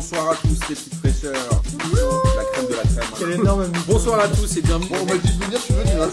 bonsoir à tous les petites fraîcheurs. La crème de la crème. Quel énorme Bonsoir à tous et bienvenue. Bon, on m'a dit de venir, je suis venu.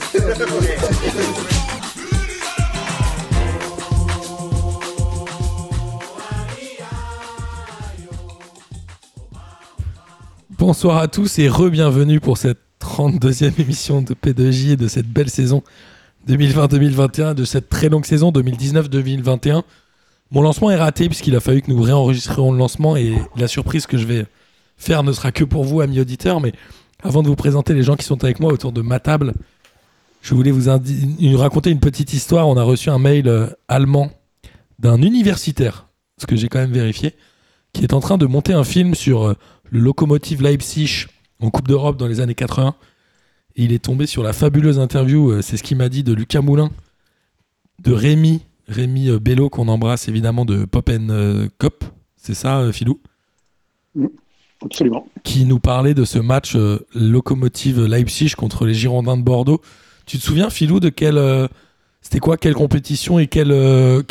Bonsoir à tous et re-bienvenue pour cette 32e émission de P2J et de cette belle saison 2020-2021, de cette très longue saison 2019-2021. Mon lancement est raté puisqu'il a fallu que nous réenregistrions le lancement et la surprise que je vais faire ne sera que pour vous, amis auditeurs. Mais avant de vous présenter les gens qui sont avec moi autour de ma table, je voulais vous raconter une petite histoire. On a reçu un mail allemand d'un universitaire, ce que j'ai quand même vérifié, qui est en train de monter un film sur le Lokomotiv Leipzig en Coupe d'Europe dans les années 80. Et il est tombé sur la fabuleuse interview, c'est ce qu'il m'a dit, de Lucas Moulin, de Rémi Bello, qu'on embrasse évidemment, de Pop & Cop. C'est ça, Philou ? Absolument. Qui nous parlait de ce match Lokomotiv Leipzig contre les Girondins de Bordeaux. Tu te souviens, Philou, de c'était quoi, quelle compétition et quel niveau ?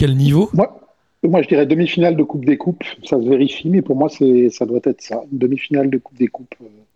Moi, je dirais demi-finale de Coupe des Coupes. Ça se vérifie, mais pour moi, ça doit être ça. Une demi-finale de Coupe des Coupes.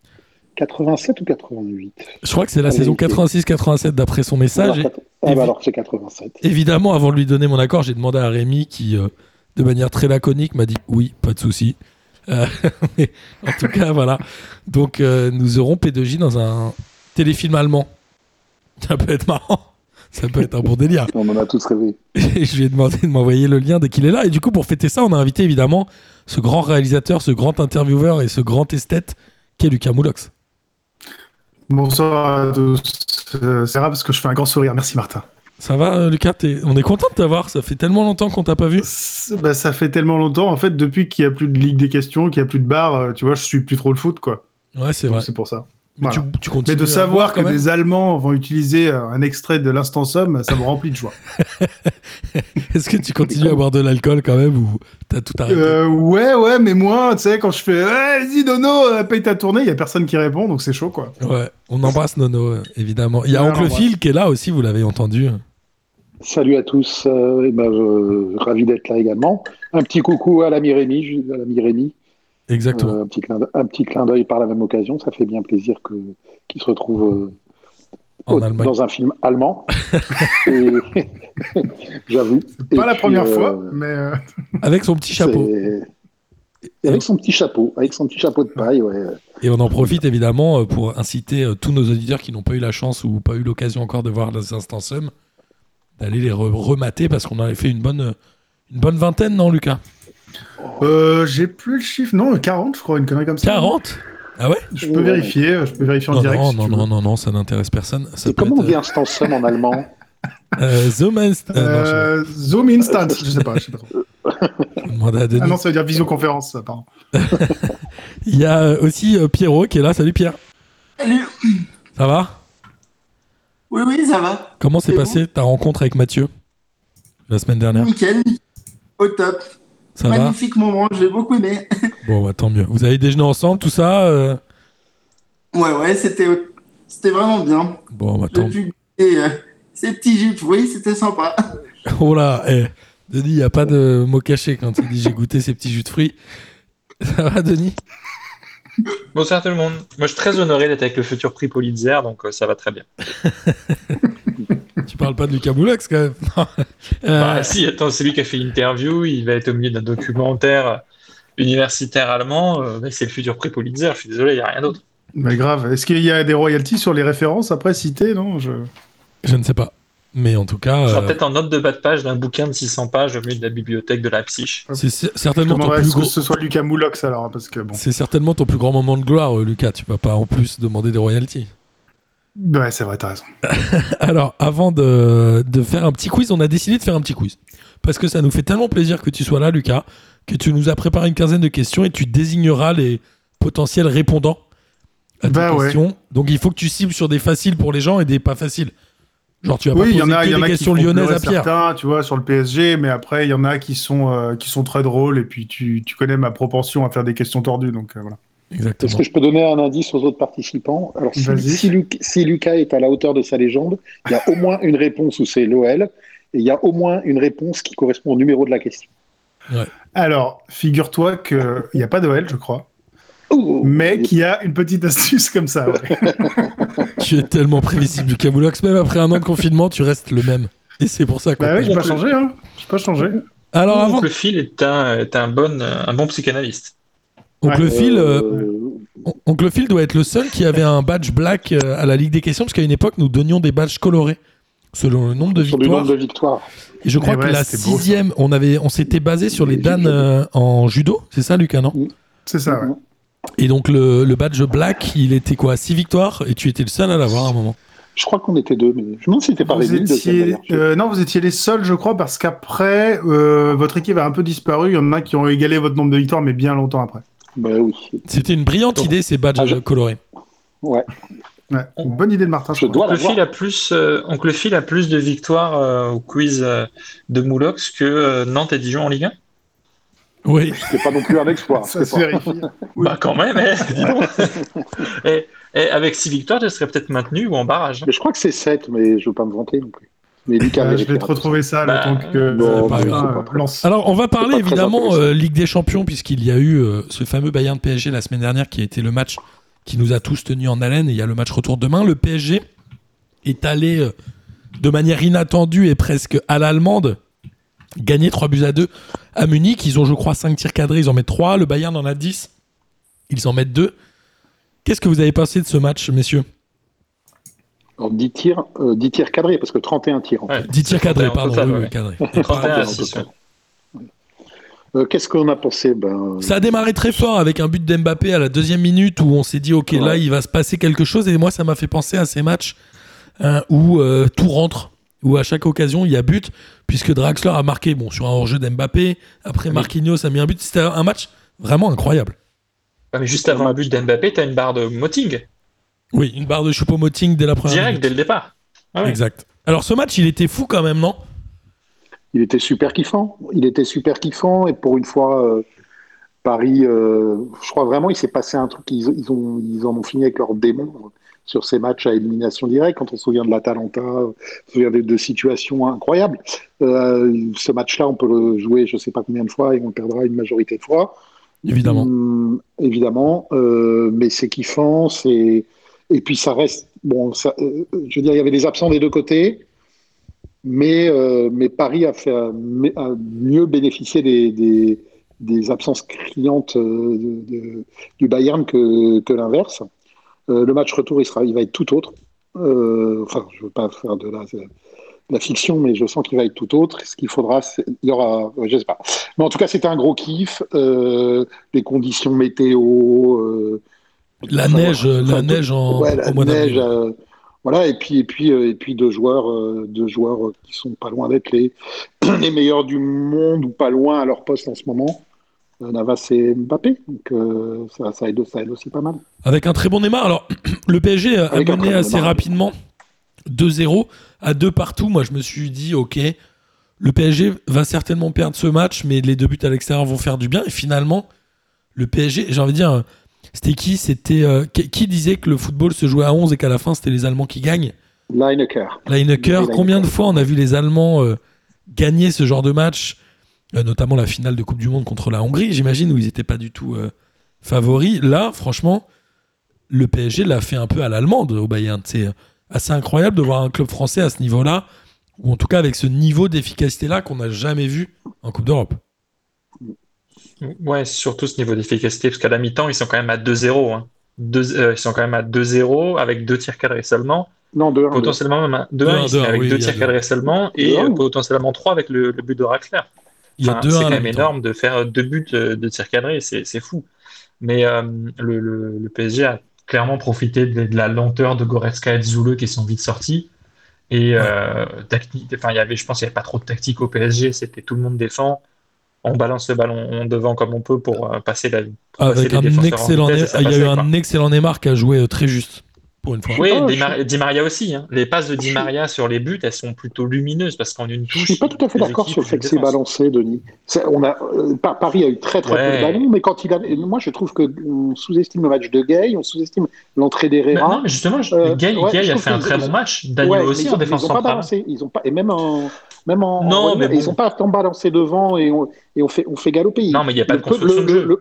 87 ou 88 ? Je crois que c'est la saison 86-87 d'après son message. Alors c'est 87. Évidemment, avant de lui donner mon accord, j'ai demandé à Rémi qui, de manière très laconique, m'a dit oui, pas de souci. Mais en tout cas, voilà. Donc, nous aurons P2J dans un téléfilm allemand. Ça peut être marrant. Ça peut être un bon délire. On en a tous rêvé. Et je lui ai demandé de m'envoyer le lien dès qu'il est là. Et du coup, pour fêter ça, on a invité évidemment ce grand réalisateur, ce grand intervieweur et ce grand esthète qu'est Lucas Moulox. Bonsoir à tous. C'est rare parce que je fais un grand sourire. Merci Martin. Ça va, Lucas ? On est content de t'avoir. Ça fait tellement longtemps qu'on t'a pas vu. Ça fait tellement longtemps. En fait, depuis qu'il n'y a plus de Ligue des questions, qu'il n'y a plus de bar, tu vois, je suis plus trop le foot, quoi. Ouais, c'est vrai. C'est pour ça. Mais voilà. tu continues. Mais de savoir que des Allemands vont utiliser un extrait de l'Instant Somme, ça me remplit de joie. Est-ce que tu continues à boire de l'alcool quand même ou t'as tout arrêté ? Ouais, mais moi, tu sais, quand je fais vas-y Nono, paye ta tournée, il y a personne qui répond, donc c'est chaud, quoi. Ouais, on embrasse Nono, évidemment. Il y a Oncle Phil qui est là aussi, vous l'avez entendu. Salut à tous, ravi d'être là également. Un petit coucou à l'ami Rémi. Exactement. Un petit clin d'œil par la même occasion, ça fait bien plaisir qu'il se retrouve dans un film allemand. Et, j'avoue. C'est pas la première fois, mais... Avec son petit chapeau. Avec son petit chapeau de paille, ouais. Et on en profite évidemment pour inciter tous nos auditeurs qui n'ont pas eu la chance ou pas eu l'occasion encore de voir les Instants Somme d'aller les remater parce qu'on avait fait une bonne vingtaine, non, Lucas ? J'ai plus le chiffre, non, 40, je crois, une connerie comme ça. 40 ? Ah ouais ? Je peux vérifier en direct. Non, ça n'intéresse personne. Ça et comment on dit Instant Somme en allemand ? Zoom Instant, je sais pas trop. Ah non, ça veut dire visioconférence, pardon. Il y a aussi Pierrot qui est là. Salut Pierre. Salut. Ça va ? Oui, ça va. Comment s'est passée ta rencontre avec Mathieu la semaine dernière ? Nickel, au top. Ça magnifique moment, j'ai beaucoup aimé. Bon, tant mieux. Vous avez déjeuné ensemble, tout ça Ouais, c'était vraiment bien. Bon, tant mieux. Ces petits jus de fruits, c'était sympa. Oh là, Denis, il n'y a pas de mots cachés quand il dit j'ai goûté ces petits jus de fruits. Ça va, Denis ? Bonsoir tout le monde. Moi, je suis très honoré d'être avec le futur prix Pulitzer, donc ça va très bien. Tu parles pas de Lucas Moulox quand même. Si, attends, c'est lui qui a fait l'interview, il va être au milieu d'un documentaire universitaire allemand, mais c'est le futur prix Pulitzer, je suis désolé, il n'y a rien d'autre. Mais grave, est-ce qu'il y a des royalties sur les références après citées, non ? Je ne sais pas. Mais en tout cas... Ça sera peut-être en note de bas de page d'un bouquin de 600 pages au milieu de la bibliothèque de Leipzig. C'est certainement ton plus gros... que ce soit Lucas Moulox alors, parce que bon... C'est certainement ton plus grand moment de gloire, Lucas. Tu vas pas en plus demander des royalties. Ouais, c'est vrai, t'as raison. Alors, avant de faire un petit quiz, on a décidé de faire un petit quiz. Parce que ça nous fait tellement plaisir que tu sois là, Lucas, que tu nous as préparé une quinzaine de questions et tu désigneras les potentiels répondants à tes questions. Ouais. Donc, il faut que tu cibles sur des faciles pour les gens et des pas faciles. Genre, tu vas pas poser des questions lyonnaises à Pierre. Certains, tu vois, sur le PSG, mais après, il y en a qui sont très drôles et puis tu connais ma propension à faire des questions tordues, donc voilà. Exactement. Est-ce que je peux donner un indice aux autres participants ? Alors, si Lucas est à la hauteur de sa légende, il y a au moins une réponse où c'est l'OL, et il y a au moins une réponse qui correspond au numéro de la question. Ouais. Alors, figure-toi qu'il n'y a pas d'OL, je crois. mais qui a une petite astuce comme ça. Ouais. Tu es tellement prévisible, Lucas Moulox. Même après un an de confinement, tu restes le même. Et c'est pour ça qu'on Bah oui, t'aime. j'ai pas changé, hein. J'ai pas changé. Alors avant, Oncle Phil est un bon psychanalyste. Oncle Ouais. Phil, Oncle Phil doit être le seul qui avait un badge black à la Ligue des questions, parce qu'à une époque, nous donnions des badges colorés selon le nombre de Sur du victoires. nombre de victoires. Et je crois Mais que ouais, la c'était beau, ça. 6e, on s'était basé sur les danes en judo, c'est ça, Lucas, non? C'est ça, ouais. Et donc le badge black, il était quoi, 6 victoires, et tu étais le seul à l'avoir à un moment. Je crois qu'on était 2, mais je me demande si c'était pas Vous Rémi. étiez... non, vous étiez les seuls, je crois, parce qu'après, votre équipe a un peu disparu. Il y en a qui ont égalé votre nombre de victoires, mais bien longtemps après. Bah oui. C'était une brillante idée, ces badges colorés. Ouais. Ouais. Une bonne idée de Martin. Je dois Oncle l'avoir. Phil a plus de victoires au quiz de Moulox que Nantes et Dijon en Ligue 1. Oui. C'est pas non plus un exploit. Ça se vérifie. Bah quand même, dis donc. et avec 6 victoires, tu serais peut-être maintenu ou en barrage. Mais je crois que c'est 7, mais je veux pas me vanter non plus. Mais Lucas, Je vais te retrouver ça, Bah, le temps que non, c'est pas Martin, grave. lance. Alors, on va parler pas très évidemment intéressant. Ligue des Champions, puisqu'il y a eu ce fameux Bayern PSG la semaine dernière qui a été le match qui nous a tous tenus en haleine, et il y a le match retour demain. Le PSG est allé de manière inattendue et presque à l'allemande gagner 3-2 à Munich. Ils ont, je crois, 5 tirs cadrés, ils en mettent 3. Le Bayern en a 10, ils en mettent 2. Qu'est-ce que vous avez pensé de ce match, messieurs? Alors, 10 tirs cadrés, parce que 31 tirs. En fait. Ouais, 10 tirs cadrés, pardon. total, Oui, ouais. oui, cadrés. 31 à en 6. total. Qu'est-ce qu'on a pensé? Ça a démarré très fort avec un but d'Mbappé à la 2e minute où on s'est dit ok, là il va se passer quelque chose, et moi ça m'a fait penser à ces matchs où tout rentre, où à chaque occasion il y a but, puisque Draxler a marqué sur un hors-jeu d'Mbappé, après Marquinhos a mis un but. C'était un match vraiment incroyable. Ouais, mais juste avant le but d'Mbappé, t'as une barre de Moting, Oui, une barre de Choupo-Moting dès la première direct minute. dès le départ. Ah ouais. Exact. Alors ce match il était fou quand même, non? Il était super kiffant. Et pour une fois, Paris, je crois vraiment, il s'est passé un truc. Ils en ont fini avec leur démon sur ces matchs à élimination directe. Quand on se souvient de l'Atalanta, on se souvient de situations incroyables. Ce match-là, on peut le jouer je ne sais pas combien de fois et on le perdra une majorité de fois. Évidemment. Évidemment. Mais c'est kiffant. Et puis ça reste... Bon, je veux dire, il y avait des absents des deux côtés. Mais Paris a mieux bénéficié des absences criantes du Bayern que l'inverse. Le match retour, il va être tout autre. Enfin, je ne veux pas faire de la fiction, mais je sens qu'il va être tout autre. Ce qu'il faudra, il y aura, je ne sais pas. Mais en tout cas, c'était un gros kiff. Les conditions météo. La neige au mois d'avril. Voilà, et puis deux joueurs qui sont pas loin d'être les meilleurs du monde ou pas loin à leur poste en ce moment, Navas et Mbappé. Donc ça aide aussi pas mal. Avec un très bon Neymar. Alors, le PSG a Avec un mené très bon assez Neymar. rapidement 2-0 à 2 partout. Moi, je me suis dit, ok, le PSG va certainement perdre ce match, mais les 2 buts à l'extérieur vont faire du bien. Et finalement, le PSG, j'ai envie de dire, c'était qui? Qui disait que le football se jouait à 11 et qu'à la fin, c'était les Allemands qui gagnent? Lineker. Combien de fois on a vu les Allemands gagner ce genre de match, notamment la finale de Coupe du Monde contre la Hongrie, j'imagine, où ils n'étaient pas du tout favoris. Là, franchement, le PSG l'a fait un peu à l'allemande au Bayern. C'est assez incroyable de voir un club français à ce niveau-là, ou en tout cas avec ce niveau d'efficacité-là qu'on n'a jamais vu en Coupe d'Europe. Ouais, surtout ce niveau d'efficacité, parce qu'à la mi-temps, ils sont quand même à 2-0. Hein. Ils sont quand même à 2-0 avec 2 tirs cadrés seulement. Non, 2-1. Potentiellement même à 2-1 ici, avec 2 tirs cadrés seulement, et 2-1. Potentiellement 3 avec le but de Draxler. Il y a Enfin, 2-1 c'est à quand la même mi-temps. énorme de faire 2 buts de tirs cadrés, c'est fou. Mais le PSG a clairement profité de la lenteur de Goretzka et de Zule qui sont vite sortis. Et je pense qu'il n'y avait pas trop de tactique au PSG, c'était tout le monde défend. On balance le ballon devant comme on peut pour passer Avec les un défenseurs en excellent vitesse, et ça il y a eu passait, quoi. un excellent Neymar qui a joué très juste, pour une fois. Oui, Ah, Di Maria aussi. Hein. Les passes de Di Maria sur les buts, elles sont plutôt lumineuses parce qu'en une Je touche. suis pas tout à fait les d'accord équipes sur le fait jouent que c'est défense. balancé, Denis. Paris a eu très peu de ballons, mais quand moi je trouve qu'on sous-estime le match de Gay, on sous-estime l'entrée d'Herrera. Non, mais justement, Gay a fait un très bon match. Danilo aussi en défense Ils ont pas centrale. balancé, ils ont pas, et même en Non, relief, mais bon. ils ont pas tant balancé devant et on fait galoper. Non, mais il n'y a pas de construction de jeu.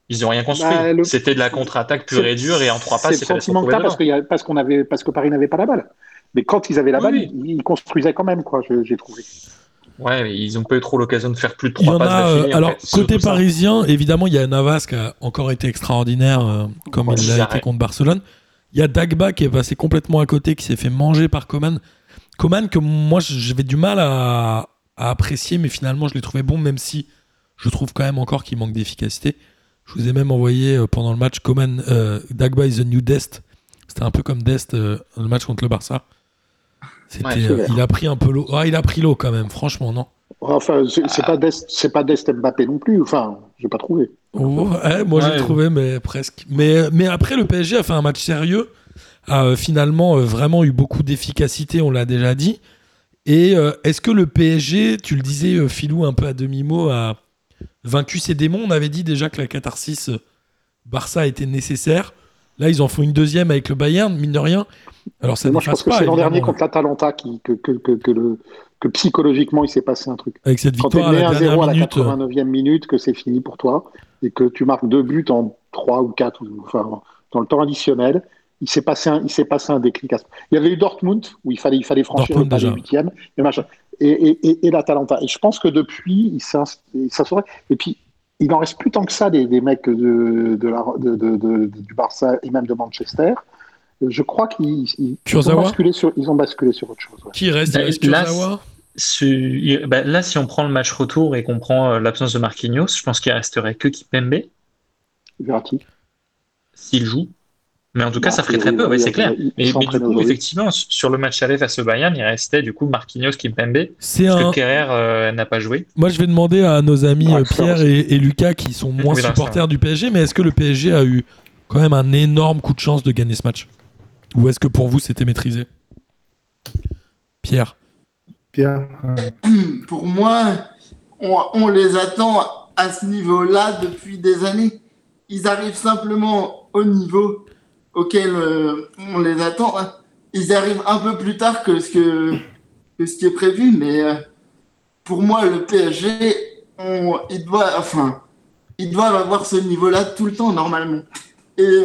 Ils n'ont rien construit. Bah, C'était de la contre-attaque pure et dure, et en 3 passes, c'est il le fallait se sentiment que retrouver t'as dedans. parce que Paris n'avait pas la balle. Mais quand ils avaient la Oui, balle, oui. ils construisaient quand même, quoi, j'ai trouvé. Ouais, mais ils n'ont pas eu trop l'occasion de faire plus de Il y 3 en passes a. d'affilée. En Alors, fait. C'est côté surtout ça. parisien, évidemment, il y a Navas qui a encore été extraordinaire, comme Ouais, il l'a été arrête. contre Barcelone. Il y a Dagba qui est passé complètement à côté, qui s'est fait manger par Coman. Coman, que moi, j'avais du mal à apprécier, mais finalement, je l'ai trouvé bon, même si je trouve quand même encore qu'il manque d'efficacité. Je vous ai même envoyé pendant le match Coman, Dagba is the new Dest. C'était un peu comme Dest, le match contre le Barça. C'était, Ouais, c'est il a pris un peu l'eau. Ah, il a pris l'eau quand même, franchement, non? Enfin, c'est pas Dest Mbappé non plus. Enfin, j'ai pas trouvé. Oh, ouais, moi j'ai Ouais. trouvé, mais presque. Mais après, le PSG a fait un match sérieux, a finalement vraiment eu beaucoup d'efficacité, on l'a déjà dit. Et est-ce que le PSG, tu le disais, Philou, un peu à demi-mot, a vaincu ses démons? On avait dit déjà que la catharsis Barça était nécessaire. Là, ils en font une deuxième avec le Bayern, mine de rien. Alors, ça Mais moi, je n'efface pense que pas, c'est l'an dernier évidemment, contre l'Atalanta que psychologiquement, il s'est passé un truc. avec cette Quand tu es victoire à mené la 1-0 dernière à la minute. 89e minute, que c'est fini pour toi, et que tu marques 2 buts en 3 ou 4, enfin, dans le temps additionnel, il s'est passé un déclic. Il y avait eu Dortmund, où il fallait franchir Dortmund, le pas des déjà. huitièmes, et machin. Et l'Atalanta. Et je pense que depuis, il s'assurait. Et puis, il n'en reste plus tant que ça des mecs du Barça et même de Manchester. Je crois qu'ils Kurzawa ont basculé sur autre chose. Ouais. Qui reste? Il reste Là, Kurzawa. là, si on prend le match retour et qu'on prend l'absence de Marquinhos, je pense qu'il resterait que Kimpembe Verratti. s'il joue. Mais en tout cas, Bon, ça ferait très peu, ouais, c'est clair. il Mais du s'entraîne coup, aujourd'hui. effectivement, sur le match aller face au Bayern, il restait du coup Marquinhos, Kimpembe, C'est parce un. que Kerrer n'a pas joué. Moi, je vais demander à nos amis Draxler Pierre aussi. et Lucas, qui sont moins Oui, Draxler, supporters du PSG, mais est-ce que le PSG a eu quand même un énorme coup de chance de gagner ce match? Ou est-ce que pour vous, c'était maîtrisé? Pierre. Pierre, Pour moi, on les attend à ce niveau-là depuis des années. Ils arrivent simplement au niveau auquel on les attend. Ils arrivent un peu plus tard que ce qui est prévu, mais pour moi, le PSG, ils doivent avoir ce niveau-là tout le temps, normalement. Et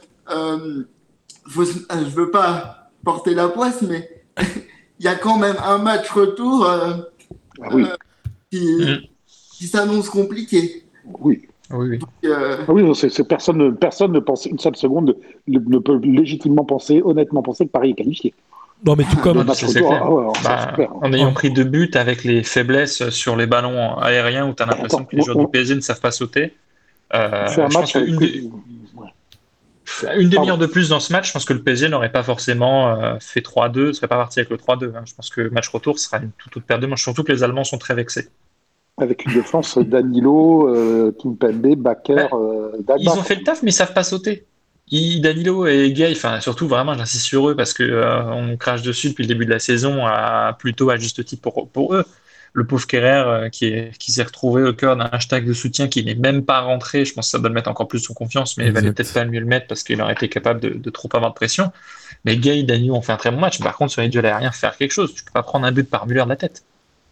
je veux pas porter la poisse, mais il y a quand même un match retour Ah oui, qui s'annonce compliqué. oui. Oui, oui. Ah oui, personne ne pense une seule seconde ne peut légitimement honnêtement penser que Paris est qualifié. Non, mais tout Le comme. ça, match c'est retour, clair. ah ouais, alors ça, Bah, c'est clair. en ayant pris 2 buts avec les faiblesses sur les ballons aériens où tu as l'impression Attends, que les joueurs du PSG ne savent pas sauter, on fait un je pense match avec qu'une ouais. une demi-heure de plus dans ce match, je pense que le PSG n'aurait pas forcément fait 3-2, ne serait pas parti avec le 3-2. Hein. Je pense que le match retour sera une toute autre paire de manches, surtout que les Allemands sont très vexés. Avec une défense Danilo, Kimpembe, Bakker, Dagba. Ils ont fait le taf, mais ils savent pas sauter. Danilo et Gay, enfin surtout vraiment, j'insiste sur eux parce que on crache dessus depuis le début de la saison, plutôt à juste titre pour eux. Le pauvre Kerrer qui s'est retrouvé au cœur d'un hashtag de soutien qui n'est même pas rentré. Je pense que ça doit le mettre encore plus en confiance, mais il valait Exact. peut-être pas mieux le mettre parce qu'il aurait été capable de trop avoir de pression. Mais Gay et Danilo ont fait un très bon match. Par contre, sur les duels aériens, faire quelque chose. Tu peux pas prendre un but par Müller de la tête.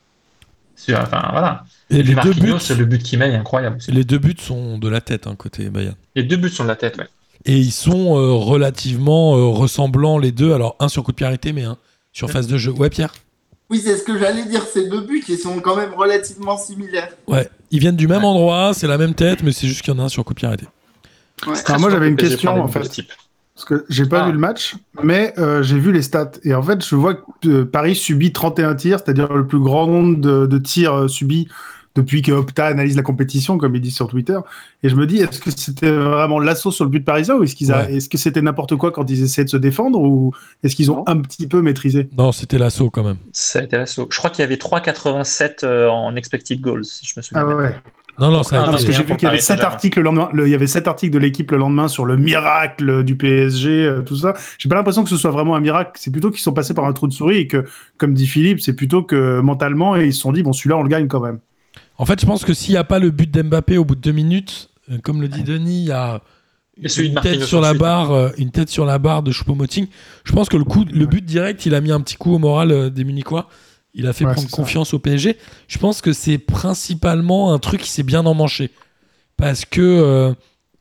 Enfin voilà. Et Et les deux Marquinhos, buts, le but qu'il met est incroyable. les deux buts sont de la tête, hein, côté Bayern. Les 2 buts sont de la tête, ouais. Et ils sont relativement ressemblants, les deux. Alors, un sur coup de pied arrêté, mais un sur phase de jeu. Ouais, Pierre? Oui, c'est ce que j'allais dire. Ces 2 buts qui sont quand même relativement similaires. Ouais. Ils viennent du même Ouais. endroit, c'est la même tête, mais c'est juste qu'il y en a un sur coup de pied arrêté. Ouais. Alors, moi, j'avais une Le PSG question, prend des en buts fait. de ce type. parce que j'ai pas Ah. vu le match, mais j'ai vu les stats. Et en fait, je vois que Paris subit 31 tirs, c'est-à-dire le plus grand nombre de tirs subis depuis que Opta analyse la compétition, comme il dit sur Twitter. Et je me dis, est-ce que c'était vraiment l'assaut sur le but parisien ou est-ce que c'était n'importe quoi quand ils essaient de se défendre ou est-ce qu'ils ont un petit peu maîtrisé? Non, c'était l'assaut quand même. Ça a été l'assaut. Je crois qu'il y avait 3,87 en expected goals, si je me souviens Ah bien. ouais. Non, ça a Ah, été- Parce que j'ai vu qu'il y avait 7 articles le lendemain. Il y avait 7 articles de l'équipe le lendemain sur le miracle du PSG, tout ça. J'ai pas l'impression que ce soit vraiment un miracle. C'est plutôt qu'ils sont passés par un trou de souris et que, comme dit Philippe, c'est plutôt que mentalement, ils se sont dit, bon, celui-là, on le gagne quand même. En fait, je pense que s'il n'y a pas le but d'Mbappé au bout de 2 minutes, comme le dit Denis, il y a Et celui de une Marquinhos tête sur la ensuite. barre, une tête sur la barre de Choupo-Moting. Je pense que le but direct, il a mis un petit coup au moral des Munichois. Il a fait Ouais, prendre c'est ça. confiance au PSG. Je pense que c'est principalement un truc qui s'est bien emmanché. Parce que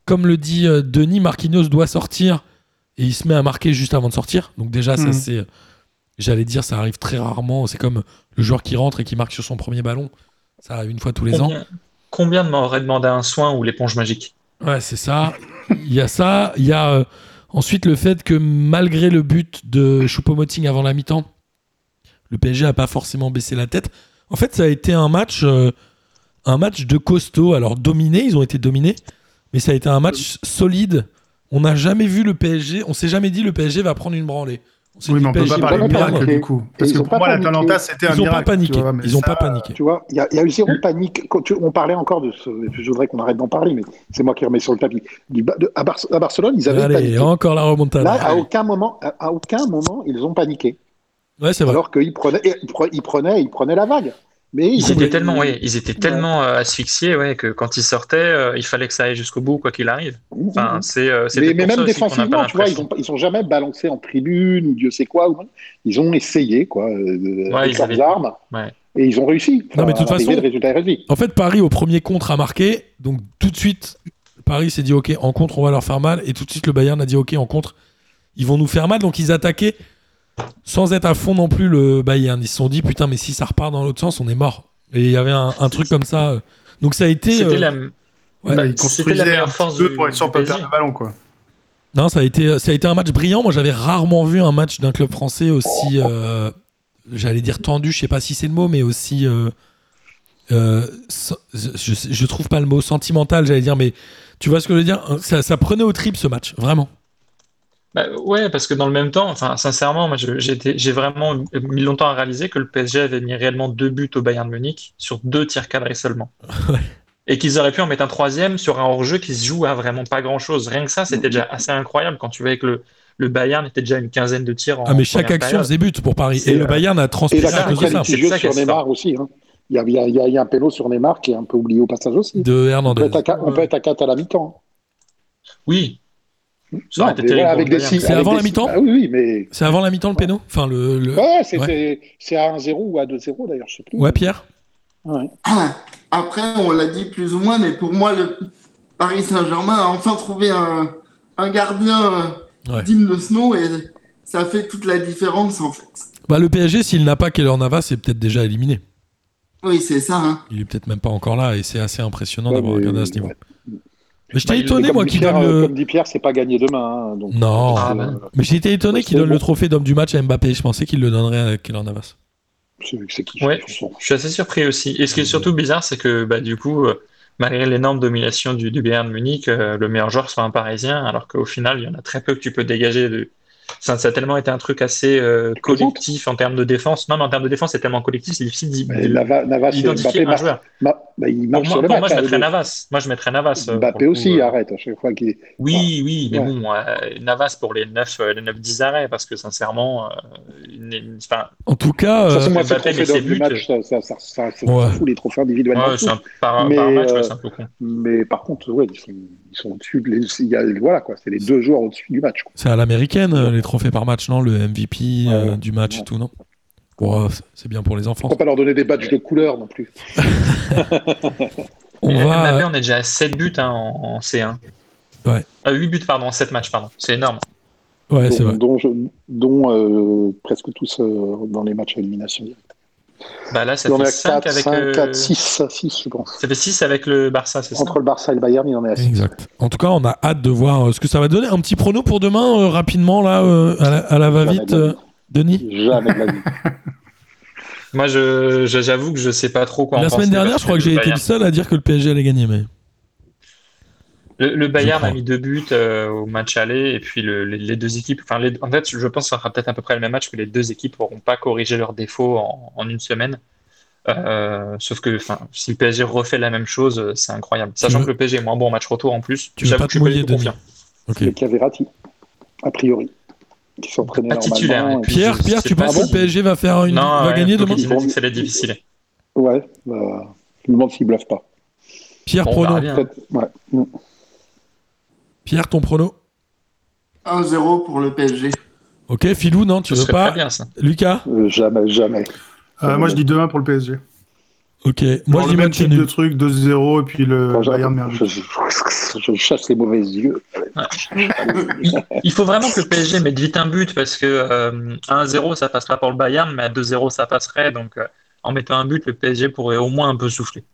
comme le dit Denis, Marquinhos doit sortir et il se met à marquer juste avant de sortir. Donc déjà, ça c'est... J'allais dire, ça arrive très rarement. C'est comme le joueur qui rentre et qui marque sur son premier ballon. Ça arrive une fois tous les ans. Combien m'aurait demandé un soin ou l'éponge magique? Ouais, c'est ça. Il y a ça. Il y a ensuite le fait que malgré le but de Choupo-Moting avant la mi-temps, le PSG n'a pas forcément baissé la tête. En fait, ça a été un match de costaud. Alors dominé, ils ont été dominés, mais ça a été un match solide. On n'a jamais vu le PSG. On s'est jamais dit le PSG va prendre une branlée. Oui, mais on peut pas parler de miracle du coup. Parce que pour moi, l'Atalanta, c'était un miracle. Ils n'ont pas paniqué. Tu vois, il y a eu zéro panique. On parlait encore de ce. Je voudrais qu'on arrête d'en parler, mais c'est moi qui remets sur le tapis. À Barcelone, ils avaient paniqué. Encore la remontada. Là, à aucun moment, ils ont paniqué. Ouais, c'est vrai. Alors qu'ils prenaient la vague. Mais ils étaient tellement asphyxiés que quand ils sortaient, il fallait que ça aille jusqu'au bout, quoi qu'il arrive. Enfin, mais même défensivement, tu vois, ils ont jamais balancé en tribune ou Dieu sait quoi. Ils ont essayé, quoi, avec leurs armes. Ouais. Et ils ont réussi. Non, mais de toute façon, le résultat est réussi. En fait, Paris, au premier contre, a marqué. Donc, tout de suite, Paris s'est dit, OK, en contre, on va leur faire mal. Et tout de suite, le Bayern a dit, OK, en contre, ils vont nous faire mal. Donc, ils attaquaient sans être à fond non plus le Bayern. Ils se sont dit, putain, mais si ça repart dans l'autre sens, on est mort. Et il y avait un truc comme ça. Donc, ça a été... C'était la meilleure force pour être sûr de pas perdre le ballon, quoi. Non, ça a été un match brillant. Moi, j'avais rarement vu un match d'un club français aussi... j'allais dire tendu, je sais pas si c'est le mot, mais aussi je trouve pas le mot sentimental, j'allais dire, mais tu vois ce que je veux dire, ça prenait au trip ce match, vraiment. Bah, ouais, parce que dans le même temps, enfin, sincèrement, moi, j'ai vraiment mis longtemps à réaliser que le PSG avait mis réellement 2 buts au Bayern de Munich sur 2 tirs cadrés seulement. Ouais. Et qu'ils auraient pu en mettre un 3e sur un hors-jeu qui se joue à vraiment pas grand-chose. Rien que ça, c'était déjà assez incroyable quand tu vois que le Bayern était déjà une quinzaine de tirs en mais chaque action faisait but pour Paris. Et le Bayern a transpiré à cause de ça. C'est ça sur Neymar aussi. Hein. Il y a un péno sur Neymar qui est un peu oublié au passage aussi. De Hernandez. On peut être à 4 à la mi-temps. Oui. Ça aurait été terrible. C'est avant la mi-temps ? Oui, mais... C'est avant la mi-temps le péno ? Enfin, Ouais, c'est à 1-0 ou à 2-0 d'ailleurs, je sais plus. Ouais, Pierre ? Ouais. Après, on l'a dit plus ou moins, mais pour moi, le Paris Saint-Germain a enfin trouvé un gardien digne de ce nom et ça fait toute la différence en fait. Bah, le PSG, s'il n'a pas Keylor Navas, c'est peut-être déjà éliminé. Oui, c'est ça. Hein. Il est peut-être même pas encore là et c'est assez impressionnant d'avoir regardé à ce niveau. Mais j'étais étonné, moi, qu'il donne le... Comme dit Pierre, c'est pas gagné demain. Hein, donc, non, mais j'étais étonné qu'il donne le trophée d'homme du match à Mbappé. Je pensais qu'il le donnerait à Keylor Navas. C'est qui, ouais, je suis assez surpris aussi. Et ce qui est surtout bizarre, c'est que du coup, malgré l'énorme domination du Bayern de Munich, le meilleur joueur soit un Parisien, alors qu'au final, il y en a très peu que tu peux dégager de... Ça a tellement été un truc assez collectif en termes de défense. Non, mais en termes de défense, c'est tellement collectif, c'est difficile d'identifier un joueur. Il marche sur le match. Moi, je mettrais Navas. Mbappé aussi, arrête à chaque fois qu'il... Oui, mais bon, Navas pour les 9-10 arrêts, parce que sincèrement... en tout cas... moi, c'est le trophée d'homme du match, ça fout les trophées individuels. Par match, c'est un peu con. Mais par contre, ils sont au-dessus. Voilà, quoi, c'est les 2 joueurs au-dessus du match. C'est à l'américaine, les trophées par match, non ? Le MVP du match et tout, non ? Bon, c'est bien pour les enfants. Faut pas leur donner des badges de couleur non plus. Mbappé, on est déjà à 7 buts en C1. Ouais. 8 buts, en 7 matchs, c'est énorme. Ouais, c'est vrai. Dont presque tous dans les matchs à élimination directe. Là, ça fait 5 avec... 4, 6, je pense. Ça fait 6 avec le Barça, c'est ça ? Entre le Barça et le Bayern, il en est à 6. Exact. En tout cas, on a hâte de voir ce que ça va donner. Un petit prono pour demain, rapidement, là, à la va-vite, Denis ? Jamais de la vie. Moi, j'avoue que je sais pas trop quoi en penser. La semaine dernière, je crois que j'ai été le seul à dire que le PSG allait gagner, mais... Le Bayern a mis 2 buts au match aller, et puis les 2 équipes... en fait, je pense que ça sera peut-être à peu près le même match, que les 2 équipes n'auront pas corrigé leurs défauts en une semaine. Sauf que si le PSG refait la même chose, c'est incroyable. Sachant que le PSG est moins bon en match retour en plus. Tu veux pas te mouiller, Denis ? Il y a Verratti, a priori, qui s'entraînait normalement. Titulaire. Pierre, tu penses que le PSG va gagner demain ? Ils m'ont dit que ça allait être difficile. Ouais, je me demande s'ils bluffent pas. Pierre, prono. Ouais. Pierre, ton prono ? 1-0 pour le PSG. Ok, Philou, non, tu veux pas ? Très bien, ça. Lucas ? Jamais. Moi, je dis 2-1 pour le PSG. Ok, moi je dis le même match type de nul. truc, 2-0, et puis le Bon, Bayern met un but. je chasse les mauvais yeux. Il faut vraiment que le PSG mette vite un but parce que à 1-0, ça passera pour le Bayern, mais à 2-0, ça passerait. Donc, en mettant un but, le PSG pourrait au moins un peu souffler.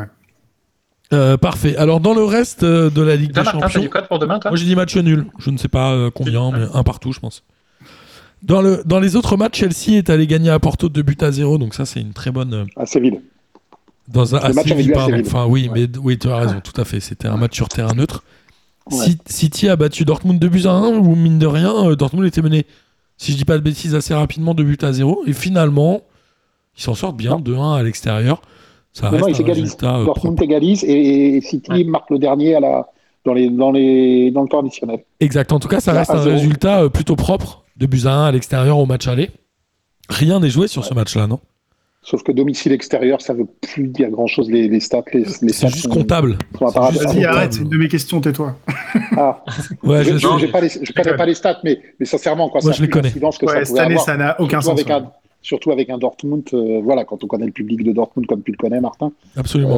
Ouais. Parfait. Alors dans le reste de la Ligue Et toi, des Martin, t'as Champions, du code pour demain, toi? moi j'ai dit match nul. Je ne sais pas combien, mais un partout, je pense. Dans les autres matchs, Chelsea est allé gagner à Porto 2-0, donc ça c'est une très bonne. À Séville. Dans un Le match avait Séville, lieu à pardon. Séville. Enfin oui, Ouais. mais oui, tu as raison, tout à fait. C'était un match sur terrain neutre. Ouais. City a battu Dortmund 2-1, ou mine de rien, Dortmund était mené, si je dis pas de bêtises, assez rapidement 2-0, et finalement, ils s'en sortent bien, Non. 2-1 à l'extérieur. Ça Non, reste ils un s'égalisent. résultat Dortmund propre. égalise et City Ouais. marque le dernier dans le temps additionnel. Exact. En tout cas, ça Là, reste à un 0. résultat plutôt propre, 2-1 à l'extérieur au match aller. Rien n'est joué sur ce match-là, non? Sauf que domicile extérieur, ça veut plus dire grand-chose. Les stats, les C'est stats juste comptable. sont C'est apparables. juste Vas-y, comptable. arrête, c'est une de mes questions, tais-toi. Ah, Ouais, je je sais. connais pas les stats, mais sincèrement, quoi, Moi, ça je les a plus connais. d'incidence que Ouais, ça cette pouvait année, avoir. ça n'a aucun Surtout sens. avec surtout avec un Dortmund, voilà, quand on connaît le public de Dortmund comme tu le connais, Martin, Absolument.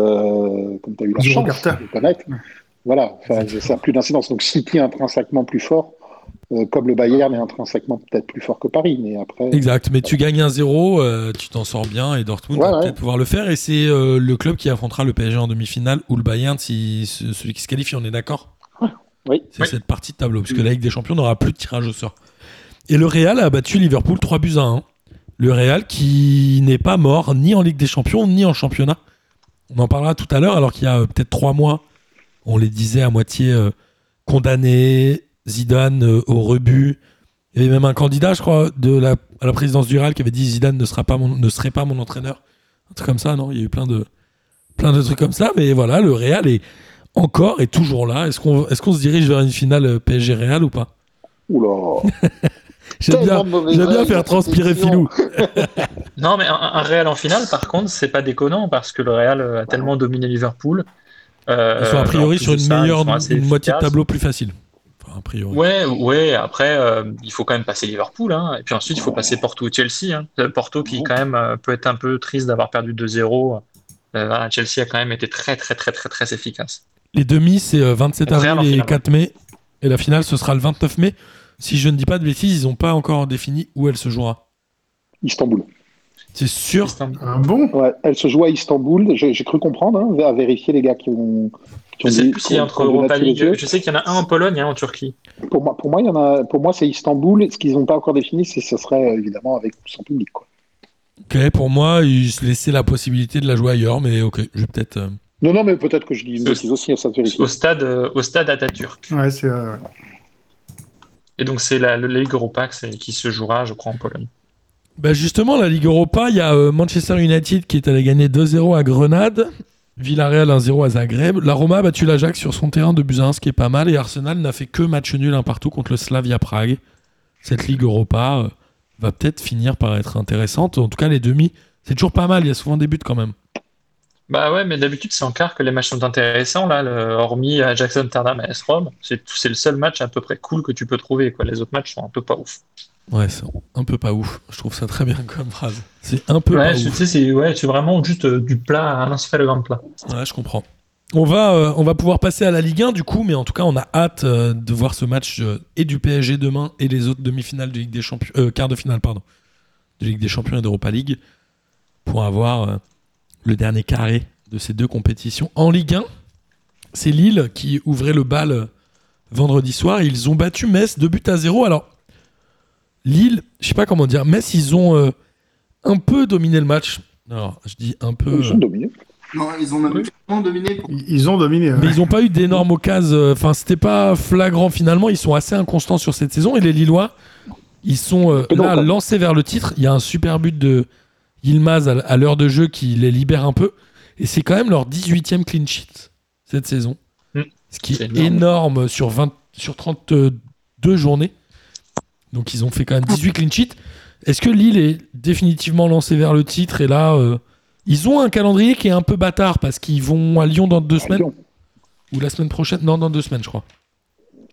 comme tu as eu la Zéro chance carter. de le connaître, voilà, ça n'a plus d'incidence. Donc City est intrinsèquement plus fort, comme le Bayern est intrinsèquement peut-être plus fort que Paris, mais après, Exact, mais tu gagnes 1-0, tu t'en sors bien et Dortmund Ouais, va ouais. peut-être pouvoir le faire et c'est le club qui affrontera le PSG en demi-finale ou le Bayern si celui qui se qualifie, on est d'accord? Oui. C'est Oui. cette partie de tableau, puisque la Ligue des Champions n'aura plus de tirage au sort. Et le Real a battu Liverpool 3-1. Le Real qui n'est pas mort ni en Ligue des Champions ni en championnat. On en parlera tout à l'heure, alors qu'il y a peut-être 3 mois, on les disait à moitié condamnés, Zidane au rebut. Il y avait même un candidat, je crois, à la présidence du Real qui avait dit Zidane ne serait pas mon entraîneur. Un truc comme ça, non? Il y a eu plein de trucs comme ça, mais voilà, le Real est toujours là. Est-ce qu'on se dirige vers une finale PSG Real ou pas? Oula. J'aime Tellement de mauvaises bien règles, faire cette transpirer émission. Filou. Non, mais un Real en finale, par contre, c'est pas déconnant parce que le Real a tellement dominé Liverpool. Ils sont a En priori plus sur de une ça, ils sont assez une moitié de efficaces. tableau plus facile. Enfin, a priori. Ouais, après, il faut quand même passer Liverpool, hein. Et puis ensuite, il faut passer Porto ou Chelsea, hein. Porto qui, quand même, peut être un peu triste d'avoir perdu 2-0. Voilà, Chelsea a quand même été très, très, très, très, très efficace. Les demi, c'est 27 Donc, Real en avril et finale, 4 mai. Et la finale, ce sera le 29 mai. Si je ne dis pas de bêtises, ils n'ont pas encore défini où elle se jouera. Istanbul. C'est sûr. Ah bon? Ouais, elle se joue à Istanbul. J'ai cru comprendre, hein, à vérifier les gars qui ont. Je sais plus s'il y a entre qui ont donné Europa tous les League. yeux. Je sais qu'il y en a un en Pologne et un en Turquie. Pour moi, il y en a. Pour moi, c'est Istanbul. Ce qu'ils n'ont pas encore défini, ce serait évidemment avec son public, quoi. Ok, pour moi, ils se laissaient la possibilité de la jouer ailleurs, mais ok, je vais peut-être. Non, mais peut-être que je dis une bêtise aussi, ça se vérifie. Au stade Atatürk. Ouais, c'est. Et donc, c'est la Ligue Europa qui se jouera, je crois, en Pologne. Bah justement, la Ligue Europa, il y a Manchester United qui est allé gagner 2-0 à Grenade, Villarreal 1-0 à Zagreb. La Roma a battu l'Ajax sur son terrain de 2-1, ce qui est pas mal, et Arsenal n'a fait que match nul un partout contre le Slavia Prague. Cette Ligue Europa va peut-être finir par être intéressante. En tout cas, les demi, c'est toujours pas mal, il y a souvent des buts quand même. Bah ouais, mais d'habitude, c'est en quart que les matchs sont intéressants, là, hormis Ajax Amsterdam et AS Rome. C'est le seul match à peu près cool que tu peux trouver, quoi. Les autres matchs sont un peu pas ouf. Ouais, c'est un peu pas ouf. Je trouve ça très bien comme phrase. C'est un peu pas Tu ouf. sais, c'est vraiment juste du plat à l'insuffisamment de plat. Ouais, je comprends. On va pouvoir passer à la Ligue 1 du coup, mais en tout cas, on a hâte de voir ce match et du PSG demain et les autres demi-finales de Ligue des Champions, quart de finale, pardon, de Ligue des Champions et d'Europa League pour avoir le dernier carré de ces deux compétitions. En Ligue 1, c'est Lille qui ouvrait le bal vendredi soir. Ils ont battu Metz 2-0. Alors, Lille, je sais pas comment dire, Metz, ils ont un peu dominé le match. Alors, je dis un peu. Ils sont dominés. Non, ils ont même clairement dominé. Ils ont dominé. Mais ils n'ont pas eu d'énormes occasions. Enfin, c'était pas flagrant finalement. Ils sont assez inconstants sur cette saison. Et les Lillois, ils sont là lancés vers le titre. Il y a un super but de Yilmaz à l'heure de jeu qui les libère un peu. Et c'est quand même leur 18e clean sheet cette saison. Ce qui est énorme sur 32 journées. Donc ils ont fait quand même 18 clean sheets. Est-ce que Lille est définitivement lancé vers le titre? Et là, ils ont un calendrier qui est un peu bâtard parce qu'ils vont à Lyon dans 2 semaines. Lyon. Ou la semaine prochaine? Non, dans 2 semaines, je crois.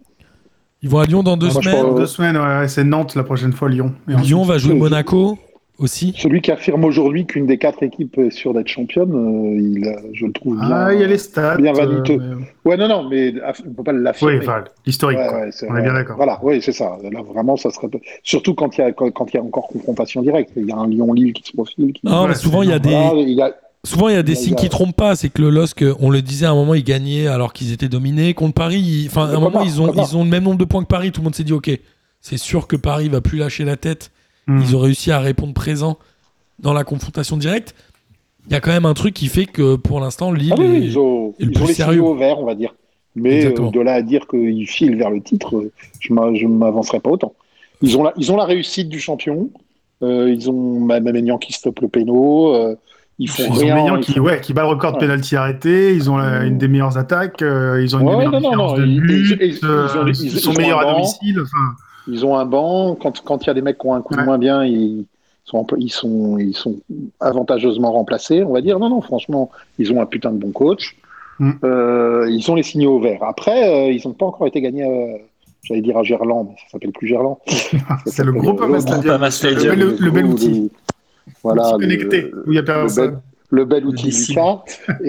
Ils vont à Lyon dans 2 moi, je semaines. crois, 2 semaines, ouais, c'est Nantes la prochaine fois, Lyon. Et Lyon ensuite, va jouer Monaco. aussi. Celui qui affirme aujourd'hui qu'une des 4 équipes est sûre d'être championne, je le trouve bien. Ah, il y a les stats. Bien vaniteux. Ouais, non, mais on ne peut pas l'affirmer. Oui, enfin, l'historique. Ouais, on est bien d'accord. Voilà, oui, c'est ça. Là, vraiment, ça serait. Surtout quand il y a encore confrontation directe. Il y a un Lyon-Lille qui se profile. Non, mais souvent, il y a des. Voilà, Souvent, il y a des signes qui trompent pas. C'est que le LOSC, on le disait à un moment, ils gagnaient alors qu'ils étaient dominés. Contre Paris, à un moment, ils ont le même nombre de points que Paris. Tout le monde s'est dit, ok, c'est sûr que Paris va plus lâcher la tête. Ils ont réussi à répondre présent dans la confrontation directe. Il y a quand même un truc qui fait que pour l'instant, Lille ils ont est le plus les sérieux. signaux au vert, on va dire. Mais de là à dire qu'ils filent vers le titre, je ne m'avancerai pas autant. Ils ont la réussite du champion. Ils ont Maignan qui stoppe le péno. Ils font rien. Maignan qui bat le record de pénalty arrêté. Ils ont une des meilleures attaques. Ils ont une des meilleures différences de but. Ils sont meilleurs à domicile. Enfin... Ils ont un banc. Quand il y a des mecs qui ont un coup de moins bien, ils sont avantageusement remplacés, on va dire. Non, franchement, ils ont un putain de bon coach. Ils ont les signaux au vert. Après, ils n'ont pas encore été gagnés, j'allais dire à Gerland, mais ça s'appelle plus Gerland. C'est le groupe Stadium. Le bel outil. Voilà, connecté, où il n'y a personne. Le bel outil Lucas.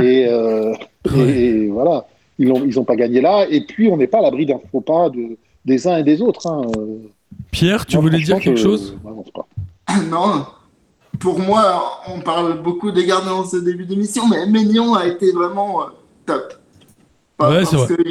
Et voilà, ils n'ont pas gagné là. Et puis, on n'est pas à l'abri d'un faux pas des uns et des autres. Pierre, tu voulais dire quelque chose ? Non. Pour moi, on parle beaucoup des gardiens dans ce début d'émission, mais Maignan a été vraiment top. Ouais, c'est vrai.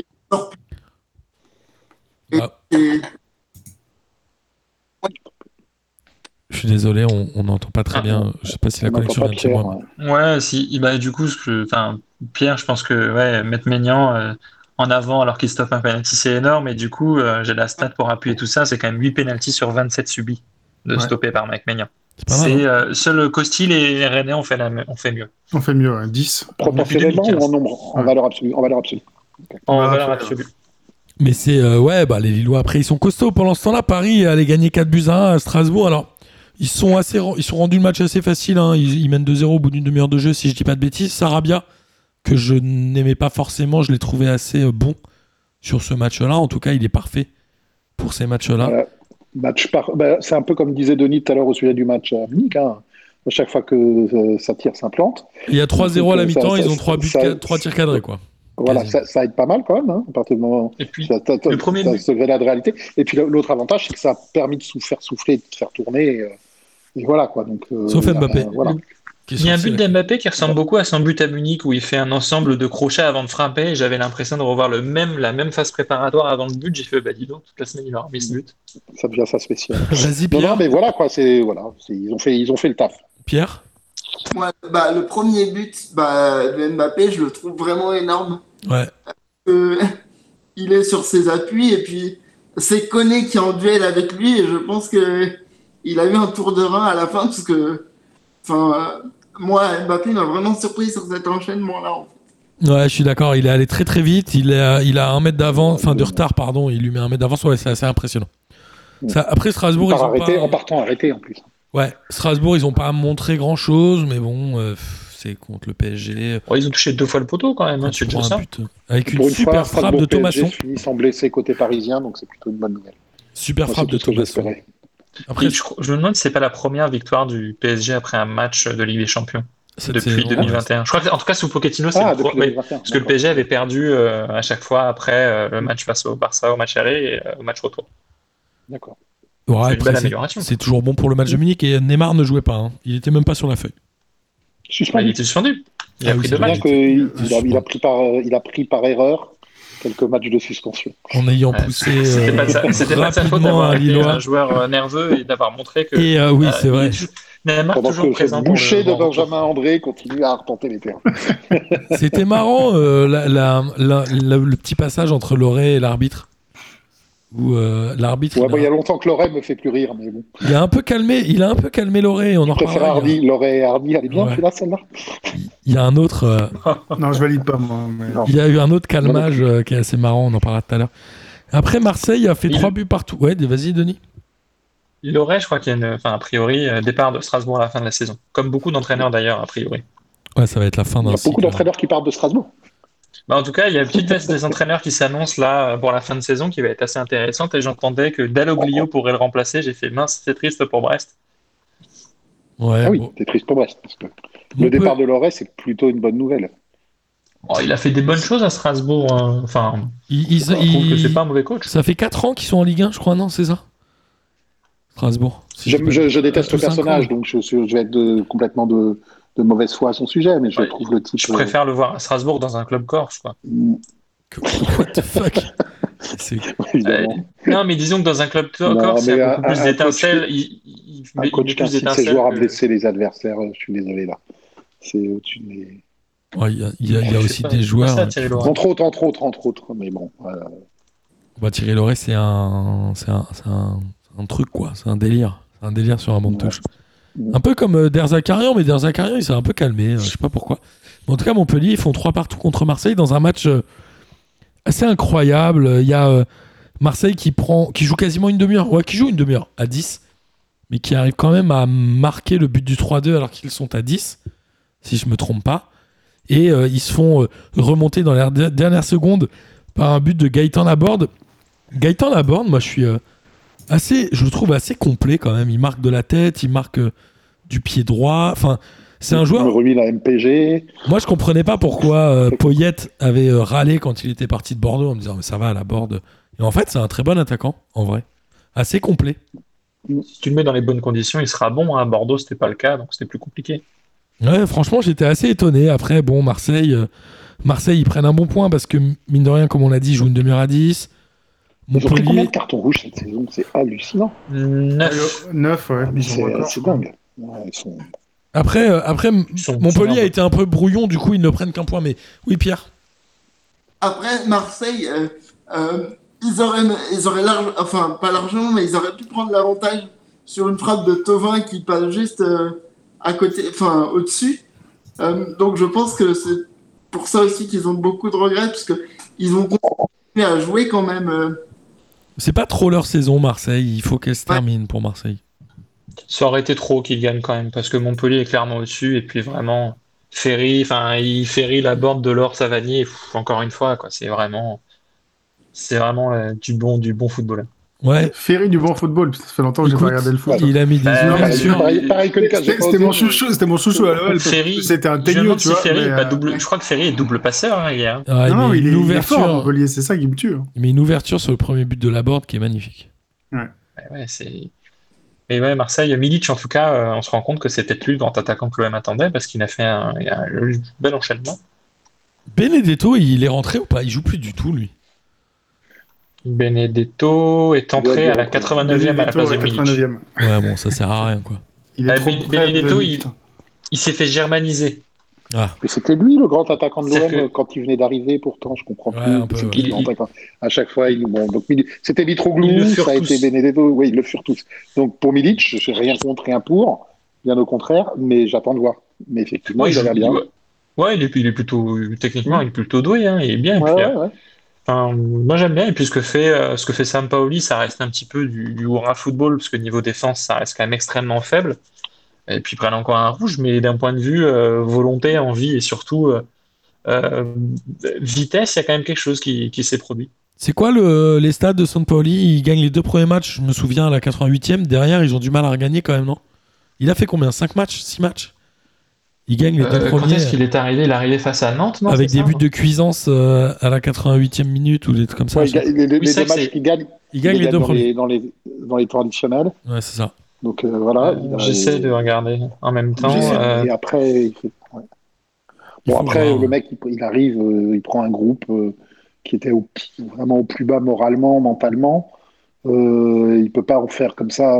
Je suis désolé, on n'entend pas très bien. Je sais pas si la connexion vient de chez moi. Ouais, du coup, Pierre, je pense que mettre Maignan en avant alors qu'il stoppe un penalty, c'est énorme. Et du coup, j'ai la stat pour appuyer tout ça. C'est quand même 8 penalties sur 27 subis de stopper par Mike Maignan. C'est seul Costil et les Rennais ont fait mieux. On fait mieux, 10. Proportionnellement ou en nombre ? En valeur absolue. En valeur absolue. Okay. En valeur absolue. Mais c'est les Lillois après ils sont costauds. Pendant ce temps-là, Paris allait gagner 4-1 à Strasbourg. Alors ils sont rendus le match assez facile. Hein. Ils mènent 2-0 au bout d'une demi-heure de jeu, si je dis pas de bêtises. Sarabia, que je n'aimais pas forcément, je l'ai trouvé assez bon sur ce match-là. En tout cas, il est parfait pour ces matchs-là. C'est un peu comme disait Denis tout à l'heure au sujet du match à Munich. À chaque fois que ça tire, ça plante. Il y a 3-0 à la mi-temps, ils ont 3 tirs cadrés, quoi. Voilà, ça aide pas mal quand même, à partir du moment et puis, le premier degré-là de réalité. Et puis l'autre avantage, c'est que ça a permis de faire souffler, de faire tourner. Et voilà, quoi. Donc, sauf Mbappé. Voilà. Il y a un but d'Mbappé qui ressemble beaucoup à son but à Munich où il fait un ensemble de crochets avant de frapper. Et j'avais l'impression de revoir la même phase préparatoire avant le but. J'ai fait, dis donc, toute la semaine, il aura mis ce but. Ça devient ça spécial. Vas-y, Pierre. Non, mais voilà, quoi. Ils ont fait le taf. Pierre ? Ouais, le premier but de Mbappé, je le trouve vraiment énorme. Ouais. Il est sur ses appuis et puis c'est Koné qui est en duel avec lui et je pense qu'il a eu un tour de rein à la fin parce que moi, Mbappé m'a vraiment surpris sur cet enchaînement-là. En fait. Ouais, je suis d'accord. Il est allé très très vite. Il a 1 mètre d'avance, de retard, pardon. Il lui met 1 mètre d'avance. Ouais, c'est assez impressionnant. Ça, après Strasbourg, en partant arrêté en plus. Ouais, Strasbourg, ils n'ont pas montré grand-chose, mais bon, c'est contre le PSG. Ils ont touché 2 fois le poteau quand même. C'est déjà ça. But, avec une super frappe de Thomasson. Ils sont blessés côté parisien, donc c'est plutôt une bonne nouvelle. Super frappe de Thomasson. Après, je me demande si c'est pas la première victoire du PSG après un match de Ligue des Champions depuis 2021. Je crois que, en tout cas, sous Pochettino, c'est parce que le PSG avait perdu à chaque fois après le match face au Barça, au match aller et au match retour. D'accord. Ouais, après, c'est toujours bon pour le match de Munich et Neymar ne jouait pas. Hein. Il était même pas sur la feuille. Il était suspendu. Il a pris 2 matchs. Il a pris par erreur quelques matchs de suspension. En ayant poussé c'était pas de sa faute d'avoir été un joueur nerveux et d'avoir montré que... Et oui, c'est vrai. Neymar toujours présent. Boucher de Benjamin André continue à arpenter les terrains. C'était marrant le petit passage entre Loré et l'arbitre. Où l'arbitre. Il y a longtemps que Loré me fait plus rire, mais bon. Il a un peu calmé Loré. On en préfère Hardy. Loré et Hardy, elle est bien, là, celle-là. Il y a un autre. Non, je valide pas, moi. Mais... Il y a eu un autre calmage qui est assez marrant, on en parlera tout à l'heure. Après, Marseille a fait 3 buts partout. Ouais, vas-y, Denis. Loré, je crois qu'il y a a priori, départ de Strasbourg à la fin de la saison. Comme beaucoup d'entraîneurs d'ailleurs, a priori. Ouais, ça va être la fin d'un cycle. Il y a beaucoup d'entraîneurs qui partent de Strasbourg. En tout cas, il y a une petite liste des entraîneurs qui s'annonce là pour la fin de saison qui va être assez intéressante et j'entendais que Dalloglio pourrait le remplacer. J'ai fait mince, c'est triste pour Brest. Ouais, Ah oui, bon. c'est triste pour Brest. Parce que le Montpe- départ de Loret, c'est plutôt une bonne nouvelle. Oh, il a fait des bonnes choses à Strasbourg. Enfin, ils- je trouve que c'est ils- pas un mauvais coach. Ça fait 4 ans qu'ils sont en Ligue 1, je crois, non, c'est ça Strasbourg. Si je dis pas de- Je déteste ou le 5 personnage, ans. donc je vais être complètement de mauvaise foi à son sujet, mais je Ouais, trouve le type. je préfère le voir à Strasbourg dans un club corse, quoi. What the fuck C'est- Évidemment. Non, mais disons que dans un club Non, corse, il y mais a beaucoup plus d'étincelles. un Il met coach qui plus incite ses d'étincelles joueurs à que. blesser les adversaires, je suis désolé là. C'est au-dessus des. Ouais, il y a Je aussi sais pas, des c'est pas joueurs. ça, Thierry Loret. Entre autres, mais bon. Bah, Thierry Loret, c'est un truc, quoi. C'est un délire. C'est un délire sur un banc de touche. Un peu comme Derzakarian, mais Derzakarian, il s'est un peu calmé. Je sais pas pourquoi. Mais en tout cas, Montpellier, ils font 3 partout contre Marseille dans un match assez incroyable. Il y a Marseille qui joue quasiment une demi-heure. Ouais, qui joue une demi-heure à 10. Mais qui arrive quand même à marquer le but du 3-2 alors qu'ils sont à 10, si je me trompe pas. Et ils se font remonter dans les dernières secondes par un but de Gaëtan Laborde. Gaëtan Laborde, moi je le trouve assez complet quand même. Il marque de la tête, il marque du pied droit. Enfin, c'est un joueur. Il me remis la MPG. Moi je comprenais pas pourquoi Poyet avait râlé quand il était parti de Bordeaux en me disant mais ça va Laborde. Et en fait, c'est un très bon attaquant en vrai, assez complet. Si tu le mets dans les bonnes conditions, il sera bon. À Bordeaux, c'était pas le cas, donc c'était plus compliqué. Ouais, franchement, j'étais assez étonné. Après, bon, Marseille, ils prennent un bon point parce que, mine de rien, comme on l'a dit, ils jouent une demi-heure à 10. Ils ont pris combien Montpellier, de cartons rouges cette saison? C'est hallucinant. 9. 9, ouais. Ils sont records, C'est je crois. dingue. Ouais, ils sont... après sont Montpellier a nerveux. été un peu brouillon, du coup, ils ne prennent qu'un point. Mais oui, Pierre. Après, Marseille, ils auraient enfin, pas largement, mais ils auraient pu prendre l'avantage sur une frappe de Thauvin qui passe juste à côté, enfin, au-dessus. Donc, je pense que c'est pour ça aussi qu'ils ont beaucoup de regrets, parce que ils ont continué à jouer quand même. C'est pas trop leur saison, Marseille. Il faut qu'elle se termine pour Marseille. Ça aurait été trop qu'il gagne quand même, parce que Montpellier est clairement au-dessus, et puis vraiment, il Ferry, Laborde, Delors, Savanier, encore une fois, quoi. C'est vraiment du bon football. Ouais, Ferry du bon football, ça fait longtemps que j'ai Écoute, pas regardé le foot. il a mis des Bah, ouvertures. Pareil que le cas. C'était mon chouchou à l'OL. Ferry, C'était un je me ténio, demande tu si vois. Ferry mais, est pas double. Je crois que Ferry est double passeur hier. Ouais, Non, mais il une est fort, ouverture, Montpellier, c'est ça qui me tue. mais une ouverture sur le premier but de Laborde qui est magnifique. Ouais, Mais ouais, Marseille, Milic, en tout cas, on se rend compte que c'est peut-être lui le grand attaquant que l'OM attendait parce qu'il a fait un bel enchaînement. Benedetto, il est rentré ou pas? Il joue plus du tout, lui. Benedetto est entré à la 89e à la place de Milic. 89e. Ouais, bon, ça sert à rien, quoi. Il est trop près de Benedetto, Benedict. il s'est fait germaniser. Ah, Mais c'était lui le grand attaquant de C'est-à-dire l'OM quand il venait d'arriver, pourtant, je comprends Ouais, plus. un peu, C'est ouais. qui le grand attaquant À chaque fois, c'était Ils le Mitroglou, furent ça a tous. été Benedetto, oui, ils le furent tous. Donc pour Milic, je n'ai rien contre, rien pour, bien au contraire, mais j'attends de voir. Mais effectivement, Ouais, il a l'air bien. Ouais, il est plutôt techniquement, il est plutôt doué, hein, il est bien. Et Ouais, puis, ouais, ouais. enfin, moi j'aime bien. Et puis ce que fait Sampaoli, ça reste un petit peu du hurrah football parce que niveau défense, ça reste quand même extrêmement faible. Et puis ils prennent encore un rouge, mais d'un point de vue volonté, envie et surtout euh, vitesse, il y a quand même quelque chose qui s'est produit. c'est quoi les stats de Sampaoli? Il gagne les 2 premiers matchs, je me souviens, à la 88e. Derrière, ils ont du mal à regagner quand même, non? Il a fait combien? 5 matchs? 6 matchs? Il gagne les 2 Quand premiers est-ce qu'il est arrivé? Il est arrivé face à Nantes, non? avec c'est des ça, buts non de Cuisance à la 88e minute ou des trucs comme ça. Ouais, je sais pas. les Oui, c'est deux vrai que matchs qu'il gagne, Il gagne les 2 premiers. dans les traditionnels. Ouais, c'est ça. Donc voilà. J'essaie de regarder en même temps. Et après, il fait- ouais. Il Bon, faut après, voir. le mec, il arrive, il prend un groupe qui était vraiment au plus bas moralement, mentalement. Il peut pas en faire comme ça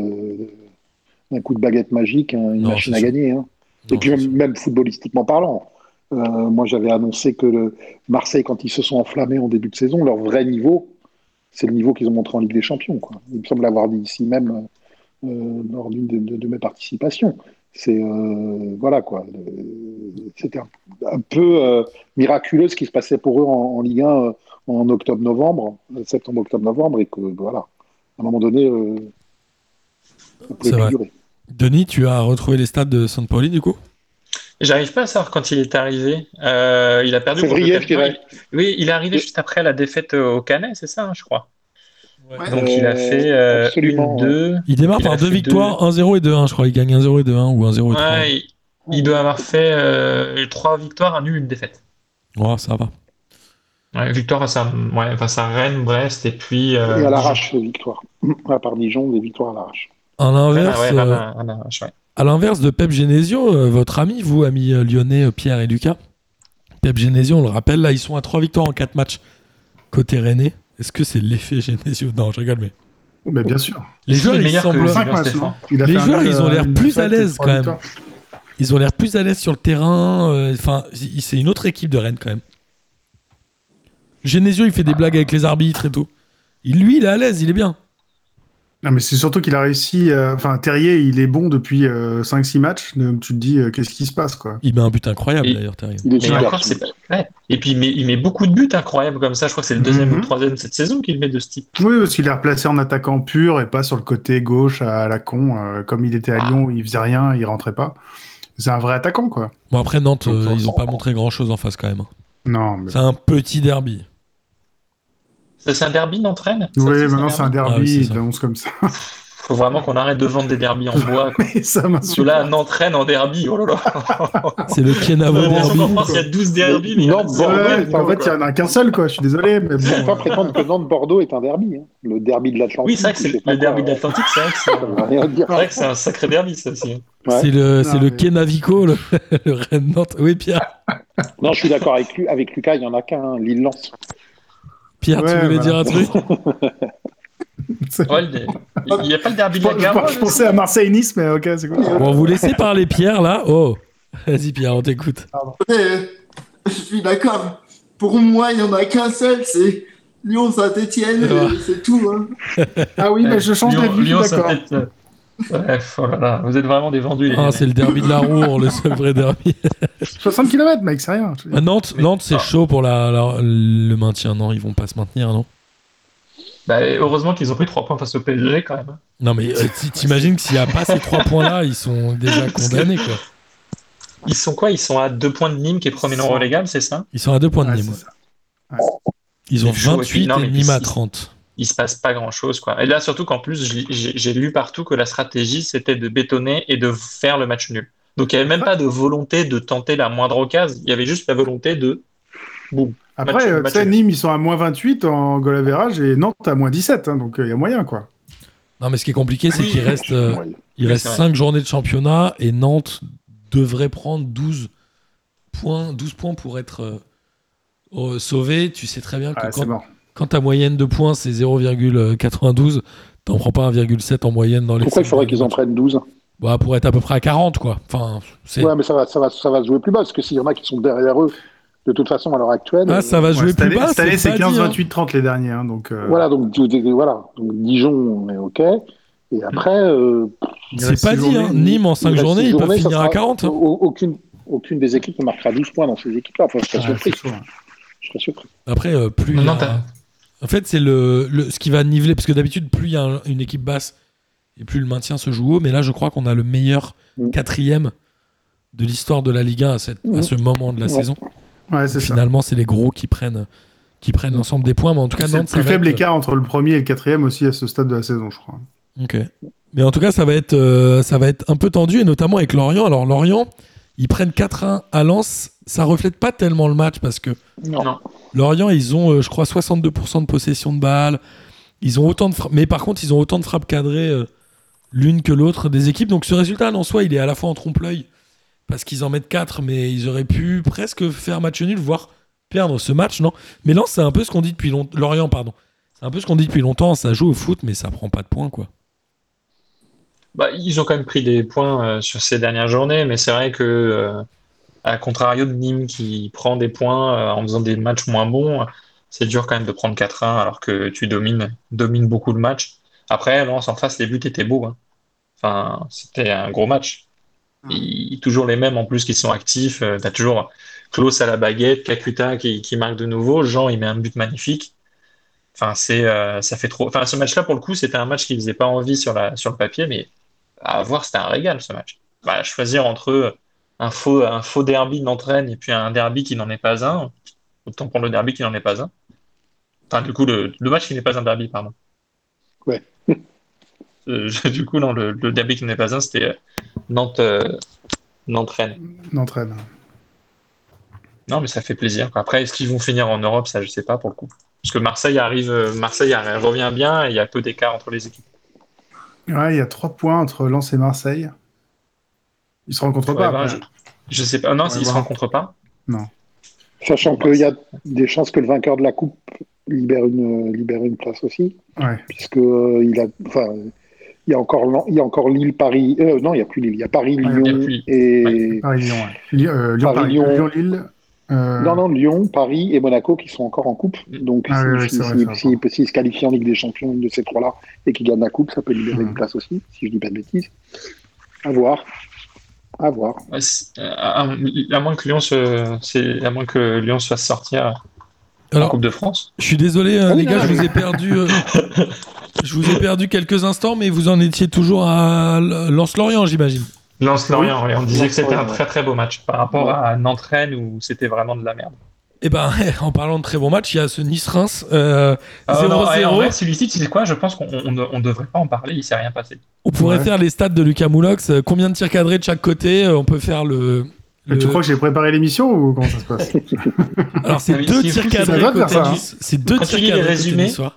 un coup de baguette magique, hein, une Non, machine c'est à sûr. gagner. Hein. Non, Et puis c'est même, sûr. même footballistiquement parlant. Moi, j'avais annoncé que Marseille, quand ils se sont enflammés en début de saison, leur vrai niveau, c'est le niveau qu'ils ont montré en Ligue des Champions, quoi. Il me semble l'avoir dit ici même lors d'une de mes participations. C'est voilà quoi. C'était un peu miraculeux ce qui se passait pour eux en Ligue 1 en octobre-novembre, septembre-octobre-novembre, et que voilà, à un moment donné, on C'est pouvait vrai. figurer. Denis, tu as retrouvé les stats de Sampaoli du coup? J'arrive pas à savoir quand il est arrivé. Il a perdu contre Février, le je dirais. Oui, il est arrivé juste après la défaite au Canet, c'est ça, hein, je crois. Ouais. Donc il a fait absolument, 1-2. Il démarre Il a par deux fait victoires, 1-0 et 2-1, je crois. Il gagne 1-0 et 2-1 ou 1-0 et 3. Ouais, il doit avoir fait 3 victoires, un nul, une défaite. Oh, ça va. Ouais, victoire face à Rennes, Brest et puis et à Dijon. l'arrache, les victoires. À part Dijon, des victoires à l'arrache. À l'inverse, Ouais. à l'inverse de Pep Genesio, votre ami, vous, amis lyonnais Pierre et Lucas, Pep Genesio, on le rappelle, là, ils sont à 3 victoires en 4 matchs côté rennais. Est-ce que c'est l'effet Genesio? Non, je rigole, mais Mais bien sûr. les joueurs, Il est ils meilleur que semblent... 5 Julien matchs, Stéphan. non Il a Les fait un joueurs, nul, ils ont l'air une plus à défaite et l'aise, 3 quand même. victoires. Ils ont l'air plus à l'aise sur le terrain. Enfin, c'est une autre équipe de Rennes, quand même. Genesio, il fait des blagues avec les arbitres et tout. Lui, il est à l'aise, il est bien. Non, mais c'est surtout qu'il a réussi. Enfin, Terrier, il est bon depuis 5-6 matchs. Donc, tu te dis, qu'est-ce qui se passe, quoi. Il met un but incroyable, Et- d'ailleurs, Terrier. Il est Mais super. encore, c'est pas. Ouais. Et puis il met beaucoup de buts incroyables comme ça. Je crois que c'est le deuxième ou Mhm. le troisième cette saison qu'il met de ce type. Oui, parce qu'il est replacé en attaquant pur et pas sur le côté gauche à la con. Comme il était à Lyon, il faisait rien, il rentrait pas. C'est un vrai attaquant, quoi. Bon, après, Nantes, ils ont pas montré grand-chose en face, quand même. Non, mais... C'est un petit derby. C'est un derby d'entraîne. Oui, maintenant c'est un Ah derby, oui, c'est il ça. annonce comme ça. Faut vraiment qu'on arrête de vendre des derbys en bois. Quoi. Mais ça Parce que m'insulte. là, Nantes-Rennes en derby, oh là là. C'est le Kenavo Heureusement derby. qu'en France, il y a 12 derbys, mais il y en a Non, zéro. Bordeaux, Ouais, en fait, il y en a qu'un seul, quoi. Je suis désolé, mais Je ne peux bon. pas prétendre que Nantes-Bordeaux est un derby. Hein. Le derby de l'Atlantique. Oui, c'est vrai que je sais c'est pas le derby quoi, de l'Atlantique, c'est vrai que ça veut rien dire. c'est vrai que c'est un sacré derby, ça aussi. Ouais. C'est le mais- Kenavico, le Rennes Nantes. Oui, Pierre. Non, je suis d'accord avec Lucas, il n'y en a qu'un, Lille-Lens. Pierre, tu Ouais, voulais voilà. dire un truc? Ouais, il n'y a pas le derby de la Garonne. Je pensais à Marseille-Nice, mais ok, c'est cool. Bon, vous laissez parler Pierre, là. Oh. Vas-y, Pierre, on t'écoute. Je suis d'accord. Pour moi, il n'y en a qu'un seul, c'est Lyon-Saint-Etienne, Ouais. c'est tout. Hein. Ah oui, mais je change d'avis, je suis ça d'accord. peut être. Bref, oh là là, vous êtes vraiment des vendus, les Ah, Lyonnais. c'est le derby de la Roure, le seul vrai derby. 60 km, mec, c'est rien. À Nantes, c'est chaud pour le maintien. Non, ils vont pas se maintenir, non? Bah, heureusement qu'ils ont pris 3 points face au PSG quand même. Non, mais t'imagines que s'il n'y a pas ces 3 points-là, ils sont déjà condamnés, quoi. Ils sont quoi? Ils sont à 2 points de Nîmes qui est premier non relégable, c'est ça? Ils sont à 2 points de Ouais, Nîmes. c'est Ouais. ça. Ils ont C'est chaud, 28 non, et mais Nîmes à ici- 30. Il se passe pas grand chose, quoi. Et là, surtout qu'en plus, j'ai lu partout que la stratégie c'était de bétonner et de faire le match nul. Donc il n'y avait même pas de volonté de tenter la moindre occasion, il y avait juste la volonté de. Boum. Après, tu Match sais, nul. Nîmes, ils sont à moins 28 en goal average et Nantes à moins 17, hein, donc il y a moyen, quoi. Non, mais ce qui est compliqué, c'est qu'il reste, Ouais. il Oui, reste c'est vrai. 5 journées de championnat et Nantes devrait prendre 12 points pour être sauvé. Tu sais très bien que Ah, c'est mort. quand ta moyenne de points, c'est 0,92, t'en prends pas 1,7 en moyenne dans les Pourquoi il cinq faudrait qu'ils en matchs. prennent 12? Bah, pour être à peu près à 40, quoi. Enfin, c'est... Ouais, mais ça va se jouer plus bas, parce que s'il y en a qui sont derrière eux, de toute façon, à l'heure actuelle. Ah, ça va jouer cette plus année, bas, cette année, c'est pas dit, 15, hein. 28, 30 les derniers, hein, donc. Voilà, donc Dijon, on est OK. Et après, il C'est reste pas 6 dit, hein. journées. Nîmes en il 5 reste journées, six ils peuvent journées, ça finir à sera- 40. hein. Aucune des équipes ne marquera 12 points dans ces équipes-là. Enfin, je serais Ah, surpris. c'est chaud, hein. Je serais surpris. Après, plus. Non, il y a- non, t'as- En fait, c'est ce qui va niveler, parce que d'habitude, plus il y a une équipe basse et plus le maintien se joue haut. Mais là, je crois qu'on a le meilleur Mm. 4e de l'histoire de la Ligue 1 à ce moment de la Ouais. saison. Ouais, c'est ça. Finalement, c'est les gros qui prennent l'ensemble des points. Mais en tout cas, C'est le Nantes, ça plus va faible être- écart entre le premier et le quatrième aussi à ce stade de la saison, je crois. Ok. Mais en tout cas, ça va être un peu tendu, et notamment avec Lorient. Alors, Lorient, ils prennent 4-1 à Lens. Ça reflète pas tellement le match parce que Non. Lorient, ils ont, je crois, 62% de possession de balle. Ils ont autant de mais par contre, ils ont autant de frappes cadrées l'une que l'autre des équipes. Donc, ce résultat, en soi, il est à la fois en trompe-l'œil parce qu'ils en mettent 4, mais ils auraient pu presque faire match nul, voire perdre ce match, non? Mais Lens, c'est un peu ce qu'on dit depuis longtemps. Lorient, pardon. C'est un peu ce qu'on dit depuis longtemps. Ça joue au foot, mais ça prend pas de points, quoi. Bah, ils ont quand même pris des points sur ces dernières journées, mais c'est vrai que, à contrario de Nîmes qui prend des points en faisant des matchs moins bons, c'est dur quand même de prendre 4-1 alors que tu domines beaucoup le match. Après, Lens en face, les buts étaient beaux, hein. Enfin, c'était un gros match. Toujours les mêmes en plus qui sont actifs. T'as toujours Klose à la baguette, Kakuta qui marque de nouveau. Jean, il met un but magnifique. Enfin, ça fait trop. Enfin, ce match-là, pour le coup, c'était un match qui faisait pas envie sur le papier, mais à voir, c'était un régal ce match. Bah, choisir entre un faux derby d'entraîne et puis un derby qui n'en est pas un, autant prendre le derby qui n'en est pas un. Enfin, du coup, le match qui n'est pas un derby, pardon. Ouais. Du coup, non, le derby qui n'est pas un, c'était Nantes, Nantes-Rennes. N'entraîne. Non, mais ça fait plaisir, quoi. Après, est-ce qu'ils vont finir en Europe? Ça, je sais pas pour le coup. Parce que Marseille revient bien et il y a peu d'écart entre les équipes. Ouais, il y a 3 points entre Lens et Marseille. Ils se rencontrent pas Ouais, ben, après. je sais pas. Non, Ouais, s'ils se voir. rencontrent pas. Non. Sachant Bon, bah, qu'il y a des chances que le vainqueur de la Coupe libère une place aussi, Ouais. puisque il y a encore Lille, Paris. Non, il n'y a plus Lille. Il y a Paris, Ouais, Lyon il y a plus. et Paris-Lyon, ouais. Lyon-Paris. Paris, Lyon. Lyon-Lille. Non, Lyon, Paris et Monaco qui sont encore en coupe. Donc, Ah oui, c'est vrai, ça s'ils se qualifient en Ligue des Champions, une de ces trois-là, et qu'ils gagnent la Coupe, ça peut libérer une place aussi, si je dis pas de bêtises. À voir. À voir. Ouais, à moins que à moins que Lyon se fasse sortir en Alors, Coupe de France. je suis désolé, Ah oui, les gars, non, je vous ai perdu. Je vous ai perdu quelques instants, mais vous en étiez toujours à Lens-Lorient, j'imagine. Lens-Lorient, et on disait que c'était un Lens-Lorient, très très beau match par rapport Ouais. à Nantes-Rennes où c'était vraiment de la merde. Eh ben, en parlant de très bon match, il y a ce Nice-Reims 0-0. Non, en vrai, celui-ci, tu sais quoi, je pense qu'on on devrait pas en parler, il s'est rien passé. On pourrait Ouais. faire les stats de Lucas Moulox. Combien de tirs cadrés de chaque côté? On peut faire le. Tu crois que j'ai préparé l'émission ou comment ça se passe? Alors, c'est Oui, 2 ce qui est tirs fou, c'est cadrés ça doit côté faire ça, hein. Nice. C'est 2 Quand tu tirs lis les cadrés côté résumés, niçois.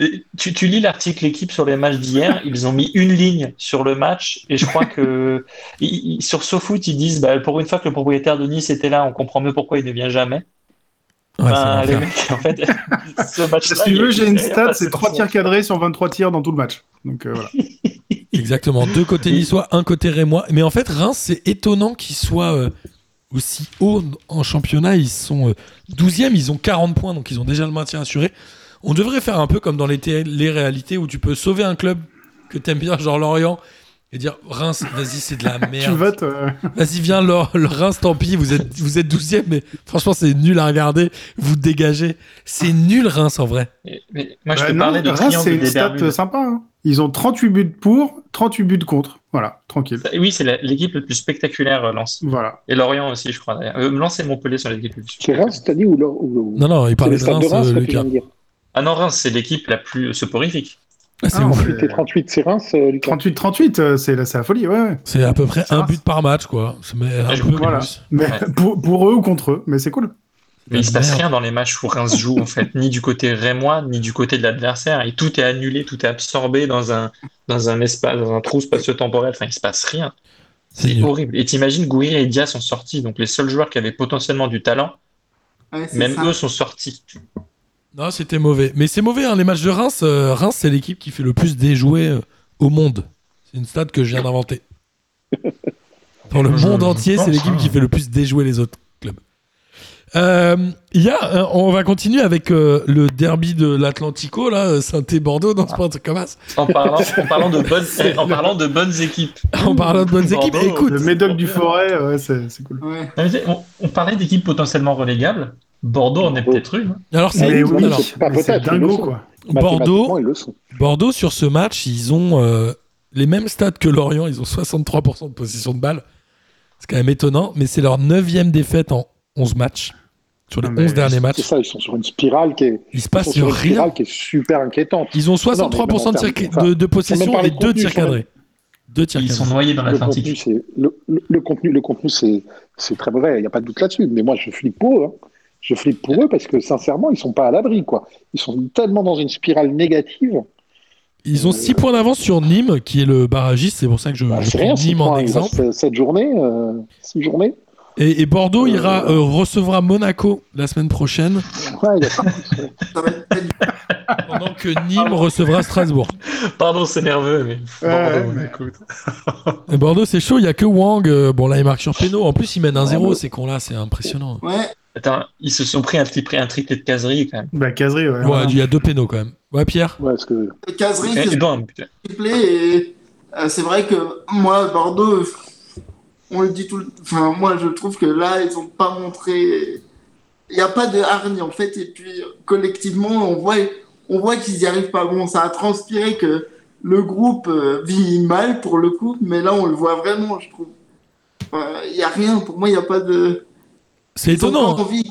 Tu lis l'article équipe sur les matchs d'hier, ils ont mis une ligne sur le match et je crois que sur SoFoot ils disent pour une fois que le propriétaire de Nice était là, on comprend mieux pourquoi il ne vient jamais. Ouais, Enfin, c'est les l'enfer. mecs, en fait, ce match-là, Si tu veux, j'ai une il y a stat, pas c'est de 3 sens. tirs cadrés sur 23 tirs dans tout le match. Donc voilà. Exactement. 2 côtés niçois, 1 côté rémois. Mais en fait, Reims, c'est étonnant qu'ils soient aussi hauts en championnat. Ils sont 12e, ils ont 40 points, donc ils ont déjà le maintien assuré. On devrait faire un peu comme dans les réalités où tu peux sauver un club que t'aimes bien, genre Lorient, et dire Reims, vas-y, c'est de la Tu merde. votes. Vas-y, viens, le Reims, tant pis, vous êtes 12e, mais franchement, c'est nul à regarder. Vous dégagez. C'est nul, Reims, en vrai. Mais moi, je Bah te non, parlais de Reims, c'est triangle une des stat Bermudes. sympa. Hein. Ils ont 38 buts pour, 38 buts contre. Voilà, tranquille. Oui, c'est l'équipe la plus spectaculaire, Lens. Voilà. Et Lorient aussi, je crois, d'ailleurs. Lens et Montpellier sont les équipes les plus C'est Reims, t'as dit Non, non, il c'est parlait les de stades de Reims, Reims là, que tu Lucas. viens de dire. Ah non, Reims, c'est l'équipe la plus soporifique. Ah, c'est Ah, ouf. 38 et 38, c'est Reims, Lucas. 38, c'est la folie, ouais. C'est à peu près C'est un Reims. but par match, quoi. Mais un je peu Voilà. plus. Mais Ouais. pour eux ou contre eux, mais c'est cool. Mais il se passe Merde. rien dans les matchs où Reims joue, en fait, ni du côté rémois, ni du côté de l'adversaire. Et tout est annulé, tout est absorbé dans un espace, dans un trou spatio-temporel. Enfin, il se passe rien. C'est C'est nul. horrible. Et t'imagines, Gouiri et Dia sont sortis, donc les seuls joueurs qui avaient potentiellement du talent, Ouais, c'est même ça. eux sont sortis. Non, c'était mauvais. Mais c'est mauvais, hein, les matchs de Reims. Reims, c'est l'équipe qui fait le plus déjouer au monde. C'est une stat que je viens d'inventer. Pour le Je monde entier, pense, c'est l'équipe hein. qui fait le plus déjouer les autres clubs. On va continuer avec le derby de l'Atlantico, là, Saint-Bordeaux, dans ce point de commerce. En parlant de bonnes équipes. En parlant de bonnes équipes, Bordeaux. écoute, Le Médoc du Forêt, ouais, c'est cool. Ouais. Non, mais on parlait d'équipes potentiellement relégables. Bordeaux en est peut-être une. alors c'est Mais oui, oui, alors, c'est pas mais c'est peut-être, ils le dingo, sont. quoi. Bordeaux, Ils le sont. Bordeaux, sur ce match, ils ont les mêmes stats que Lorient. Ils ont 63% de possession de balle. C'est quand même étonnant, mais c'est leur 9e défaite en 11 matchs. Sur les Non, mais 11 derniers C'est matchs, ça, ils sont sur une spirale qui est, il se ils passe sont sur une rien. spirale qui est super inquiétante. Ils ont Non, mais 63% même en de, termes- de possession parler et de 2 contenu, tirs sans même- cadrés. 2 tirs Ils sont cadrés. noyés dans Le contenu, l'Atlantique. c'est le contenu, c'est très mauvais. Il n'y a pas de doute là-dessus. Mais moi, je flippe pour eux. Hein. Je flippe pour eux parce que sincèrement, ils sont pas à l'abri, quoi. Ils sont tellement dans une spirale négative. Ils ont 6 points d'avance sur Nîmes, qui est le barragiste. C'est pour ça que je C'est prends rien. 6 Nîmes en points. Il exemple. reste 7 journées, 6 journées. Et Bordeaux ira recevra Monaco la semaine prochaine, Ouais, il y a ça. Ça va être très dur. pendant que Nîmes recevra Strasbourg. Pardon, c'est nerveux, mais Bordeaux, mais- écoute. Et Bordeaux, c'est chaud. Il y a que Wang. Bon, là, il marque sur péno. En plus, ils mènent 1-0. Ces cons-là, c'est impressionnant. Ouais, Attends, ils se sont pris un triplé de caserie quand même. Bah, Caserie, ouais. Ouais, il y a 2 pénaux quand même. Ouais, Pierre. Ouais, parce que Caserie, Et c'est bon, putain. triplé et c'est vrai que moi, Bordeaux, on le dit tout le... Enfin, moi, je trouve que là, ils ont pas montré... Il n'y a pas de hargne, en fait, et puis collectivement, on voit qu'ils n'y arrivent pas. Bon, ça a transpiré que le groupe vit mal, pour le coup, mais là, on le voit vraiment, je trouve. Il n'y a rien, pour moi, il n'y a pas de... C'est Ils ont étonnant. pas Hein. envie, quoi.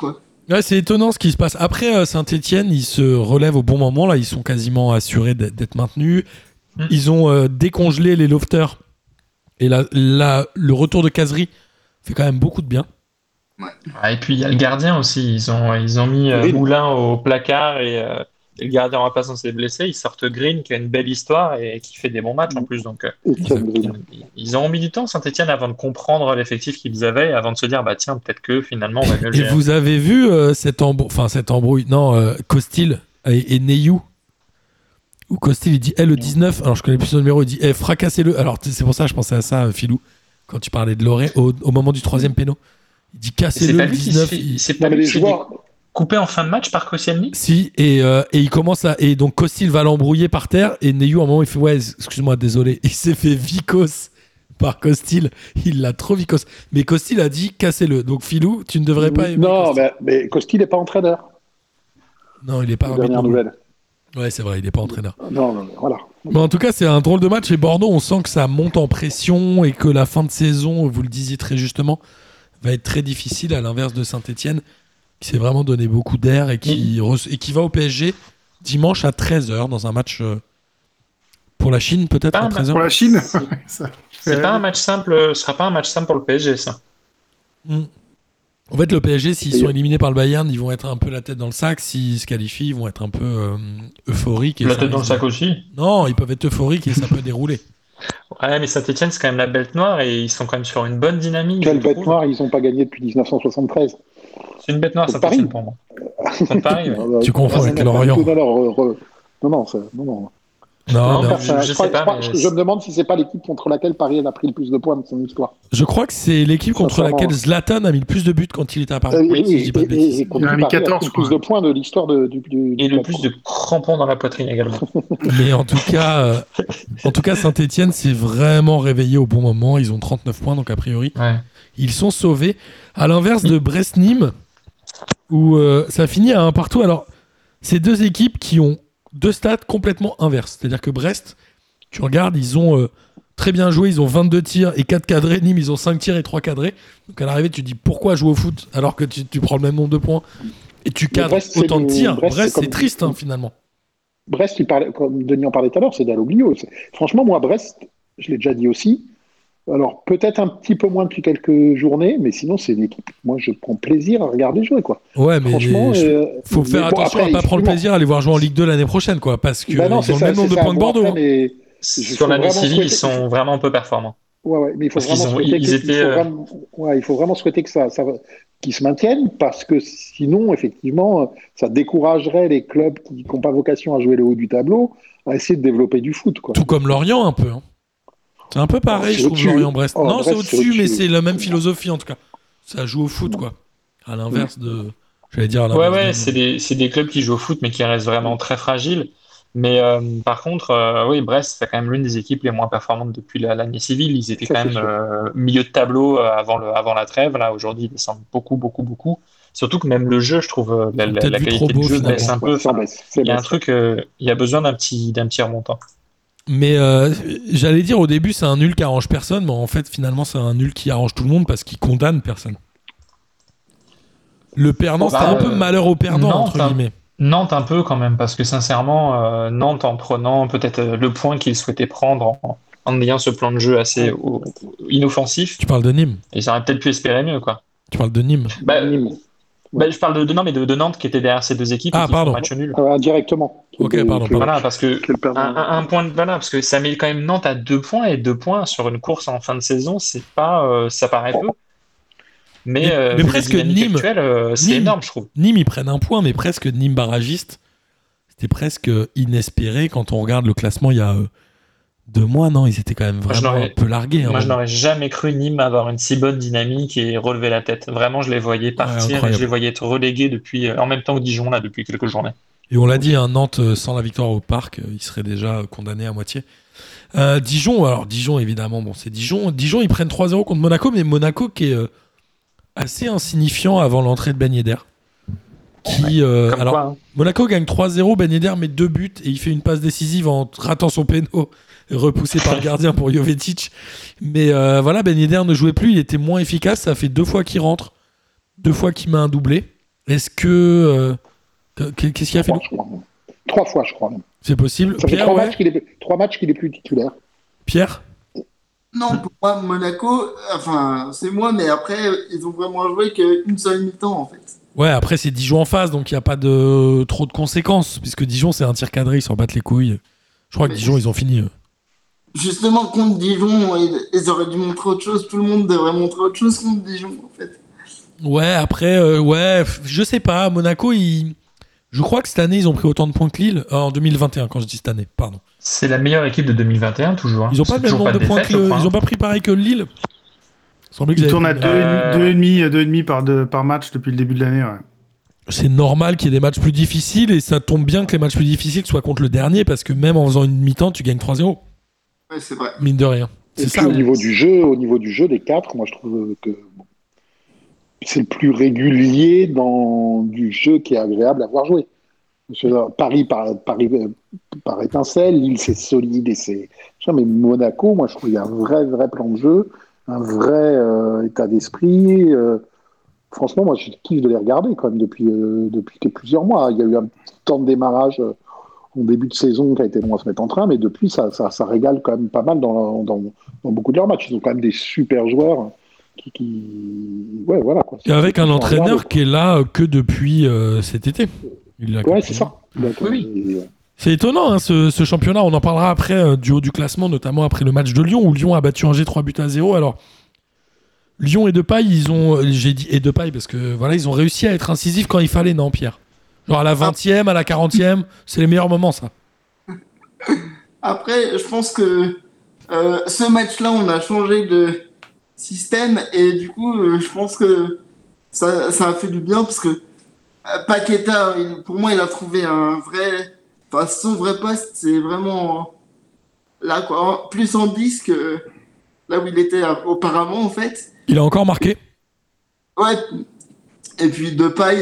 Ouais, c'est étonnant ce qui se passe. Après, Saint-Etienne, ils se relèvent au bon moment. Là, ils sont quasiment assurés d'être maintenus. Ils ont décongelé les lofters. Et là, le retour de Cazerie fait quand même beaucoup de bien. Ah, et puis il y a le gardien aussi. Ils ont mis Green. Moulin au placard et le gardien remplaçant s'est blessé. Ils sortent Green qui a une belle histoire et qui fait des bons matchs en plus. Donc Etienne Green. ils ont mis du temps Saint-Etienne avant de comprendre l'effectif qu'ils avaient, avant de se dire bah tiens peut-être que finalement on va mieux le Et gérer. vous avez vu cette embrouille. Non, Costil et Neyou. Où Costil il dit le 19. Alors je connais plus son numéro. Il dit fracassez-le. Alors c'est pour ça que je pensais à ça, Philou, quand tu parlais de Loré au moment du 3e péno. Il dit C'est cassez-le pas le lui qui 19. se fait, c'est Non, pas mais lui les qui s'est joueurs, coupé en fin de match par Koscielny. Si, et il commence à. Et donc Costil va l'embrouiller par terre. Et Neyou, à un moment, il fait ouais, excuse-moi, désolé. Il s'est fait vicos par Costil. Il l'a trop vicos. Mais Costil a dit cassez-le. Donc Philou, tu ne devrais pas aimer. non, Costil. mais Costil n'est pas entraîneur. Non, il est pas arbitre Dernière non plus. nouvelle. Ouais, c'est vrai, il est pas entraîneur. Non, voilà. Mais en tout cas, c'est un drôle de match. Et Bordeaux, on sent que ça monte en pression et que la fin de saison, vous le disiez très justement, va être très difficile, à l'inverse de Saint-Etienne, qui s'est vraiment donné beaucoup d'air et qui va au PSG dimanche à 13h dans un match pour la Chine, peut-être Ah, à 13h. Pour la Chine. C'est pas un match simple. Ce sera pas un match simple pour le PSG ça. En fait, le PSG, s'ils sont éliminés par le Bayern, ils vont être un peu la tête dans le sac. S'ils se qualifient, ils vont être un peu euphoriques. Et La ça tête dans le risque sac aussi. Non, ils peuvent être euphoriques et ça peut dérouler. Ouais, mais Saint-Etienne, c'est quand même la bête noire et ils sont quand même sur une bonne dynamique. Quelle je bête trouve. noire, ils n'ont pas gagné depuis 1973. C'est une bête noire, Contre Saint-Etienne, Paris. pour moi. Contre Paris, ouais. Tu confonds avec non, Lorient. pas du tout. Non. Non, Non, non. je sais pas, mais- Je me demande si c'est pas l'équipe contre laquelle Paris a pris le plus de points de son histoire. Je crois que c'est l'équipe contre Sincèrement. laquelle Zlatan a mis le plus de buts quand il était à Paris. Oui, si je dis pas de bêtises. contre Il en a mis Paris 14, a pris je le plus crois. de points de l'histoire du Et le club. plus de crampons dans la poitrine également. Mais en tout cas, Saint-Etienne s'est vraiment réveillé au bon moment. Ils ont 39 points, donc a priori, Ouais. ils sont sauvés. À l'inverse de Brest-Nîmes, où ça finit à 1 partout. Alors, c'est deux équipes qui ont deux stats complètement inverses. C'est-à-dire que Brest, tu regardes, ils ont très bien joué. Ils ont 22 tirs et 4 cadrés. Nîmes, ils ont 5 tirs et 3 cadrés. Donc à l'arrivée, tu te dis pourquoi jouer au foot alors que tu prends le même nombre de points et tu cadres Brest, c'est autant de le- tirs. Brest, Brest, c'est c'est comme- triste finalement. Brest, comme Denis en parlait tout à l'heure, c'est d'Aloglio. Franchement, moi, Brest, je l'ai déjà dit aussi. Alors, peut-être un petit peu moins depuis quelques journées, mais sinon, c'est une équipe. Moi, je prends plaisir à regarder jouer, quoi. Ouais, mais Franchement, faut faire mais bon, attention après, à pas prendre effectivement. plaisir à aller voir jouer en Ligue 2 l'année prochaine, quoi, parce que Bah non, ils c'est ont le ça, même nombre c'est de ça. points que Bon, Bordeaux. après, mais Sur l'année vraiment civile, ils souhaiter- sont vraiment un peu performants. Ouais, mais il faut Parce vraiment qu'ils ont- souhaiter ils que- étaient, il faut vraiment souhaiter que qu'ils se maintiennent, parce que sinon, effectivement, ça découragerait les clubs qui n'ont pas vocation à jouer le haut du tableau à essayer de développer du foot, quoi. Tout comme Lorient, un peu. Hein. C'est un peu pareil, c'est je trouve, au-dessus. Lorient-Brest. Oh, non, Brest, c'est c'est au-dessus, mais au-dessus. c'est la même philosophie, en tout cas. Ça joue au foot, quoi. À l'inverse de... J'allais dire à Ouais, l'inverse ouais, c'est des clubs qui jouent au foot, mais qui restent vraiment très fragiles. Mais par contre, oui, Brest, c'est quand même l'une des équipes les moins performantes depuis l'année civile. Ils étaient Ça, quand c'est même sûr. milieu de tableau avant la trêve. Là, aujourd'hui, ils descendent beaucoup. Surtout que même le jeu, je trouve, la Ils ont peut-être vu qualité trop du beau, jeu finalement. baisse un peu. Ouais, c'est Enfin, baisse, c'est il y a un baisse. truc, il y a besoin d'un petit remontant. Mais j'allais dire au début, c'est un nul qui arrange personne, mais en fait, finalement, c'est un nul qui arrange tout le monde parce qu'il condamne personne. Le perdant, Oh, bah, c'était un peu malheur au perdant, Nantes, entre hein. guillemets. Nantes un peu quand même, parce que sincèrement, Nantes en prenant peut-être le point qu'il souhaitait prendre en ayant ce plan de jeu assez inoffensif, Tu parles de Nîmes. ils auraient peut-être pu espérer mieux, quoi. Tu parles de Nîmes. Nîmes. Je parle non, mais de Nantes qui était derrière ces deux équipes Ah, et qui font pardon. match nul. Indirectement. Ok, pardon. Voilà, parce que Quel perdant. un point de voilà, parce que ça met quand même Nantes à 2 points et 2 points sur une course en fin de saison, c'est pas, ça paraît peu. Mais vu la presque dynamique Nîmes. actuelle, c'est Nîmes. énorme, je trouve. Nîmes, ils prennent un point, mais presque Nîmes barragiste. C'était presque inespéré quand on regarde le classement il y a 2 mois. Non, ils étaient quand même Moi, je vraiment n'aurais- un peu largués. hein. Moi, je n'aurais jamais cru Nîmes avoir une si bonne dynamique et relever la tête. Vraiment, je les voyais partir et incroyable. je les voyais être relégués depuis, en même temps que Dijon, là, depuis quelques journées. Et on l'a dit, un Nantes sans la victoire au Parc, il serait déjà condamné à moitié. Dijon, évidemment, bon, c'est Dijon. Dijon, ils prennent 3-0 contre Monaco, mais Monaco qui est assez insignifiant avant l'entrée de Ben Yedder. Comme Alors, quoi, hein. Monaco gagne 3-0, Ben Yedder met 2 buts et il fait une passe décisive en ratant son péno, repoussé par le gardien pour Jovetic. Mais voilà, Ben Yedder ne jouait plus, il était moins efficace. Ça fait 2 fois qu'il rentre, 2 fois qu'il met un doublé. Est-ce que... qu'est-ce qu'il a fait? 3 fois, je crois. C'est possible. Ça fait Pierre, 3 matchs qu'il est plus titulaire. Pierre? Non, pour moi, Monaco, c'est moi, mais après, ils ont vraiment joué qu'une seule mi-temps, en fait. Ouais, après, c'est Dijon en face, donc il n'y a pas trop de conséquences, puisque Dijon, c'est un tir cadré, ils s'en battent les couilles. Je crois que Dijon, ils ont fini. Justement, contre Dijon, ils auraient dû montrer autre chose. Tout le monde devrait montrer autre chose contre Dijon, en fait. Ouais, après, je sais pas. Monaco, je crois que cette année, ils ont pris autant de points que Lille. En 2021, quand je dis cette année, pardon. C'est la meilleure équipe de 2021, toujours. Hein. Ils ont pas le même nombre de points que ils ont pas pris pareil que Lille. Ils tournent à 2,5 par match depuis le début de l'année. Ouais. C'est normal qu'il y ait des matchs plus difficiles, et ça tombe bien que les matchs plus difficiles soient contre le dernier, parce que même en faisant une mi-temps, tu gagnes 3-0. Ouais, c'est vrai. Mine de rien. Et puis au niveau du jeu des 4, moi je trouve que c'est le plus régulier dans du jeu qui est agréable à voir jouer. Paris par étincelle, Lille c'est solide et c'est. Mais Monaco, moi je trouve qu'il y a un vrai plan de jeu, un vrai état d'esprit. Franchement, moi je kiffe de les regarder quand même depuis plusieurs mois. Il y a eu un petit temps de démarrage en début de saison qui a été long à se mettre en train, mais depuis ça régale quand même pas mal dans beaucoup de leurs matchs. Ils ont quand même des super joueurs. Ouais, voilà, quoi. Et avec un entraîneur qui est là que depuis cet été. Ouais, c'est ça. Oui. C'est étonnant, hein, ce championnat. On en parlera après du haut du classement, notamment après le match de Lyon, où Lyon a battu Angers 3-0. Alors, Lyon et Depay, j'ai dit et Depay parce que voilà, ils ont réussi à être incisifs quand il fallait, non, Pierre? Genre à la 20e, à la 40e, c'est les meilleurs moments, ça. Après, je pense que ce match-là, on a changé de système et du coup, je pense que ça a fait du bien parce que Paqueta, pour moi, il a trouvé son vrai poste, c'est vraiment là, quoi. Plus en 10 que là où il était auparavant, en fait. Il a encore marqué. Ouais. Et puis Depay,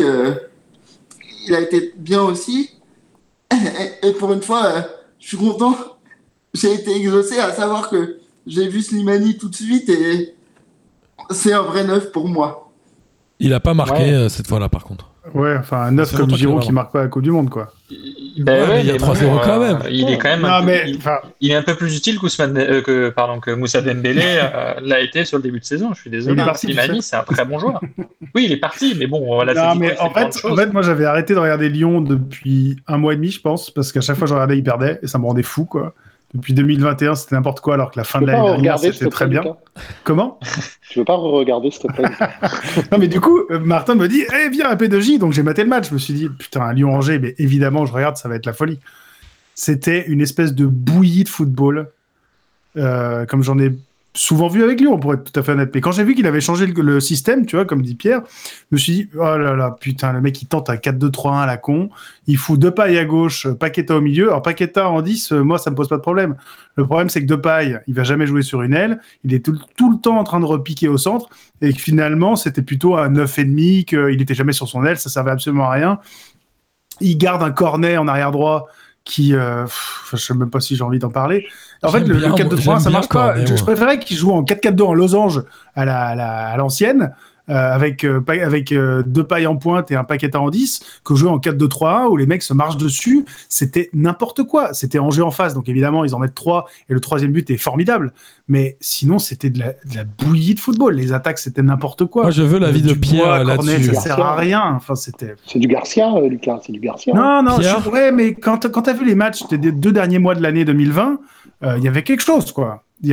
il a été bien aussi. Et pour une fois, je suis content. J'ai été exaucé à savoir que j'ai vu Slimani tout de suite et c'est un vrai neuf pour moi. Il a pas marqué cette fois-là, par contre. Ouais, enfin un neuf comme Giroud qui marque pas la Coupe du Monde, quoi. Mais il y a 3-0 quand même. Il est quand même il est un peu plus utile que Moussa Dembélé l'a été sur le début de saison. Je suis désolé. Slimani, c'est un très bon joueur. Oui, il est parti, mais bon, voilà. En fait, moi j'avais arrêté de regarder Lyon depuis 1 mois et demi, je pense, parce qu'à chaque fois que je regardais, il perdait et ça me rendait fou, quoi. Depuis 2021, c'était n'importe quoi, alors que la fin de l'année dernière, c'était très bien. Comment? Tu veux pas regarder, s'il te plaît? Non, mais du coup, Martin me dit, viens à P2J, donc j'ai maté le match. Je me suis dit, putain, Lyon-Angers, mais évidemment, je regarde, ça va être la folie. C'était une espèce de bouillie de football, comme j'en ai souvent vu avec Lyon, pour être tout à fait honnête. Mais quand j'ai vu qu'il avait changé le système, tu vois, comme dit Pierre, je me suis dit, oh là là, putain, le mec, il tente un 4-2-3-1 à la con, il fout Depay à gauche, Paqueta au milieu. Alors, Paqueta en 10, moi, ça me pose pas de problème. Le problème, c'est que Depay, il va jamais jouer sur une aile, il est tout le temps en train de repiquer au centre, et que finalement, c'était plutôt à 9,5, qu'il était jamais sur son aile, ça servait absolument à rien. Il garde un cornet en arrière droit qui, je sais même pas si j'ai envie d'en parler. En fait, le 4-2-3, ça marche pas. Je préférais qu'il joue en 4-4-2 en losange à l'ancienne, avec Depay en pointe et un Paqueta en 10, que jouer en 4-2-3-1 où les mecs se marchent dessus. C'était n'importe quoi. C'était Angers en face, donc évidemment, ils en mettent 3 et le 3e but est formidable. Mais sinon, c'était de la bouillie de football. Les attaques, c'était n'importe quoi. Moi, je veux l'avis de Pierre là-dessus. Ça sert à rien. Enfin, c'était... C'est du Garcia, Lucas. C'est du Garcia. Non, ouais, mais quand t'as vu les matchs des 2 derniers mois de l'année 2020, il y avait quelque chose, quoi. Il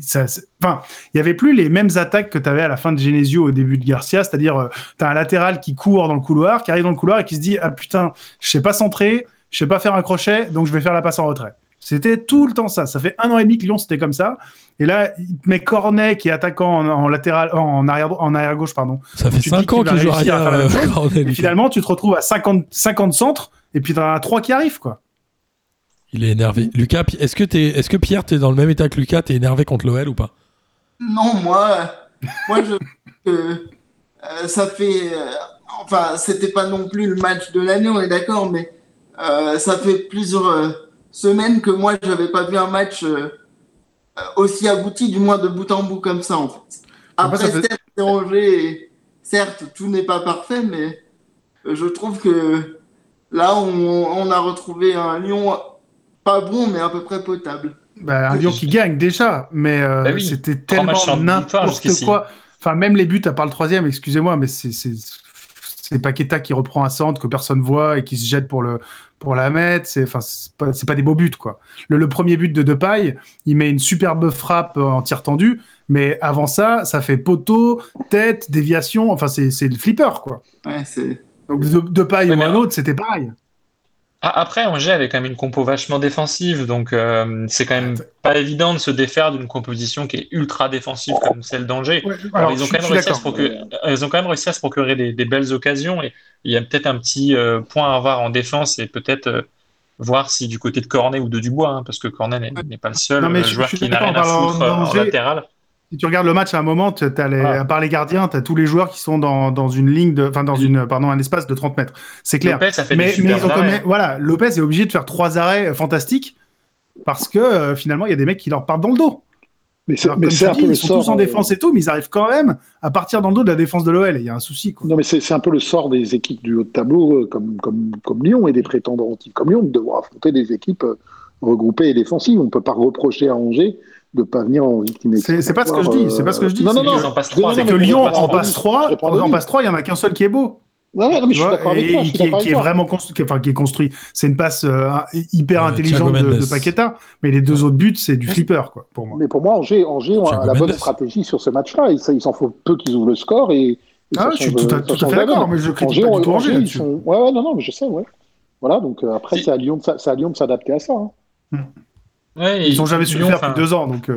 y avait plus les mêmes attaques que tu avais à la fin de Genesio au début de Garcia, c'est-à-dire t'as un latéral qui court dans le couloir, qui arrive dans le couloir et qui se dit ah putain, je sais pas centrer, je sais pas faire un crochet, donc je vais faire la passe en retrait. C'était tout le temps ça. Ça fait 1 an et demi que Lyon c'était comme ça. Et là, il te met Cornet qui est attaquant en latéral, en arrière gauche, pardon. Ça fait 5 ans qu'il joue arrière. Et finalement, tu te retrouves à 50 centres et puis t'en as 3 qui arrivent, quoi. Il est énervé. Lucas, est-ce que Pierre, t'es dans le même état que Lucas? T'es énervé contre l'OL ou pas? Non, moi ça fait... c'était pas non plus le match de l'année, on est d'accord, mais ça fait plusieurs semaines que moi, j'avais pas vu un match aussi abouti, du moins de bout en bout comme ça, en fait. Après, certes, c'est Angers, et certes, tout n'est pas parfait, mais je trouve que là, on a retrouvé un Lyon pas bon, mais à peu près potable. Bah, un Lyon qui gagne déjà, mais Bah oui, c'était 3 matchs tellement sans victoire n'importe jusqu'ici. quoi. Enfin, même les buts, à part le troisième, excusez-moi, mais c'est Paqueta qui reprend un centre que personne voit et qui se jette pour la mettre. C'est pas des beaux buts, quoi. Le premier but de Depay, il met une superbe frappe en tir tendu, mais avant ça, ça fait poteau, tête, déviation. Enfin, c'est le flipper, quoi. Ouais, c'est... Donc Depay Ouais, ou mais un autre, c'était pareil. Après, Angers avait quand même une compo vachement défensive, donc c'est quand même pas évident de se défaire d'une composition qui est ultra défensive comme celle d'Angers. Ouais, Alors, alors, ils ont je quand même suis réussi à se d'accord. procurer, ils ont quand même réussi à se procurer des belles occasions, et il y a peut-être un petit point à avoir en défense, et peut-être voir si du côté de Cornet ou de Dubois, hein, parce que Cornet n'est pas le seul Non, mais je joueur suis qui n'a d'accord, rien en à parlant foutre en d'Angers, latéral. si tu regardes le match à un moment, Voilà. à part les gardiens, tu as tous les joueurs qui sont dans une ligne un espace de 30 mètres. C'est clair. Lopez a fait des Mais super ils ont quand arrêts. même, voilà, Lopez est obligé de faire 3 arrêts fantastiques parce que finalement, il y a des mecs qui leur partent dans le dos. Mais c'est Alors, comme c'est tu un dis, peu le ils sont tous sort. en défense et tout, mais ils arrivent quand même à partir dans le dos de la défense de l'OL. Il y a un souci, quoi. Non, mais c'est un peu le sort des équipes du haut de tableau, comme Lyon et des prétendants titres comme Lyon, de devoir affronter des équipes regroupées et défensives. On ne peut pas reprocher à Angers de ne pas venir en victime. C'est pas ce que je dis. C'est pas ce que je dis. Non, non, c'est non. Ils en passent Je dis, 3. C'est non, que mais Lyon je réponds en à passe Denis. 3. Je réponds à En Denis. passe 3, il y en a qu'un seul qui est beau. Ouais, non, mais je Tu suis vois, d'accord avec toi. Je suis d'accord avec qui est toi. vraiment construit, enfin, qui est construit. C'est une passe hyper Ouais, intelligente Thiago Mendes. de Paqueta, mais les deux autres buts, c'est du flipper, quoi, pour moi. Mais pour moi, Angers ont Thiago la bonne Mendes. stratégie sur ce match-là. Il s'en faut peu qu'ils ouvrent le score et Ah, ça je suis change, tout à ça fait change la d'accord, donne. mais je critique pas du tout Angers ils là-dessus. sont... Ouais, non, mais je sais, ouais. Voilà, donc après, Si. c'est à Lyon de s'adapter à ça. Hein. Ouais, Ils ont jamais su le Lyon, faire depuis 2 ans, donc.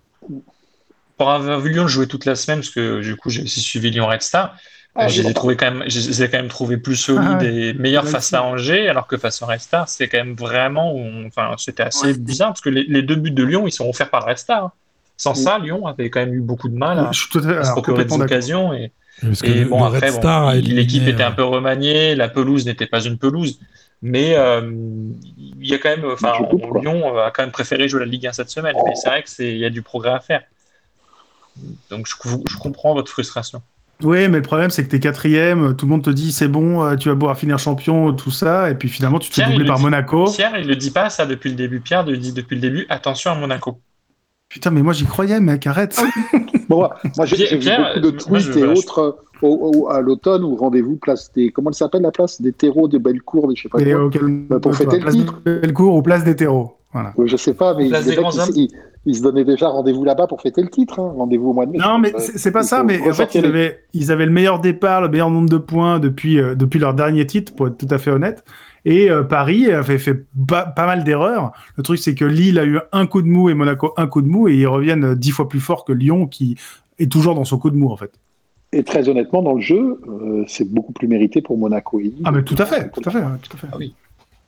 pour avoir vu Lyon jouer toute la semaine, parce que du coup j'ai aussi suivi Lyon Red Star, Ah, je les ai trouvés quand même, je les ai quand même trouvés plus solides et meilleurs Là face aussi. à Angers, alors que face au Red Star, c'est quand même vraiment, enfin c'était assez bizarre parce que les 2 buts de Lyon, ils sont offerts par le Red Star. Hein. Sans ça, Lyon avait quand même eu beaucoup de mal Je suis tout à fait, à se alors, procurer des complètement d'accord. occasions et Parce que et le bon, Red après, Star a éliminé, l'équipe était un peu remaniée, la pelouse n'était pas une pelouse, mais il y a quand même, enfin, Je coupe, quoi. Lyon a quand même préféré jouer la Ligue 1 cette semaine, mais c'est vrai que il y a du progrès à faire. Donc je comprends votre frustration. Oui, mais le problème, c'est que t'es 4e, tout le monde te dit c'est bon, tu vas pouvoir finir champion, tout ça, et puis finalement, tu te fais Pierre, doubler il le par dit- Monaco. Pierre, il le dit pas ça depuis le début. Pierre le dit depuis le début, attention à Monaco. Putain, mais moi, j'y croyais, mec, arrête. Bon, moi, j'ai vu Pierre, beaucoup de moi, tweets et autres à l'automne où rendez-vous place des... Comment elle s'appelle la place? Des terreaux, des Bellecour, des je sais pas Et quoi. Pour fêter le place titre. de Bellecour ou place des terreaux. Voilà. Oui, je sais pas, mais Place les des mecs, grands hommes. ils se donnaient déjà rendez-vous là-bas pour fêter le titre. Hein. Rendez-vous au mois de mai. Non, mais c'est pas il ça, faut mais en fait, ressortir ils avaient le meilleur départ, le meilleur nombre de points depuis leur dernier titre, pour être tout à fait honnête. Et Paris avait fait pas mal d'erreurs. Le truc, c'est que Lille a eu un coup de mou et Monaco un coup de mou, et ils reviennent 10 fois plus fort que Lyon, qui est toujours dans son coup de mou, en fait. Et très honnêtement, dans le jeu, c'est beaucoup plus mérité pour Monaco et Lille. Ah, mais tout à fait, tout à fait, ouais, tout à fait. Ah oui.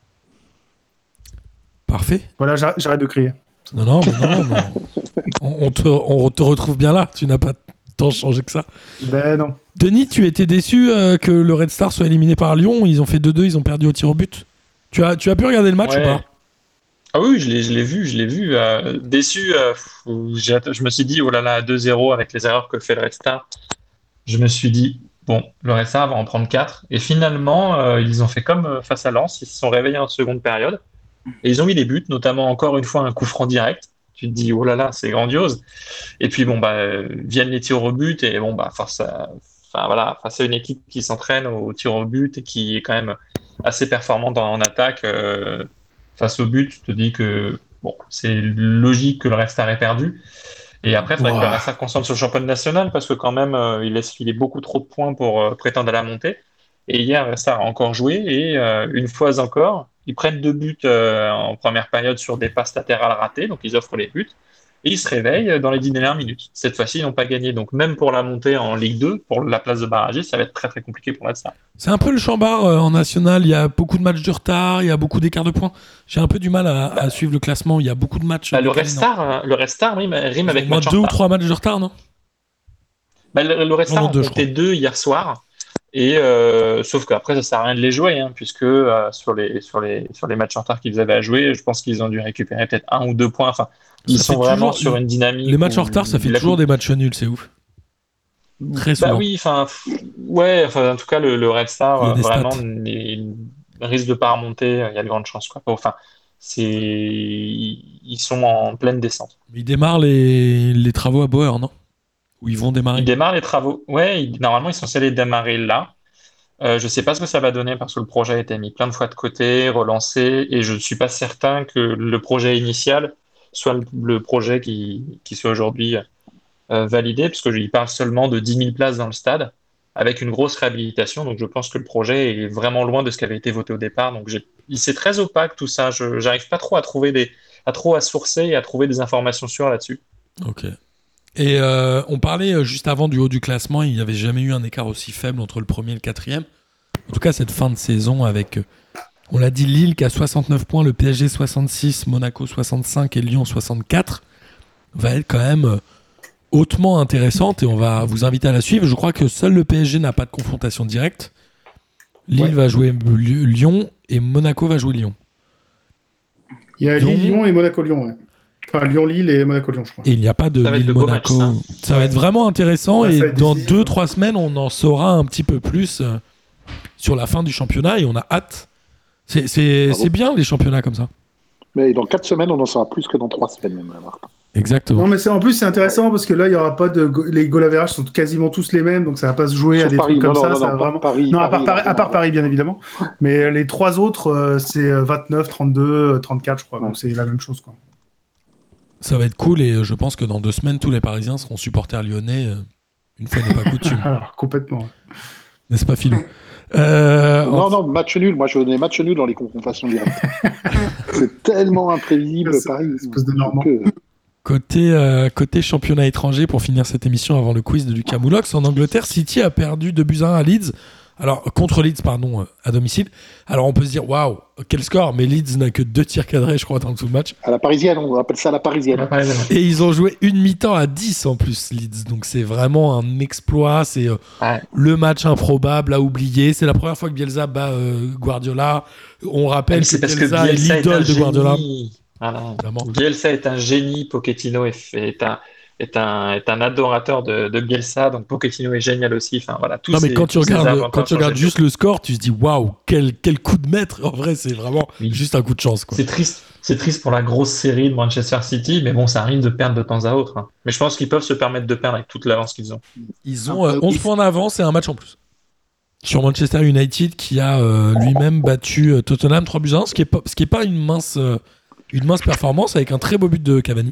Parfait. Voilà, j'arrête de crier. Non. On te retrouve bien là. Tu n'as pas tant changé que ça. Ben non. Denis, tu étais déçu que le Red Star soit éliminé par Lyon. Ils ont fait 2-2, ils ont perdu au tir au but. Tu as pu regarder le match Ouais. ou pas? Ah oui, je l'ai vu. Déçu, je me suis dit, oh là là, 2-0 avec les erreurs que fait le Red Star. Je me suis dit, bon, le Red Star va en prendre 4. Et finalement, ils ont fait comme face à Lens. Ils se sont réveillés en seconde période. Et ils ont mis des buts, notamment encore une fois un coup franc direct. Tu te dis, oh là là, c'est grandiose. Et puis, bon, viennent les tirs au but. Et bon, face à une équipe qui s'entraîne au tir au but et qui est quand même assez performante en attaque, face au but, tu te dis que bon, c'est logique que le Red Star ait perdu. Et après, il faudrait que le Red Star concentre sur le championnat national parce que quand même, il laisse filer beaucoup trop de points pour prétendre à la montée. Et hier, le Red Star a encore joué et une fois encore, ils prennent 2 buts en première période sur des passes latérales ratées, donc ils offrent les buts. Et ils se réveillent dans les 10 dernières minutes. Cette fois-ci, ils n'ont pas gagné. Donc même pour la montée en Ligue 2, pour la place de barragiste, ça va être très très compliqué pour le Red Star. C'est un peu le chambard en national. Il y a beaucoup de matchs de retard, il y a beaucoup d'écarts de points. J'ai un peu du mal à suivre le classement. Il y a beaucoup de matchs. Le Red Star rime avec match en retard. 2 ou 3 matchs de retard, non? Le Red Star en 2, comptait 2 hier soir. Et sauf qu'après, ça sert à rien de les jouer, hein, puisque sur les matchs en retard qu'ils avaient à jouer, je pense qu'ils ont dû récupérer peut-être 1 ou 2 points. Enfin, ils sont vraiment sur une dynamique. Les matchs en retard, ça fait toujours des matchs nuls, c'est ouf. Très souvent. Bah oui, ouais, en tout cas, le Red Star, Il y a des vraiment, stats. risque de pas remonter, il y a de grandes chances, quoi. Enfin, ils sont en pleine descente. Ils démarrent les travaux à Bauer, non? Où ils vont démarrer. Ils démarrent les travaux. Ouais, normalement, ils sont censés les démarrer là. Je sais pas ce que ça va donner parce que le projet a été mis plein de fois de côté, relancé, et je ne suis pas certain que le projet initial soit le projet qui soit aujourd'hui validé, parce qu'il parle seulement de 10 000 places dans le stade, avec une grosse réhabilitation. Donc je pense que le projet est vraiment loin de ce qui avait été voté au départ. Donc c'est très opaque tout ça. Je n'arrive pas trop à trouver à sourcer et à trouver des informations sûres là-dessus. Ok. Et on parlait juste avant du haut du classement, il n'y avait jamais eu un écart aussi faible entre le premier et le quatrième. En tout cas, cette fin de saison avec, on l'a dit, Lille qui a 69 points, le PSG 66, Monaco 65 et Lyon 64, va être quand même hautement intéressante et on va vous inviter à la suivre. Je crois que seul le PSG n'a pas de confrontation directe. Lille va jouer Lyon et Monaco va jouer Lyon. Il y a Lille-Lyon et Monaco-Lyon, ouais. Enfin, Lyon-Lille et Monaco-Lyon, je crois. Et il n'y a pas de Ça va être de beaux matchs, Lille-Monaco. ça. Ça va être vraiment intéressant Ouais, ça va et être dans décisif. 2-3 semaines, on en saura un petit peu plus sur la fin du championnat et on a hâte. C'est bien les championnats comme ça. Mais dans 4 semaines, on en saura plus que dans 3 semaines, même, Martin. Exactement. Non, mais en plus, c'est intéressant parce que là, il n'y aura pas de. Les goal average sont quasiment tous les mêmes, donc ça va pas se jouer à Sauf des Paris. trucs comme Non, ça. non, Ça non, va vraiment... Paris, non, à Paris, part Paris, bien évidemment. Mais les 3 autres, c'est 29, 32, 34, je crois. Ouais. Donc c'est la même chose, quoi. Ça va être cool et je pense que dans 2 semaines, tous les Parisiens seront supporters lyonnais. Une fois n'est pas coutume. Alors, complètement. N'est-ce pas, Philou Non, match nul. Moi, je donnais match nul dans les confrontations directes. C'est tellement imprévisible, C'est- Paris. espèce de Normand. Côté championnat étranger, pour finir cette émission avant le quiz de Lucas Moulox, en Angleterre, City a perdu 2-1 à Leeds. Alors, contre Leeds, pardon, à domicile. Alors, on peut se dire, waouh, quel score, mais Leeds n'a que 2 tirs cadrés, je crois, dans tout le match. À la parisienne, on appelle ça la parisienne. Et ils ont joué une mi-temps à 10 en plus, Leeds. Donc, c'est vraiment un exploit. C'est Ouais. le match improbable à oublier. C'est la première fois que Bielsa bat Guardiola. On rappelle que C'est parce que Bielsa est Bielsa est un l'idole de Guardiola. génie. Voilà. Évidemment. Bielsa est un génie, Pochettino est un adorateur de Bielsa, donc Pochettino est génial aussi. Enfin, voilà, Non, mais quand tu tous ces regardes, avantages quand tu sont regardes géniaux. juste le score, tu te dis waouh, quel coup de maître. En vrai, c'est vraiment Oui. juste un coup de chance, quoi. C'est triste pour la grosse série de Manchester City, mais bon, ça arrive de perdre de temps à autre, hein. Mais je pense qu'ils peuvent se permettre de perdre avec toute l'avance qu'ils ont. Ils ont 11 points d'avance et un match en plus. Sur Manchester United qui a lui-même battu Tottenham 3-1, ce qui est pas une mince performance avec un très beau but de Cavani.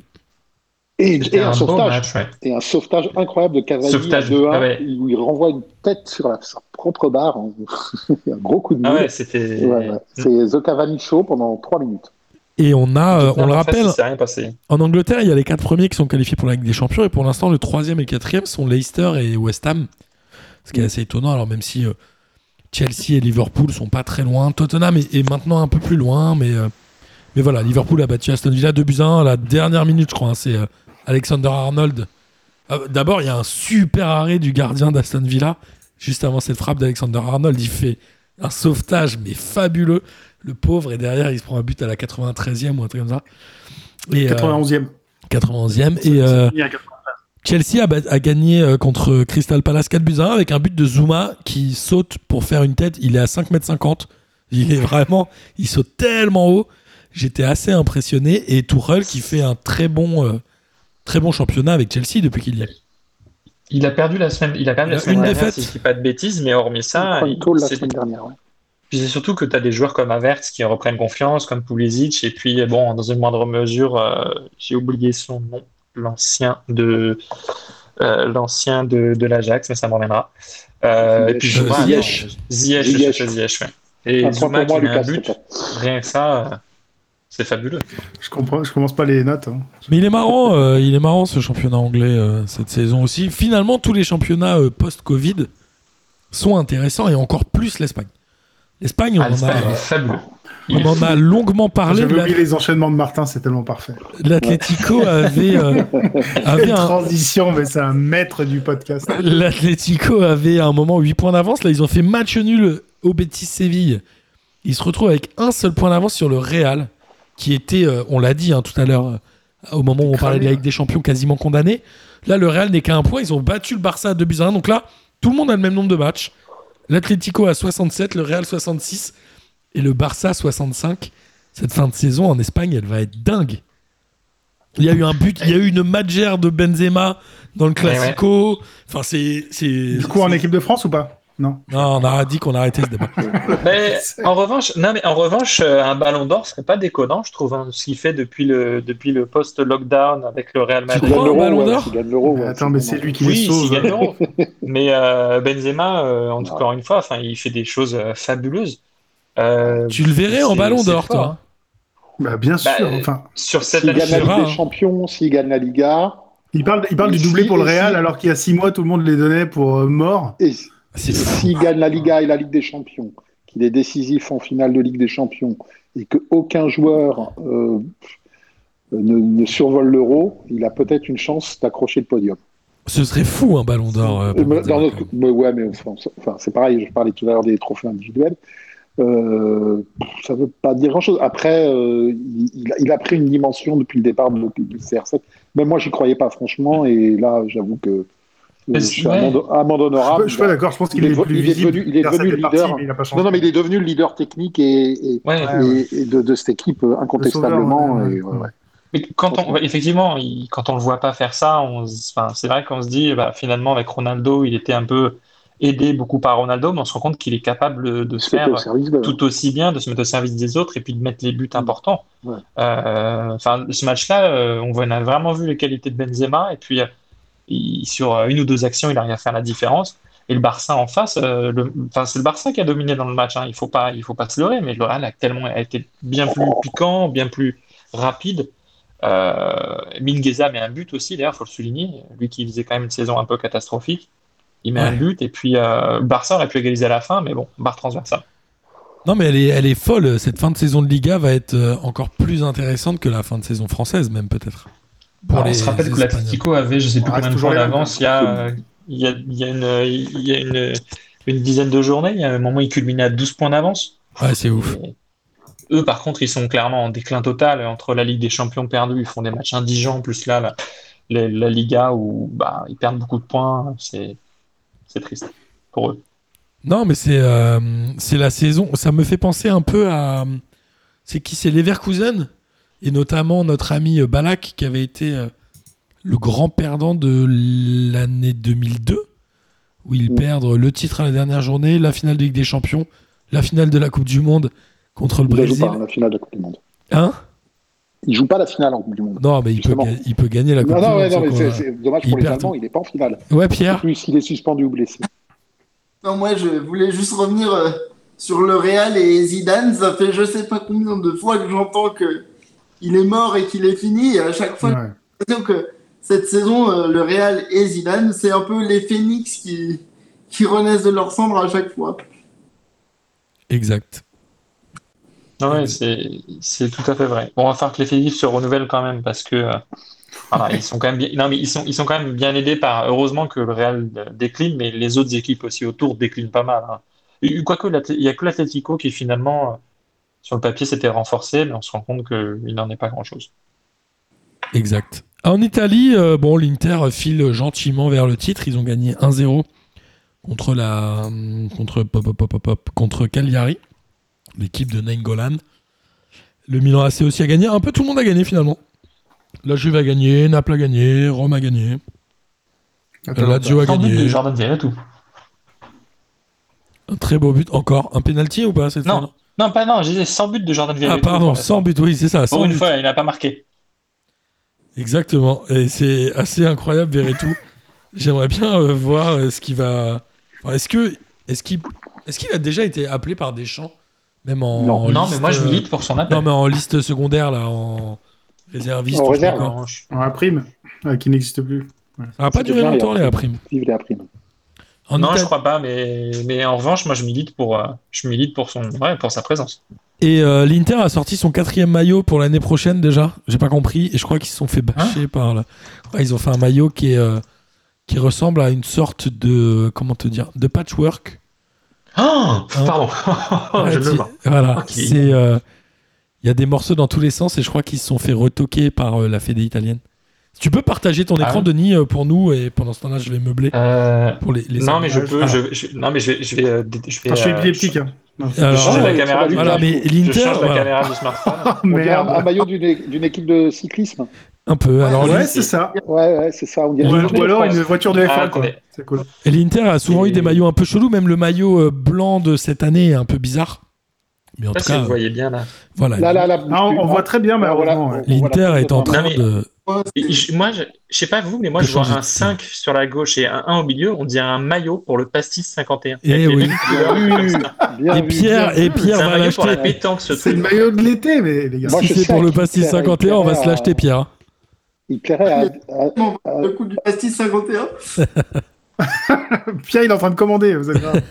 Et C'était un un beau sauvetage. match, ouais. Et un sauvetage incroyable de Cavani Sauvetage, à 2-1, ah ouais. où il renvoie une tête sur sa propre barre. Un gros coup de Ah boule. ouais, c'était. Ouais. C'est The Cavani Show pendant 3 minutes. Et on a, on le rappelle, Il s'est rien passé. en Angleterre, il y a les 4 premiers qui sont qualifiés pour la Ligue des Champions et pour l'instant, le 3e et le 4e sont Leicester et West Ham. Ce qui est assez étonnant, alors même si Chelsea et Liverpool sont pas très loin. Tottenham est maintenant un peu plus loin, mais voilà, Liverpool a battu Aston Villa 2-1 à la dernière minute, je crois. Hein, c'est Alexander Arnold. D'abord, il y a un super arrêt du gardien d'Aston Villa. Juste avant cette frappe d'Alexander Arnold, il fait un sauvetage, mais fabuleux. Le pauvre, et derrière, il se prend un but à la 93e ou un truc comme ça. Et, 91e. 91e. Et Chelsea a gagné contre Crystal Palace 4-1 avec un but de Zouma qui saute pour faire une tête. Il est à 5,50 m. Il saute tellement haut. J'étais assez impressionné. Et Tuchel qui fait un très bon championnat avec Chelsea depuis qu'il y est. Il a perdu la semaine une dernière, défaite. si je dis pas de bêtises, mais hormis ça, Chronicle la semaine dernière. Ouais. puis c'est surtout que tu as des joueurs comme Havertz qui reprennent confiance, comme Pulisic, et puis bon, dans une moindre mesure, j'ai oublié son nom, l'ancien de l'Ajax, mais ça me reviendra. Et puis Zouma, Ziyech, ouais. Et Un point Zouma pour moi, qui met un Lucas, s'il but, te plaît. rien que ça, c'est fabuleux. Je commence pas les notes. Hein. Mais il est marrant ce championnat anglais cette saison aussi. Finalement, tous les championnats post-Covid sont intéressants et encore plus l'Espagne. L'Espagne, L'Espagne, il est fabuleux. on en a longuement parlé. J'avais oublié les enchaînements de Martin, c'est tellement parfait. L'Atlético avait un... Transition, mais c'est un maître du podcast. L'Atlético avait à un moment 8 points d'avance. Là, ils ont fait match nul au Betis Séville. Ils se retrouvent avec un seul point d'avance sur le Real, qui était, on l'a dit tout à l'heure, au moment où on parlait de la Ligue des Champions, quasiment condamné. Là, le Real n'est qu'à un point. Ils ont battu le Barça à 2-1. Donc là, tout le monde a le même nombre de matchs. L'Atlético a 67, le Real 66 et le Barça 65. Cette fin de saison en Espagne, elle va être dingue. Il y a eu un but, il y a eu une magère de Benzema dans le Classico. Enfin, Du coup, en équipe de France ou pas? Non. Non, on a dit qu'on arrêtait ce débat. Mais en revanche, un Ballon d'Or serait pas déconnant, je trouve, hein, ce qu'il fait depuis le post-lockdown avec le Real Tu Madrid. crois au Ballon d'Or? S'il gagne l'Euro, ouais, Attends, mais c'est lui qui les Oui, sauve. s'il gagne l'Euro. Mais Benzema, encore une fois, enfin, il fait des choses fabuleuses. Tu le verrais en Ballon c'est d'Or, fort, toi. hein. Bah, bien sûr. Bah, Enfin, Sur cette S'il année, gagne la c'est Ligue rare, des hein. Champions, s'il gagne la Liga, il parle du Et doublé si- pour le et Real, si- alors qu'il y a 6 mois, tout le monde les donnait pour morts. et C'est fou. s'il gagne la Liga et la Ligue des Champions, qu'il est décisif en finale de Ligue des Champions, et qu'aucun joueur ne survole l'Euro, il a peut-être une chance d'accrocher le podium. Ce serait fou un Ballon d'Or. Pour Mais Benzema, dans notre- quand même. mais ouais, mais enfin, c'est pareil, je parlais tout à l'heure des trophées individuels. Ça ne veut pas dire grand-chose. Après, il a pris une dimension depuis le départ du CR7. Même moi, j'y croyais pas, franchement. Et là, j'avoue que je suis amende honorable. Je suis pas d'accord, je pense qu'il Il est est plus visible. il est devenu le Personne n'est parti, leader. mais il a pas changé. Non, mais il est devenu le leader technique et de cette équipe, incontestablement. Le sauveur, et, ouais. Mais effectivement, quand on le voit pas faire ça, c'est vrai qu'on se dit, bah, finalement, avec Ronaldo, il était un peu aidé beaucoup par Ronaldo, mais on se rend compte qu'il est capable de Il se mettait faire au service de- tout aussi bien, de se mettre au service des autres et puis de mettre les buts importants. Ouais. Ce match-là, on a vraiment vu les qualités de Benzema et puis sur une ou deux actions, il arrive à faire la différence. Et le Barça en face, c'est le Barça qui a dominé dans le match, hein. Il faut pas se leurrer, mais le Real a été bien plus piquant, bien plus rapide. Mingueza met un but aussi, d'ailleurs, il faut le souligner. Lui qui faisait quand même une saison un peu catastrophique, il met un but. Et puis, le Barça aurait pu égaliser à la fin, mais bon, barre transversale. Non, mais elle est folle. Cette fin de saison de Liga va être encore plus intéressante que la fin de saison française, même peut-être. On se rappelle que l'Atlético avait, je sais plus On reste combien de toujours points les mêmes, d'avance il y a une dizaine de journées. Il y a un moment, il culminait à 12 points d'avance. Ouais, c'est ouf. Et eux, par contre, ils sont clairement en déclin total. Entre la Ligue des Champions perdus, ils font des matchs indigents, plus là, la Liga où ils perdent beaucoup de points. C'est triste pour eux. Non, mais c'est la saison. Ça me fait penser un peu à. C'est Leverkusen, et notamment notre ami Balak, qui avait été le grand perdant de l'année 2002, où ils perdent le titre à la dernière journée, la finale de Ligue des Champions, la finale de la Coupe du Monde contre le Il ne joue Brésil. pas la finale de la Coupe du Monde. Hein? Il ne joue pas la finale en Coupe du Monde. Non, mais Justement. il peut gagner la Coupe du Monde. Non, mais quoi. c'est dommage Il pour les perd Allemands, tout. il n'est pas en finale. Ouais, En Pierre. plus, il est suspendu ou blessé. Non, moi, je voulais juste revenir sur le Real et Zidane. Ça fait je sais pas combien de fois que j'entends que il est mort et qu'il est fini. Et à chaque fois, Ouais. j'ai l'impression que cette saison, le Real et Zidane, c'est un peu les phénix qui renaissent de leur cendre à chaque fois. Exact. Ouais, c'est tout à fait vrai. Bon, on va faire que les Phoenix se renouvellent quand même parce que ils sont quand même bien. Non, mais ils sont quand même bien aidés par. Heureusement que le Real décline, mais les autres équipes aussi autour déclinent pas mal, hein. Quoique, il y a que l'Atlético qui finalement, sur le papier, s'était renforcé, mais on se rend compte qu'il n'en est pas grand-chose. Exact. En Italie, l'Inter file gentiment vers le titre. Ils ont gagné 1-0 contre Cagliari, l'équipe de Nainggolan. Le Milan AC aussi a gagné. Un peu tout le monde a gagné finalement. La Juve a gagné, Naples a gagné, Rome a gagné, Lazio a Sans but de gagné. Jordan Verretou. Un très beau but encore. Un penalty ou pas cette Non. fois-là? Non, je disais sans but de Jordan Verretou. Ah pardon, Voilà. sans but, oui c'est ça. Pour Sans une but. fois, il n'a pas marqué. Exactement. Et c'est assez incroyable Verretou. J'aimerais bien voir ce qu'il va. Enfin, est-ce qu'il a déjà été appelé par Deschamps, même en Non, liste, mais moi, je milite pour son appel. Non, mais en liste secondaire, là, en réserviste. En ou je sais réserve. pas quoi. Non, On a prime, qui n'existe plus. Ça n'a pas duré bien, longtemps, les les primes. Vive les primes. En Non, Italie- je crois pas, mais en revanche, moi, je milite pour sa présence. Et l'Inter a sorti son 4e maillot pour l'année prochaine déjà. J'ai pas compris. Et je crois qu'ils se sont fait bâcher par là. Ouais, ils ont fait un maillot qui ressemble à une sorte de. Comment te dire? De patchwork. Oh, pardon. Je le vois. Voilà. Ok. Il y a des morceaux dans tous les sens et je crois qu'ils se sont fait retoquer par la fédé italienne. Tu peux partager ton écran, ouais. Denis, pour nous, et pendant ce temps-là, je vais meubler pour les Non, mais je images. peux. Ah. Non, mais je vais. Je suis épileptique. Hein. Non. Je Alors, change ouais, la ça caméra va du lui voilà, faire mais chaud. Je l'Inter, change la voilà, caméra du smartphone. Oh, On dirait un merde. maillot d'une équipe de cyclisme. un peu. Alors, Ouais, c'est ça. Ouais, c'est ça. On dirait Ou alors France. une voiture de F1, quoi. Attendez. C'est cool. et l'Inter a souvent Et- eu des maillots un peu chelous, même le maillot blanc de cette année est un peu bizarre. Mais en Je tout sais pas si cas, vous voyez bien là. voilà. Là, Non, on voit très bien, malheureusement. Ouais. L'Inter est en train Non, mais- de. Moi, je sais pas vous, mais moi, De je vois changer un de 5 sur la gauche et un 1 au milieu. On dirait un maillot pour le pastis 51. Eh Avec les oui. mêmes couleurs, comme ça. Bien Et vu, Pierre, bien vu. et Pierre C'est un va maillot pour la l'acheter. pétanque, ce C'est le truc. maillot de l'été, mais les gars. Moi, Si je c'est sais pour le qu'il pastis plairait- 51, on va il se plairait l'acheter, Pierre. hein. Il plairait à- Le coup du pastis 51. Pierre, il est en train de commander. Vous êtes grave.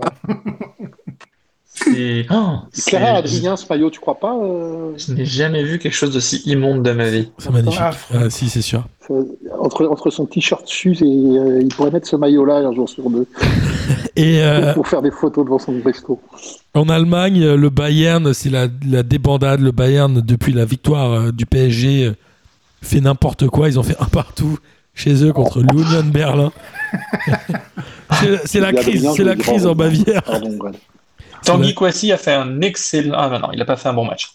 C'est- Oh, il plairait à c'est- Adrien ce maillot, tu crois pas Je n'ai jamais vu quelque chose d'aussi immonde de ma vie. C'est magnifique. Ah, Ah, si, c'est sûr. entre son t-shirt Suze et il pourrait mettre ce maillot-là un jour sur deux Et pour faire des photos devant son resto. en Allemagne, le Bayern, c'est la débandade. Le Bayern, depuis la victoire du PSG, fait n'importe quoi. Ils ont fait un partout chez eux contre l'Union Berlin. c'est la Il y a crise, Adrien, c'est je la le dis, crise bravo. en Bavière. Pardon, Brad. Tanguy Kouassi a fait un excellent. Ah non, il n'a pas fait un bon match.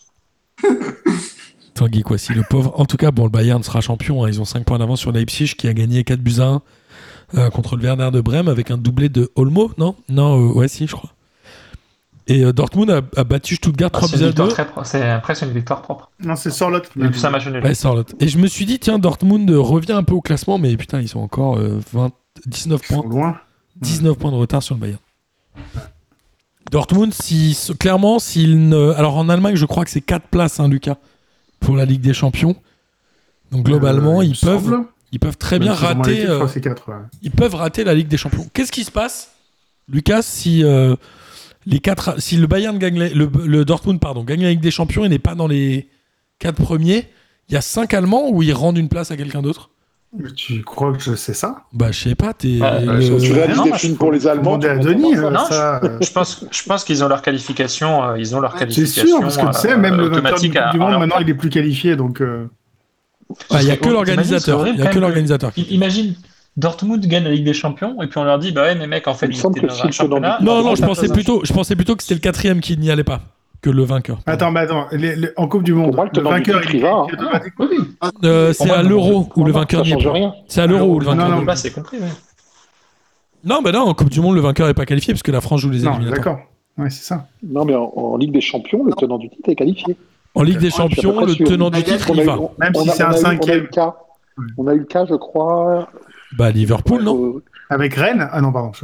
Tanguy Kouassi, le pauvre. En tout cas, bon, le Bayern sera champion. Hein. Ils ont 5 points d'avance sur Leipzig qui a gagné 4-1 contre le Werder de Brême avec un doublé de Olmo, non ouais, si, je crois. Et Dortmund a battu Stuttgart 3-2. Presque une victoire propre. Non, c'est Sorlotte. Il a fait un match nul. Ouais, Sorloth. Et je me suis dit, tiens, Dortmund revient un peu au classement, mais putain, ils sont encore 19 Ils sont points. loin. 19 points de retard sur le Bayern. Dortmund, clairement, alors en Allemagne, je crois que c'est 4 places, hein, Lucas, pour la Ligue des Champions. Donc globalement, Il ils peuvent très bien rater. Je crois que c'est 4. Ouais. Ils peuvent rater la Ligue des Champions. Qu'est-ce qui se passe, Lucas, si le Bayern gagne le Dortmund gagne la Ligue des Champions et n'est pas dans les 4 premiers, il y a 5 Allemands ou ils rendent une place à quelqu'un d'autre? Mais tu crois que je sais ça? Bah, je sais pas. Tu réalises non, des moi, films pour les Allemands. Demander à tu Denis. comprends pas ça. Non, Je pense qu'ils ont leur qualification. Ils ont leur C'est qualification. sûr, parce que tu sais, même le vainqueur automatique du monde, leur maintenant, part. il est plus qualifié. Donc, Il y a que T'imagines, l'organisateur. c'est Il y a horrible, que quand même. l'organisateur. Imagine, Dortmund gagne la Ligue des Champions et puis on leur dit bah ouais mais mec en fait Il me semble étaient que dans si un le tenant championnat. du- Non, je on pensais passe plutôt que c'était le 4e qui n'y allait pas que le vainqueur. attends, en Coupe du Monde, Pour moi, le le tenant du vainqueur, titre, il il va, hein. est automatiquement. C'est moi, à non. l'Euro où le vainqueur Ça n'y est change pas. rien. C'est à l'Euro où le vainqueur. Non, n'y est Bah pas. c'est compris. Ouais. Non, en Coupe du Monde, le vainqueur n'est pas qualifié parce que la France joue les Non, éliminatoires. d'accord. Ouais, c'est ça. Non, mais en Ligue des Champions, le tenant du titre est qualifié. En Ligue des je suis à peu Champions, près le sûr. tenant du On a titre, gagné. il va. Même si c'est un cinquième. On a eu le cas, je crois. Bah, Liverpool, non Avec Rennes? Ah non, pardon.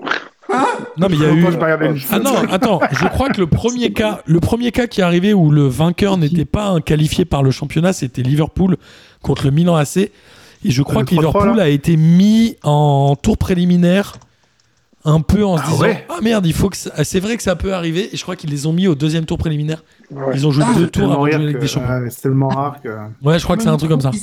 Non, mais il y a Longtemps, eu. j'ai pas regardé une Ah non, attends, je crois que le premier cas qui est arrivé où le vainqueur n'était pas qualifié par le championnat, c'était Liverpool contre le Milan AC. Et je crois Le que 3-3, Liverpool là. a été mis en tour préliminaire un peu en se Ah disant ouais. ah merde, c'est vrai que ça peut arriver. Et je crois qu'ils les ont mis au 2e tour préliminaire. Ouais. Ils ont joué 2 tours Tellement avant de jouer rare la Ligue que- des Champions. ouais, c'est tellement rare que. Ouais, je crois que c'est un truc comme ça.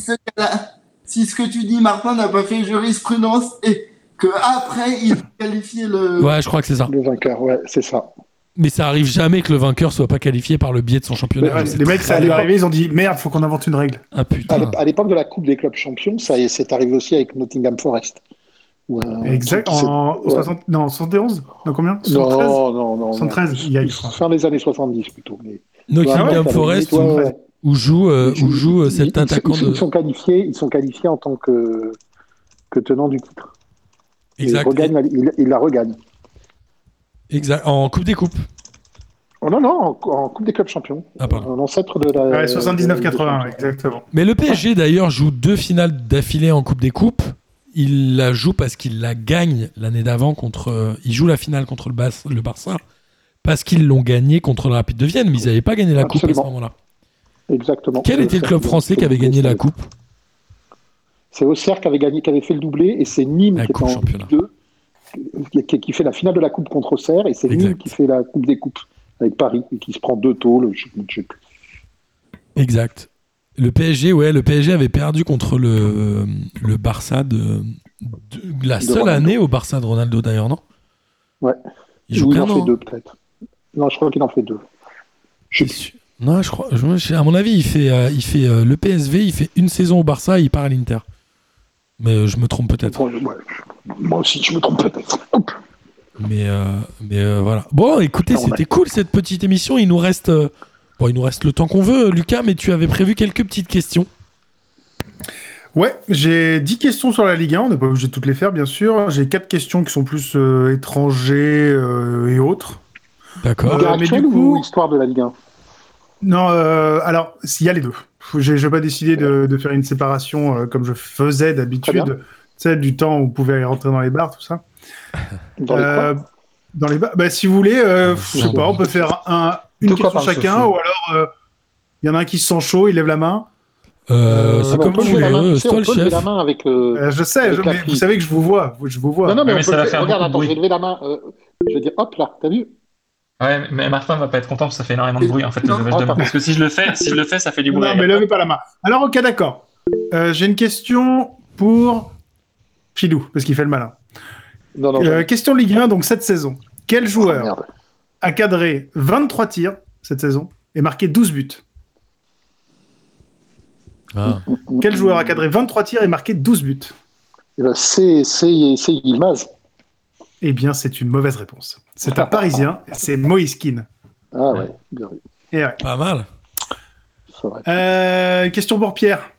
Si ce que tu dis, Martin, n'a pas fait jurisprudence et que après il qualifie le. Ouais, je crois que c'est ça. Le vainqueur, ouais, c'est ça. Mais ça arrive jamais que le vainqueur soit pas qualifié par le biais de son championnat. Ouais, C'est les mecs, ça très allait rare. arriver, ils ont dit merde, faut qu'on invente une règle. Ah putain. À l'époque de la Coupe des clubs champions, c'est arrivé aussi avec Nottingham Forest. Où, Exact. c'est- En ouais. 60... non, 71? Non, combien? 73? Non. 73, il y a eu, je crois. Fin des années 70 plutôt. Mais... Nottingham Ouais, Forest, ouais, ouais. où joue cet Ils- attaquant ils de. sont qualifiés en tant que tenant du titre. Exact. Il la regagne. Exact. En Coupe des Coupes. Oh non, en Coupe des clubs champions. Ah, pardon. Un ancêtre de la. Ouais, de 79-80, la- exactement. Mais le PSG d'ailleurs joue 2 finales d'affilée en Coupe des Coupes. Il la joue parce qu'il la gagne l'année d'avant contre. Il joue la finale contre le Barça parce qu'ils l'ont gagné contre le Rapide de Vienne, mais ils n'avaient pas gagné la Coupe à ce Absolument. moment-là. Exactement. Quel était le club français qui avait gagné la Coupe? C'est Auxerre qui avait fait le doublé et c'est Nîmes La qui est Coupe en championnat. Ligue 2 qui fait la finale de la Coupe contre Auxerre et c'est Exact. Nîmes qui fait la Coupe des Coupes avec Paris et qui se prend 2 tôles. Exact. Le PSG avait perdu contre le Barça de la seule Ronaldo. année au Barça de Ronaldo d'ailleurs, non? Ouais. Il joue Ou il qu'un en an. fait 2 peut-être. Non, je crois qu'il en fait 2. Je sais plus. Non, je crois. À mon avis, il fait le PSV, il fait une saison au Barça et il part à l'Inter. Mais je me trompe peut-être. Ouais, moi aussi, je me trompe peut-être. Hop. Mais voilà. Bon, écoutez, c'était cool cette petite émission. Il nous reste le temps qu'on veut, Lucas, mais tu avais prévu quelques petites questions. Ouais, j'ai 10 questions sur la Ligue 1, on n'est pas obligé de toutes les faire, bien sûr. J'ai 4 questions qui sont plus étrangers et autres. D'accord. Ligue mais actuelle du coup- ou histoire de la Ligue 1? Non, alors, s'il y a les deux. Je n'ai pas décidé de faire une séparation comme je faisais Très d'habitude. bien. Tu sais, du temps où on pouvait aller rentrer dans les bars, tout ça. Dans les quoi Dans les bars, bah, si vous voulez, je sais pas, on peut faire une De quoi question parle chacun, Sophie ou alors il y en a un qui se sent chaud, il lève la main. C'est on comme peut vous lever la main, voulez, tu sais, c'est toi on le peut lever chef. la main avec le. Je sais, avec la mais vous prise. savez que je vous vois. Non, mais Ouais, on mais ça peut va le faire regarde, beaucoup de attends, je vais bruit. lever la main. Je vais dire, hop là, t'as vu? Ouais, mais Martin va pas être content parce que ça fait énormément de bruit en fait le levage de main. Parce que si je le fais, ça fait du bruit. Non, mais levez pas la main. Alors, ok, d'accord. J'ai une question pour Philou, parce qu'il fait le malin. Non. Question Ligue 1, donc cette saison. Quel joueur Merde. a cadré 23 tirs cette saison et marqué 12 buts? Ah. Quel joueur a cadré 23 tirs et marqué 12 buts? Eh ben, c'est Yilmaz. Eh bien, c'est une mauvaise réponse. C'est un Parisien, c'est Moïse Kean. Ah ouais, bien vu. Et ouais. Pas mal. C'est vrai. Question pour Pierre.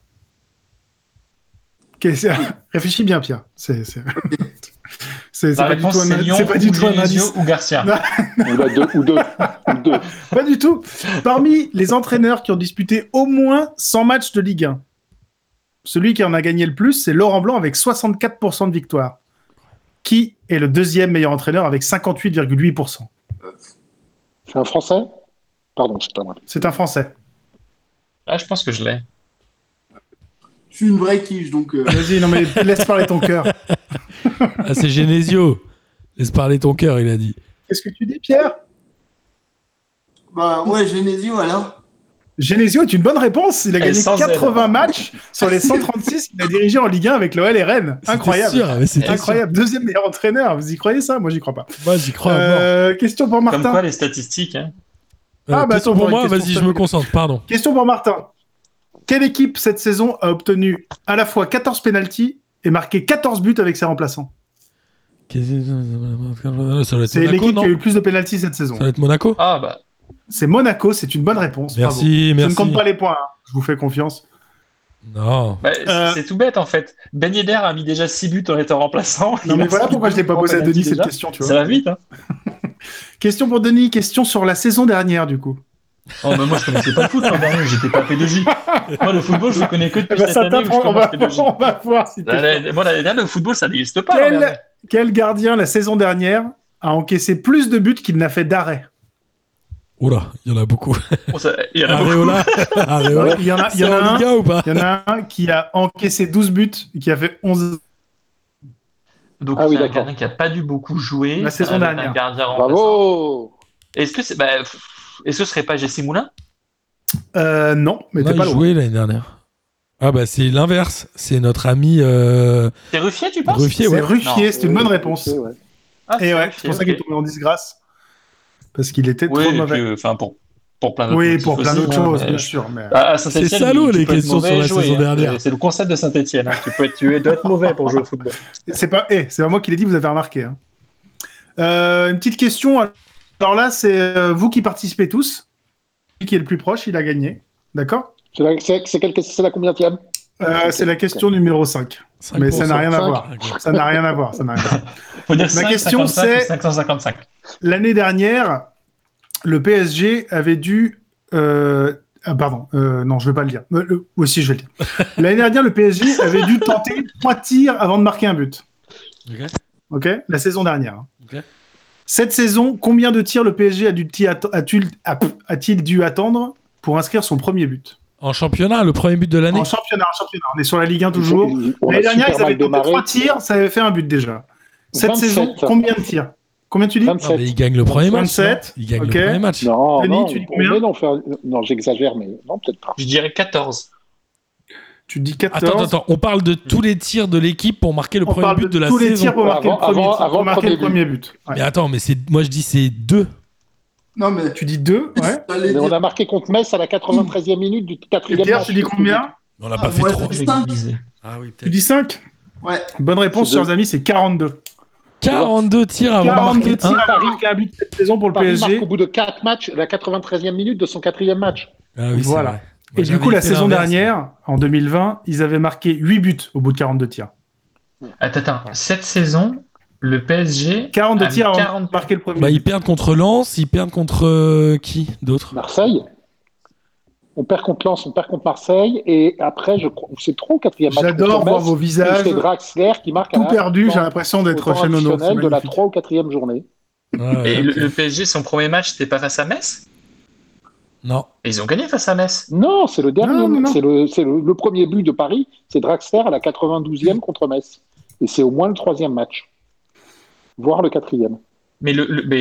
Réfléchis bien, Pierre. C'est La pas du réponse tout c'est un Lyon, c'est pas du ou tout un Genesio indice. ou Garcia. Non. Il va deux. Pas du tout. Parmi les entraîneurs qui ont disputé au moins 100 matchs de Ligue 1, celui qui en a gagné le plus, c'est Laurent Blanc avec 64% de victoires. Qui est le deuxième meilleur entraîneur avec 58,8%? C'est un Français? Pardon, c'est pas moi. C'est un Français. Ah, je pense que je l'ai. Je suis une vraie quiche, donc. Vas-y, non mais laisse parler ton cœur. Ah, c'est Genesio. Laisse parler ton cœur, il a dit. Qu'est-ce que tu dis, Pierre? Bah ouais, Genesio alors. Genesio est une bonne réponse. Il a gagné sans 80 matchs sur les 136 qu'il a dirigé en Ligue 1 avec l'OL et Rennes. Incroyable. C'était sûr, mais c'était Incroyable. Deuxième meilleur entraîneur. Vous y croyez ça? Moi, j'y crois pas. sûr. Moi, j'y crois à mort. Question pour Comme Martin. quoi les statistiques. Hein. Ah, bah, question attends, pour moi, une question vas-y, je sur me le- concentre, pardon. Question pour Martin. Quelle équipe cette saison a obtenu à la fois 14 pénaltys et marqué 14 buts avec ses remplaçants? Ça doit être C'est Monaco, l'équipe qui non? a eu le plus de pénaltys cette saison. Ça doit être Monaco? Ah bah. C'est Monaco, c'est une bonne réponse. Merci, bravo. Je merci. ne compte pas les points, hein. Je vous fais confiance. Non. Bah, c'est tout bête en fait. Ben Yedder a mis déjà 6 buts en étant remplaçant. Non, Il mais a voilà 6 pourquoi je l'ai pas buts posé à en Denis penalty cette déjà. question, tu Ça vois. va vite. Hein. Question pour Denis, question sur la saison dernière, du coup. Oh, mais moi je connaissais pas le foot l'an dernier, j'étais pas P2J. Moi le football je le connais que Eh depuis ben, cette ça année où je t'apprend, on commence va, P2J. on va voir si t'es... Moi l'année dernière le football ça n'existe pas. l'an dernier. Quel gardien, la saison dernière, a encaissé plus de buts qu'il n'a fait d'arrêt? Oula, il y en a beaucoup. Oh, il y en a beaucoup. Areola. Areola. Il y en a, il y C'est en a en un, Liga ou pas? il y en a un qui a encaissé 12 buts et qui a fait 11... Donc Ah oui, c'est un d'accord. gardien qui a pas dû beaucoup jouer. La saison avec dernière. Un gardien remplaçant. Bravo! Est-ce que ce serait pas Jesse Moulin? Non, mais Non, t'es pas il loin. jouait l'année dernière. Ah bah c'est l'inverse. C'est notre ami C'est Ruffier tu penses? Ruffier, C'est ouais. Ruffier, Non. c'est une bonne réponse. Ouais. Ah, Et ouais, Ruffier, c'est pour ça ok. qu'il est tombé en disgrâce. Parce qu'il était Oui, trop et mauvais. puis, enfin pour plein d'autres Oui, motifs pour plein aussi, d'autres hein, choses, mais- bien sûr. Mais... À Saint-Étienne, C'est salaud, tu les peux être questions mauvais sur la et jouer, saison hein. dernière. C'est le concept de Saint-Étienne. Hein. Tu dois être mauvais pour jouer au football. C'est pas moi qui l'ai dit, vous avez remarqué. Hein. Une petite question. Alors là, c'est vous qui participez tous. Celui qui est le plus proche, il a gagné. D'accord? C'est la combienième? C'est la question numéro 5. Mais ça n'a rien à 5. voir. Ça n'a rien à voir. Ça n'a rien à voir. Faut dire Ma question, 555 c'est- ou 555. L'année dernière, le PSG avait dû... pardon, non, je ne vais pas le dire. Oui, si, je vais le dire. L'année dernière, le PSG avait dû tenter 3 tirs avant de marquer un but. Ok. Ok? La saison dernière. Hein. Ok. Cette saison, combien de tirs le PSG a-t-il dû attendre pour inscrire son premier but? En championnat, le premier but de l'année. En championnat. On est sur la Ligue 1 toujours. On a L'année dernière, super ils avaient mal tenté démarré. 3 tirs, ça avait fait un but déjà. Cette 27. saison, combien de tirs? Combien tu dis? 27. Ah, mais il gagne le premier match. 27. non Il gagne Ok. le premier match. Non, Denis, non, tu dis combien? non, j'exagère, mais non, peut-être pas. Je dirais 14. Tu dis 14. Attends, on parle de tous les tirs de l'équipe pour marquer le On premier parle but de de la tous les saison. tirs pour marquer Avant- le premier, avant- tir, avant pour le marquer le premier premier but. Ouais. Mais attends, moi je dis c'est 2. Non, mais Tu dis 2, ouais. j'allais Mais on dire- a marqué contre Metz à la 93e minute du Et quatrième Pierre, match. tu dis combien? On l'a pas fait moi, trop. je dis J'ai 5. divisé. Ah oui, Tu peut-être. dis 5? Ouais. Bonne réponse, C'est deux. chers amis, c'est 42. 42 tirs avant de 42 marquer tirs un. avant de marquer un but cette saison pour le Paris marque PSG. au bout de 4 matchs, la 93e minute de son 4e match. Ah oui, c'est Voilà. vrai. Et Moi, du j'avais coup, la fait saison l'inverse. dernière, en 2020, ils avaient marqué 8 buts au bout de 42 tirs. Attends. Cette saison, le PSG 42 a mis tirs avant 40 de marquer le premier Bah, but. ils perdent contre Lens, ils perdent contre qui d'autre? Marseille. On perd contre Lens, on perd contre Marseille. Et après, c'est trop, 4e match. J'adore contre voir Metz, vos où visages. c'est Draxler qui marque à Tout la perdu, j'ai temps- l'impression au d'être temps chez Nono. additionnel C'est de la magnifique. 3 ou 4e journée. Ah, ouais, Et ok. le PSG, son premier match, c'était pas face à Metz? Non. Et ils ont gagné face à Metz. Non, c'est le dernier. Non. C'est le premier but de Paris. C'est Draxler à la 92e contre Metz. Et c'est au moins le 3e match. Voire le 4e. Mais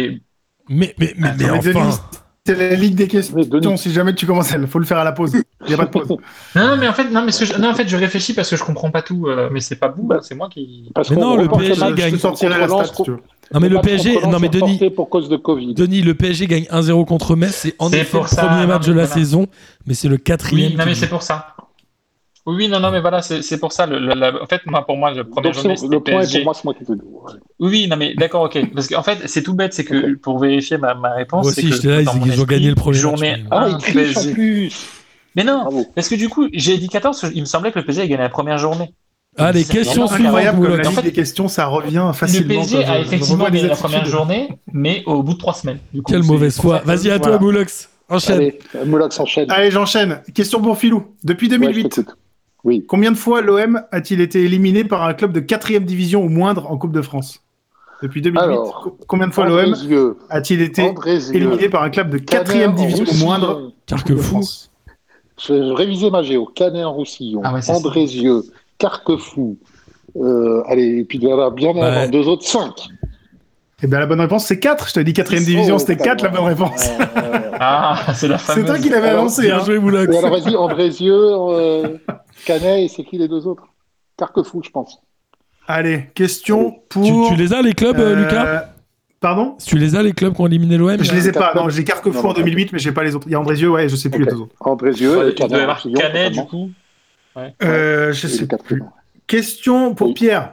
Mais Mais enfin. Denis, c'est la ligue des Mais questions. Denis. Si jamais tu commences, il faut le faire à la pause. Il n'y a pas de pause. non, mais en fait, non, mais en fait, je réfléchis parce que je comprends pas tout. Mais c'est pas vous, Bah, c'est moi qui. Parce Mais qu'on non, le reporte PSG match Je gagne te sortirai la contre stat Lens, si tu veux. Non, mais le match PSG. contre Lens Non, mais est Denis. reporté pour cause de Covid. Denis, le PSG gagne 1-0 contre Metz. C'est en C'est effet pour le ça, premier non, match mais de la voilà. saison, mais c'est le 4e. Oui, non, mais qui c'est joue. pour ça. Oui, non, non, mais voilà, c'est pour ça. En fait, pour moi, le premier Donc journée, c'est- c'était le point est PSG. pour moi, c'est moi qui te le dis. Oui, non, mais d'accord, ok. Parce qu'en fait, c'est tout bête, c'est que pour vérifier ma réponse, Moi c'est aussi, que j'étais là, dans mon ils ont esprit, gagné le premier journée match, mais- Ah, 1, il triche en PSG. plus. Mais non, Bravo. parce que du coup, j'ai dit 14, il me semblait que le PSG a gagné la première journée. Allez, C'est question vraiment suivante, Incroyable comme la Moulox. En ligue fait, des questions, ça revient Le facilement. PSG quand a je effectivement revois les gagné la première attitudes. journée, mais au bout de 3 semaines. Du coup, Quelle c'est mauvaise pour ça foi. que- Vas-y, à toi, Voilà. Moulox. Enchaîne. Allez, Moulox enchaîne. Allez, j'enchaîne. Question pour Philou. Depuis Ouais, je 2008, t'écoute. Oui. combien de fois l'OM a-t-il été éliminé par un club de 4e division ou moindre en Coupe de France? Depuis 2008, Alors, combien de fois l'OM Andrézieux, a-t il été Andrézieux, éliminé par un club de 4e Canet, division ou Roussillon. moindre en Coupe de Carquefou. France? Je révisais ma géo. Canet en Roussillon, Ah ouais, c'est ça. Andrézieux, Carquefou. Allez, et puis il doit y avoir bien Ouais. avoir 2 autres, 5. Eh bien, la bonne réponse, c'est 4. Je te dis 4e division, c'était 4 la bonne réponse. Ah, c'est la C'est fameuse. toi qui l'avais Alors, annoncé. Bien Hein. joué, Moulox. Et alors, vas-y, Andrézieux, Canet, et c'est qui les 2 autres? Carquefou, je pense. Allez, question Tu, pour. tu les as, les clubs, Lucas? Pardon? Tu les as, les clubs qui ont éliminé l'OM? Je les ai pas. Carquefou. Non, j'ai Carquefou Non, en 2008, mais j'ai pas les autres. Il y a Andrézieux, ouais, je sais plus Ok. les deux autres. Andrézieux Ouais, et il Canet doit y en avoir Roussillon. Canet, du notamment. coup. Ouais. Je Et sais le plus. quatrième. Question pour Oui. Pierre.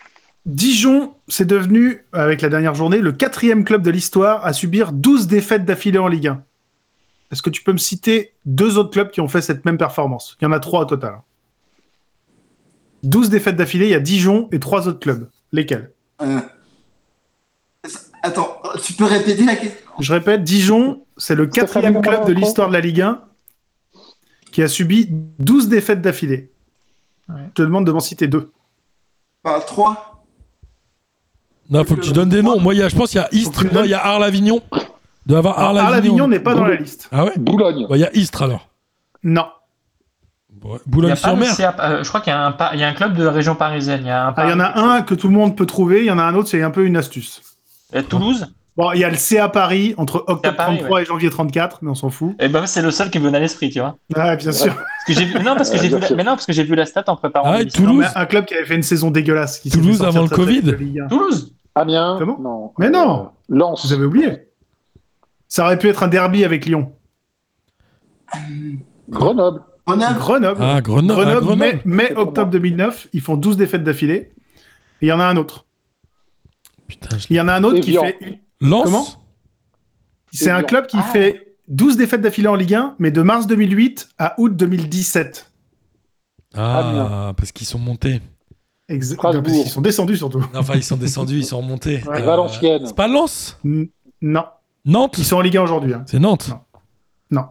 Dijon, c'est devenu, avec la dernière journée, le 4e club de l'histoire à subir 12 défaites d'affilée en Ligue 1. Est-ce que tu peux me citer 2 autres clubs qui ont fait cette même performance? Il y en a 3 au total. 12 défaites d'affilée, il y a Dijon et 3 autres clubs. Lesquels? Attends, tu peux répéter la question? Je répète, Dijon, c'est le 4e club de l'histoire de la Ligue 1 qui a subi 12 défaites d'affilée. Ouais. Je te demande de m'en citer 2. Bah, 3. Non, faut que tu donnes des noms. Moi, je pense qu'il y a Istres. Faut que tu Non, donnes- il y a Arles-Avignon. Il doit y avoir Arles-Avignon. Arles-Avignon n'est pas dans la liste. Ah ouais? Boulogne. Il y a Istres alors. Non. Ouais, Il y a pas Boulogne-sur-Mer. le CA, je crois qu'il y a un club de la région parisienne. Il y a un Ah, il y en a un que tout le monde peut trouver, il y en a un autre, c'est un peu une astuce. Toulouse. Bon, il y a le CA Paris entre octobre Paris, 33 et janvier 34, mais on s'en fout. Et ben c'est le seul qui me venait à l'esprit, tu vois. Ah, bien sûr. Parce que j'ai vu, non, parce que j'ai vu, bien sûr. mais non, parce que j'ai vu la stat en préparant. Ah, et l'émission. Non, Toulouse. mais un club qui avait fait une saison dégueulasse. Qui s'est Toulouse fait sortir avant le très, très vite Covid. de Ligue 1. Toulouse. Amiens. Comment? Non. Mais non. Lens. Vous avez oublié. Ça aurait pu être un derby avec Lyon. Grenoble. Grenoble. Grenoble. Ah, Grenoble. Ah, Grenoble. Mai-octobre 2009, ils font 12 défaites d'affilée. Et il y en a un autre. Putain, Il y en a un autre qui Evian. fait... Lens. Comment? C'est un Evian. club qui fait 12 défaites d'affilée en Ligue 1, mais de mars 2008 à août 2017. Ah, parce qu'ils sont montés. Strasbourg. Parce qu'ils sont descendus surtout. Non, enfin, ils sont descendus, ils sont remontés. Ouais. Valenciennes. C'est pas Lens. Non. Nantes. Ils sont en Ligue 1 aujourd'hui. Hein. C'est Nantes. Non.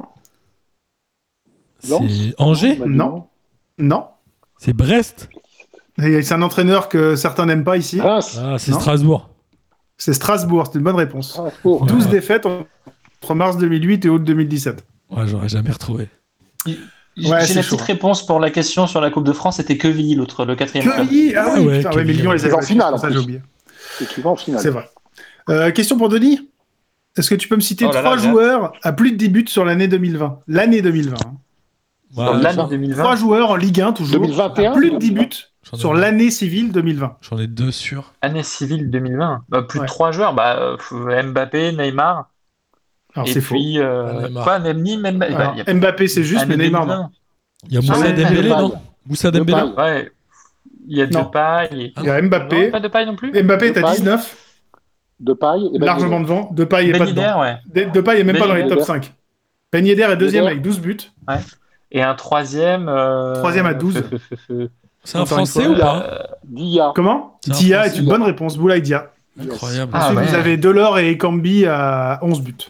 Lens. C'est Angers. Bah, dis Non. donc. Non. C'est Brest. Et c'est un entraîneur que certains n'aiment pas ici. Reims. Ah, c'est Non. Strasbourg. C'est Strasbourg, c'est une bonne réponse. Strasbourg. 12 Ouais. défaites entre mars 2008 et août 2017. Ouais, j'aurais jamais retrouvé. Ouais, J'ai c'est la chaud. petite réponse pour la question sur la Coupe de France, c'était Quevilly, le 4e club. Quevilly, ah oui, Ouais, putain, ouais, mais Quevilly. Lyon les C'est en a finale, ça en j'ai plus. oublié. C'est qui va en finale. C'est vrai. Question pour Denis. Est-ce que tu peux me citer Oh là là, 3 là. joueurs à plus de 10 buts sur l'année 2020? L'année 2020. hein. Sur Ouais, l'année ça. 2020. 3 joueurs en Ligue 1 toujours. 2021, à plus de 10 buts j'en ai- sur l'année civile 2020. J'en ai 2 sûrs. Année civile 2020. Bah, plus Ouais. de 3 joueurs. Bah, Mbappé, Neymar. Alors Et c'est faux. puis, Neymar. quoi, même ni même. Alors, Mbappé, c'est juste, mais Neymar, non. Il y a Moussa Ouais, Dembélé, Depay. non Moussa Dembélé. Depay. Ouais. Il y a Non. Depay. Il y a Non, Mbappé. pas Depay non plus. Mbappé est à Depay. 19, Depay et Ben largement Yedder. devant. Depay est Ben pas Yedder, dedans. ouais. Depay est même Ben pas dans les Yedder. top 5. Ben Yedder est deuxième Yedder. avec 12 buts. Et un troisième. Troisième à 12. C'est un Encore une Français fois, ou pas Dia. Comment C'est un Dia Français. est une bonne réponse. Boulaye Dia. Incroyable. Ah, Ensuite, ouais. vous avez Delors et Ekambi à 11 buts.